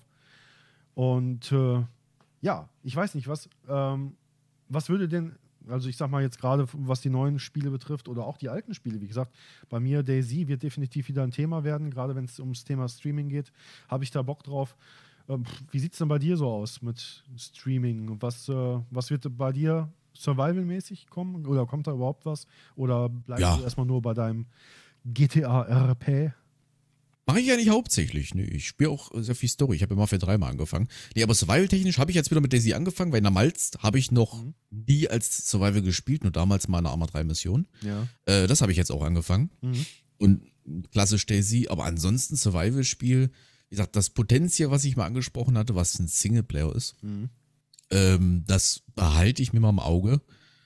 Und ich weiß nicht, was würde denn, also ich sag mal jetzt gerade, was die neuen Spiele betrifft oder auch die alten Spiele, wie gesagt, bei mir DayZ wird definitiv wieder ein Thema werden, gerade wenn es ums Thema Streaming geht, habe ich da Bock drauf. Wie sieht es denn bei dir so aus mit Streaming? Was wird bei dir Survival-mäßig kommen? Oder kommt da überhaupt was? Oder bleibst du erstmal nur bei deinem GTA-RP? Mache ich ja nicht hauptsächlich. Nee, ich spiele auch sehr viel Story. Ich habe immer für 3 Mal angefangen. Nee, aber Survival-technisch habe ich jetzt wieder mit DayZ angefangen, weil in der Malz habe ich noch nie als Survival gespielt, nur damals mal eine Arma 3 Mission. Ja. Das habe ich jetzt auch angefangen. Und klassisch DayZ, aber ansonsten Survival-Spiel, wie gesagt, das Potenzial, was ich mal angesprochen hatte, was ein Singleplayer ist, das behalte ich mir mal im Auge.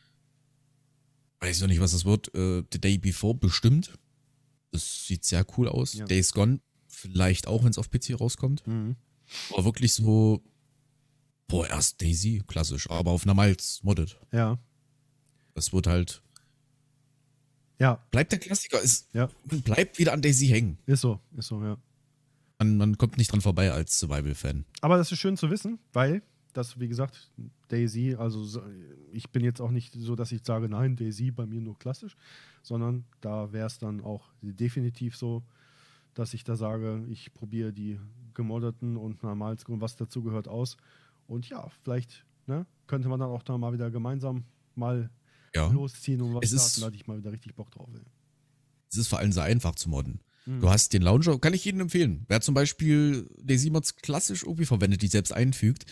Weiß noch nicht, was das wird. The Day Before bestimmt. Das sieht sehr cool aus. Ja. Days Gone vielleicht auch, wenn es auf PC rauskommt. Aber wirklich so, erst DayZ, klassisch, aber auf einer Malz modded. Ja. Das wird halt, Ja. bleibt der Klassiker, man bleibt wieder an DayZ hängen. Ist so, ja. Man kommt nicht dran vorbei als Survival-Fan. Aber das ist schön zu wissen, weil das, wie gesagt, DayZ, also ich bin jetzt auch nicht so, dass ich sage, nein, DayZ bei mir nur klassisch, sondern da wäre es dann auch definitiv so, dass ich da sage, ich probiere die gemoddeten und normals was dazu gehört aus. Und ja, vielleicht könnte man dann auch da mal wieder gemeinsam mal losziehen und was starten, da hatte ich mal wieder richtig Bock drauf. Es ist vor allem sehr einfach zu modden. Du hast den Launcher, kann ich jedem empfehlen. Wer zum Beispiel DayZ-Mods klassisch irgendwie verwendet, die selbst einfügt,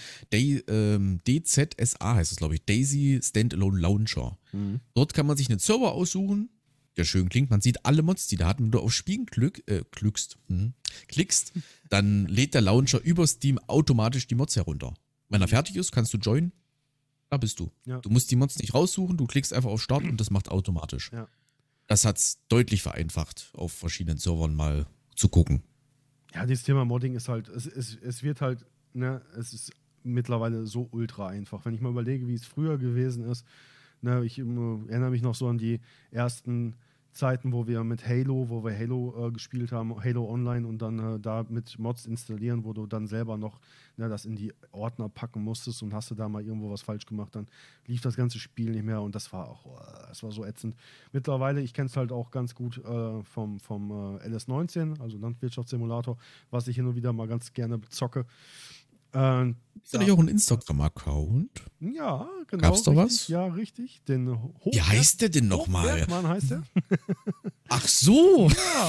DZSA heißt es, glaube ich, DayZ Standalone Launcher. Dort kann man sich einen Server aussuchen, der schön klingt. Man sieht alle Mods, die da hat. Wenn du auf Spielen klickst, dann lädt der Launcher über Steam automatisch die Mods herunter. Wenn er fertig ist, kannst du joinen. Da bist du. Ja. Du musst die Mods nicht raussuchen, du klickst einfach auf Start und das macht automatisch. Ja. Das hat es deutlich vereinfacht, auf verschiedenen Servern mal zu gucken. Ja, dieses Thema Modding ist halt, es wird halt, es ist mittlerweile so ultra einfach. Wenn ich mal überlege, wie es früher gewesen ist, ich erinnere mich noch so an die ersten Zeiten, wo wir mit Halo gespielt haben, Halo Online und dann da mit Mods installieren, wo du dann selber noch das in die Ordner packen musstest und hast du da mal irgendwo was falsch gemacht, dann lief das ganze Spiel nicht mehr und das war auch, es war so ätzend. Mittlerweile, ich kenne es halt auch ganz gut vom LS19, also Landwirtschaftssimulator, was ich hin und wieder mal ganz gerne zocke. Ist da nicht auch ein Instagram-Account? Ja, genau. Gab's da richtig, was? Ja, richtig. Wie heißt der denn nochmal? Hochbergmann heißt der. Ach so!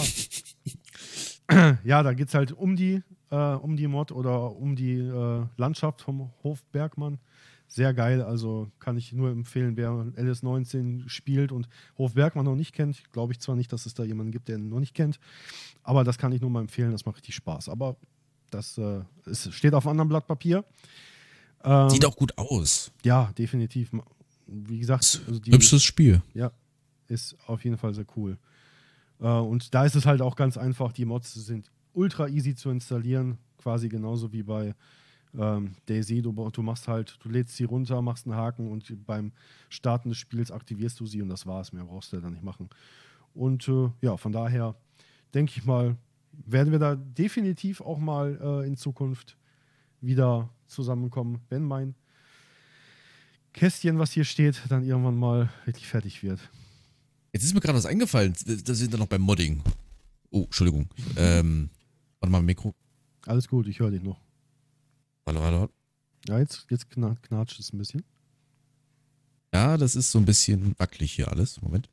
Ja, da geht es halt um die Mod oder um die Landschaft vom Hof Bergmann sehr geil, also kann ich nur empfehlen, wer LS19 spielt und Hofbergmann noch nicht kennt. Glaube ich zwar nicht, dass es da jemanden gibt, der ihn noch nicht kennt, aber das kann ich nur mal empfehlen, das macht richtig Spaß. Aber das es steht auf einem anderen Blatt Papier. Sieht auch gut aus. Ja, definitiv. Wie gesagt, also Hübsches Spiel. Ja, ist auf jeden Fall sehr cool. Und da ist es halt auch ganz einfach, die Mods sind ultra easy zu installieren, quasi genauso wie bei DayZ. Du machst halt, du lädst sie runter, machst einen Haken und beim Starten des Spiels aktivierst du sie und das war's. Mehr brauchst du dann nicht machen. Und ja, von daher denke ich mal, werden wir da definitiv auch mal in Zukunft wieder zusammenkommen, wenn mein Kästchen, was hier steht, dann irgendwann mal wirklich fertig wird. Jetzt ist mir gerade was eingefallen. Da sind wir noch beim Modding. Oh, Entschuldigung. Warte mal, Mikro. Alles gut, ich höre dich noch. Warte. Ja, jetzt knatscht es ein bisschen. Ja, das ist so ein bisschen wackelig hier alles. Moment.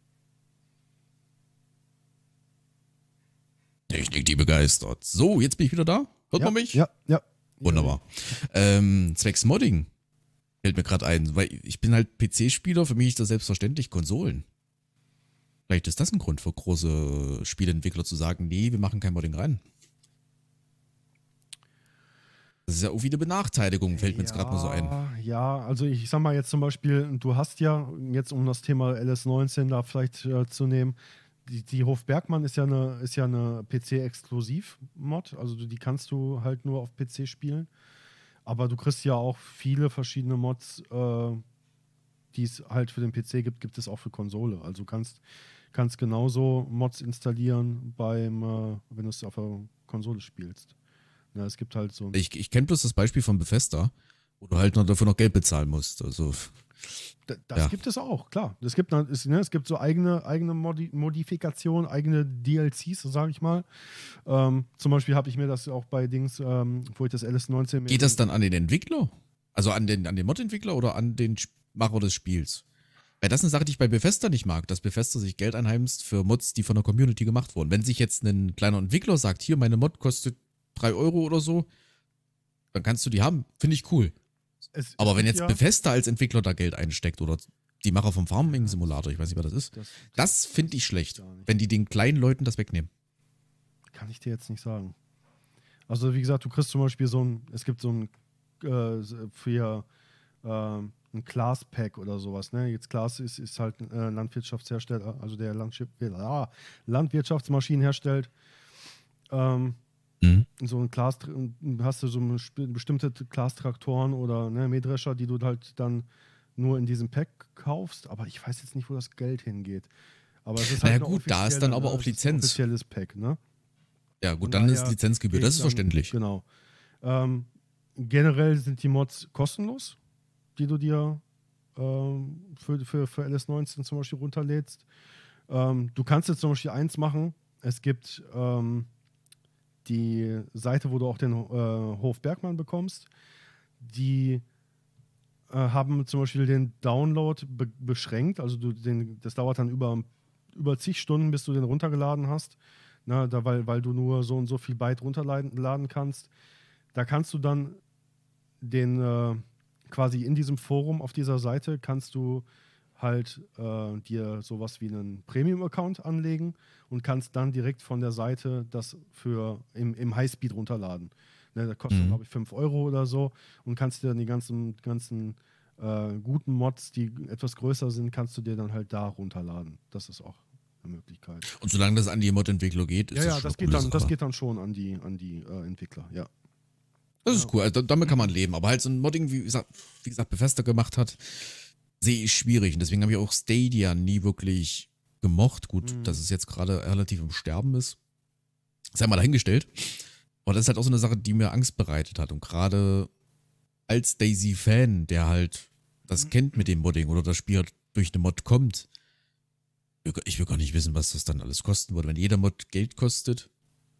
Technik, die begeistert. So, jetzt bin ich wieder da. Hört man mich? Ja. Wunderbar. Zwecks Modding fällt mir gerade ein, weil ich bin halt PC-Spieler, für mich ist das selbstverständlich Konsolen. Vielleicht ist das ein Grund für große Spieleentwickler zu sagen, nee, wir machen kein Modding rein. Das ist ja auch wieder Benachteiligung, fällt mir jetzt gerade mal so ein. Ja, also ich sag mal jetzt zum Beispiel, du hast ja jetzt, um das Thema LS19 da vielleicht zu nehmen, die Hofbergmann ist ja eine PC-Exklusiv-Mod, also die kannst du halt nur auf PC spielen. Aber du kriegst ja auch viele verschiedene Mods, die es halt für den PC gibt es auch für Konsole. Also kannst genauso Mods installieren wenn du es auf der Konsole spielst. Ja, es gibt halt so. Ich kenne bloß das Beispiel von Bethesda, wo du halt dafür noch Geld bezahlen musst. Also. Das gibt es auch, klar. Es gibt so eigene Modifikationen, eigene DLCs, sage ich mal. Zum Beispiel habe ich mir das auch bei Dings, wo ich das LS19... Geht das dann an den Entwickler? Also an den Mod-Entwickler oder an den Macher des Spiels? Weil das ist eine Sache, die ich bei Bethesda nicht mag, dass Bethesda sich Geld einheimst für Mods, die von der Community gemacht wurden. Wenn sich jetzt ein kleiner Entwickler sagt, hier, meine Mod kostet 3 Euro oder so, dann kannst du die haben. Finde ich cool. Aber wenn jetzt Bethesda als Entwickler da Geld einsteckt oder die Macher vom Farming Simulator, ich weiß nicht, was das ist, das finde ich schlecht, wenn die den kleinen Leuten das wegnehmen. Kann ich dir jetzt nicht sagen. Also wie gesagt, du kriegst zum Beispiel es gibt so ein ein Class-Pack oder sowas. Ne? Jetzt Class ist halt ein Landwirtschaftshersteller, also der Landwirtschaftsmaschinen herstellt. So ein Class, hast du so bestimmte Class-Traktoren oder Mähdrescher, die du halt dann nur in diesem Pack kaufst, aber ich weiß jetzt nicht, wo das Geld hingeht. Aber es ist halt gut, da ist dann aber auch Lizenz. Ein offizielles Pack, ne? Ja gut, dann ist Lizenzgebühr, das ist verständlich. Genau. Generell sind die Mods kostenlos, die du dir für LS19 zum Beispiel runterlädst. Du kannst jetzt zum Beispiel eins machen, es gibt die Seite, wo du auch den Hofbergmann bekommst, die haben zum Beispiel den Download beschränkt. Also das dauert dann über zig Stunden, bis du den runtergeladen hast. Weil du nur so und so viel Byte runterladen kannst. Da kannst du dann den quasi in diesem Forum auf dieser Seite kannst du halt dir sowas wie einen Premium-Account anlegen und kannst dann direkt von der Seite das im Highspeed runterladen. Ne, das kostet, glaube ich, 5 Euro oder so und kannst dir dann die ganzen guten Mods, die etwas größer sind, kannst du dir dann halt da runterladen. Das ist auch eine Möglichkeit. Und solange das an die Mod-Entwickler geht, ist das geht dann schon an die Entwickler, ja. Das ist cool, also damit kann man leben. Aber halt so ein Modding, wie gesagt, Bethesda gemacht hat, sehe ich schwierig. Und deswegen habe ich auch Stadia nie wirklich gemocht. Gut, dass es jetzt gerade relativ im Sterben ist. Sei mal dahingestellt. Aber das ist halt auch so eine Sache, die mir Angst bereitet hat. Und gerade als DayZ-Fan, der halt das kennt mit dem Modding oder das Spiel durch eine Mod kommt, ich will gar nicht wissen, was das dann alles kosten würde. Wenn jeder Mod Geld kostet,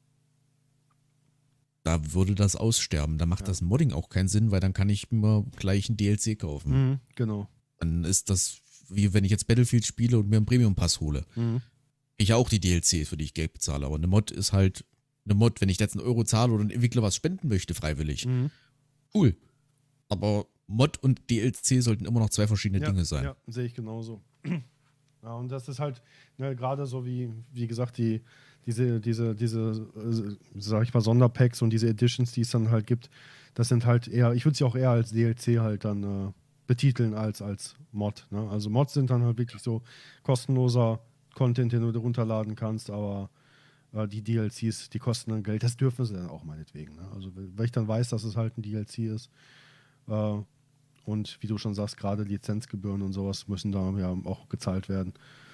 da würde das aussterben. Da macht das Modding auch keinen Sinn, weil dann kann ich mir gleich ein DLC kaufen. Genau. Dann ist das, wie wenn ich jetzt Battlefield spiele und mir einen Premium-Pass hole. Ich auch die DLCs, für die ich Geld bezahle. Aber eine Mod ist halt eine Mod, wenn ich jetzt einen Euro zahle oder ein Entwickler was spenden möchte, freiwillig. Cool. Aber Mod und DLC sollten immer noch zwei verschiedene Dinge sein. Ja, sehe ich genauso. Ja, und das ist halt gerade so wie gesagt, diese sag ich mal, Sonderpacks und diese Editions, die es dann halt gibt, das sind halt eher, ich würde sie auch eher als DLC halt dann betiteln als Mod. Ne? Also Mods sind dann halt wirklich so kostenloser Content, den du runterladen kannst, aber die DLCs, die kosten dann Geld, das dürfen sie dann auch meinetwegen. Ne? Also weil ich dann weiß, dass es halt ein DLC ist und wie du schon sagst, gerade Lizenzgebühren und sowas müssen da ja auch gezahlt werden.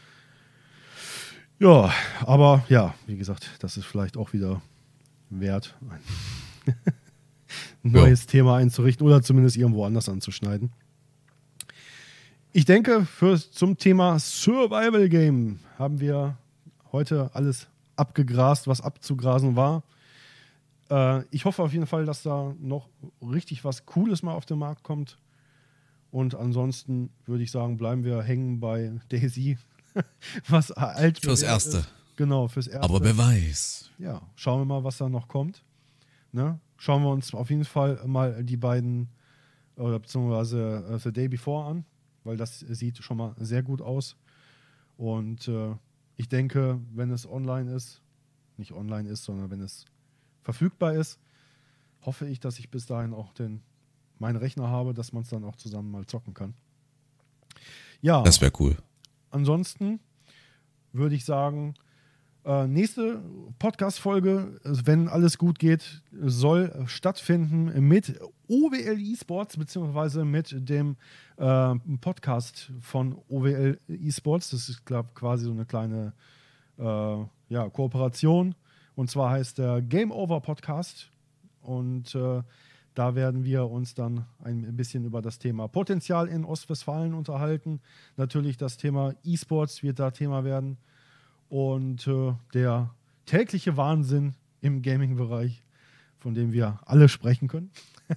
Ja, aber ja, wie gesagt, das ist vielleicht auch wieder wert, ein neues Thema einzurichten oder zumindest irgendwo anders anzuschneiden. Ich denke, zum Thema Survival Game haben wir heute alles abgegrast, was abzugrasen war. Ich hoffe auf jeden Fall, dass da noch richtig was Cooles mal auf den Markt kommt. Und ansonsten würde ich sagen, bleiben wir hängen bei DayZ, was alt Fürs Erste. ist. Genau, fürs Erste. Aber wer weiß. Ja, schauen wir mal, was da noch kommt. Ne? Schauen wir uns auf jeden Fall mal die beiden, oder beziehungsweise The Day Before an, weil das sieht schon mal sehr gut aus. Und ich denke, wenn es nicht online ist, sondern wenn es verfügbar ist, hoffe ich, dass ich bis dahin auch meinen Rechner habe, dass man es dann auch zusammen mal zocken kann. Ja. Das wäre cool. Ansonsten würde ich sagen, nächste Podcast-Folge, wenn alles gut geht, soll stattfinden mit OWL Esports, beziehungsweise mit dem Podcast von OWL Esports. Das ist, glaube ich, quasi so eine kleine Kooperation. Und zwar heißt der Game Over Podcast. Und da werden wir uns dann ein bisschen über das Thema Potenzial in Ostwestfalen unterhalten. Natürlich das Thema E-Sports wird da Thema werden. Und der tägliche Wahnsinn im Gaming-Bereich, von dem wir alle sprechen können.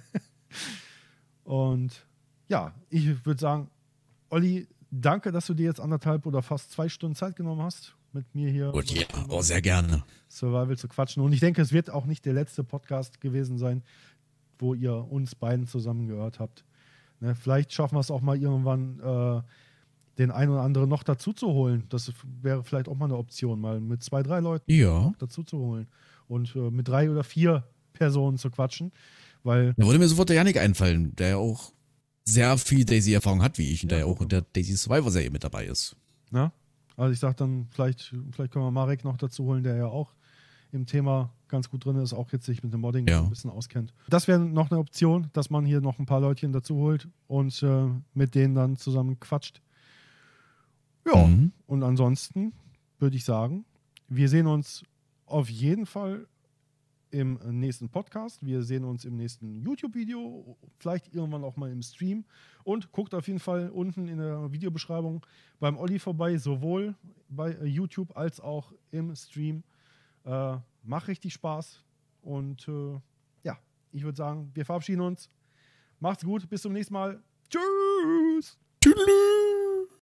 Und ja, ich würde sagen, Olli, danke, dass du dir jetzt 1,5 oder fast 2 Stunden Zeit genommen hast, mit mir hier Gut, ja, sehr gerne. Survival zu quatschen. Und ich denke, es wird auch nicht der letzte Podcast gewesen sein, wo ihr uns beiden zusammen gehört habt. Ne, vielleicht schaffen wir es auch mal irgendwann, den einen oder anderen noch dazu zu holen. Das wäre vielleicht auch mal eine Option, mal mit 2, 3 Leuten dazu zu holen und mit 3 oder 4 Personen zu quatschen. Weil da würde mir sofort der Yannick einfallen, der ja auch sehr viel Daisy-Erfahrung hat wie ich und der ja auch in der Daisy Survivor-Serie mit dabei ist. Na? Also ich sag dann, vielleicht können wir Marek noch dazu holen, der ja auch im Thema ganz gut drin ist, auch jetzt sich mit dem Modding ein bisschen auskennt. Das wäre noch eine Option, dass man hier noch ein paar Leutchen dazu holt und mit denen dann zusammen quatscht. Ja, und ansonsten würde ich sagen, wir sehen uns auf jeden Fall im nächsten Podcast. Wir sehen uns im nächsten YouTube-Video, vielleicht irgendwann auch mal im Stream. Und guckt auf jeden Fall unten in der Videobeschreibung beim Olli vorbei, sowohl bei YouTube als auch im Stream. Macht richtig Spaß. Und ja, ich würde sagen, wir verabschieden uns. Macht's gut, bis zum nächsten Mal. Tschüss. Tschüss.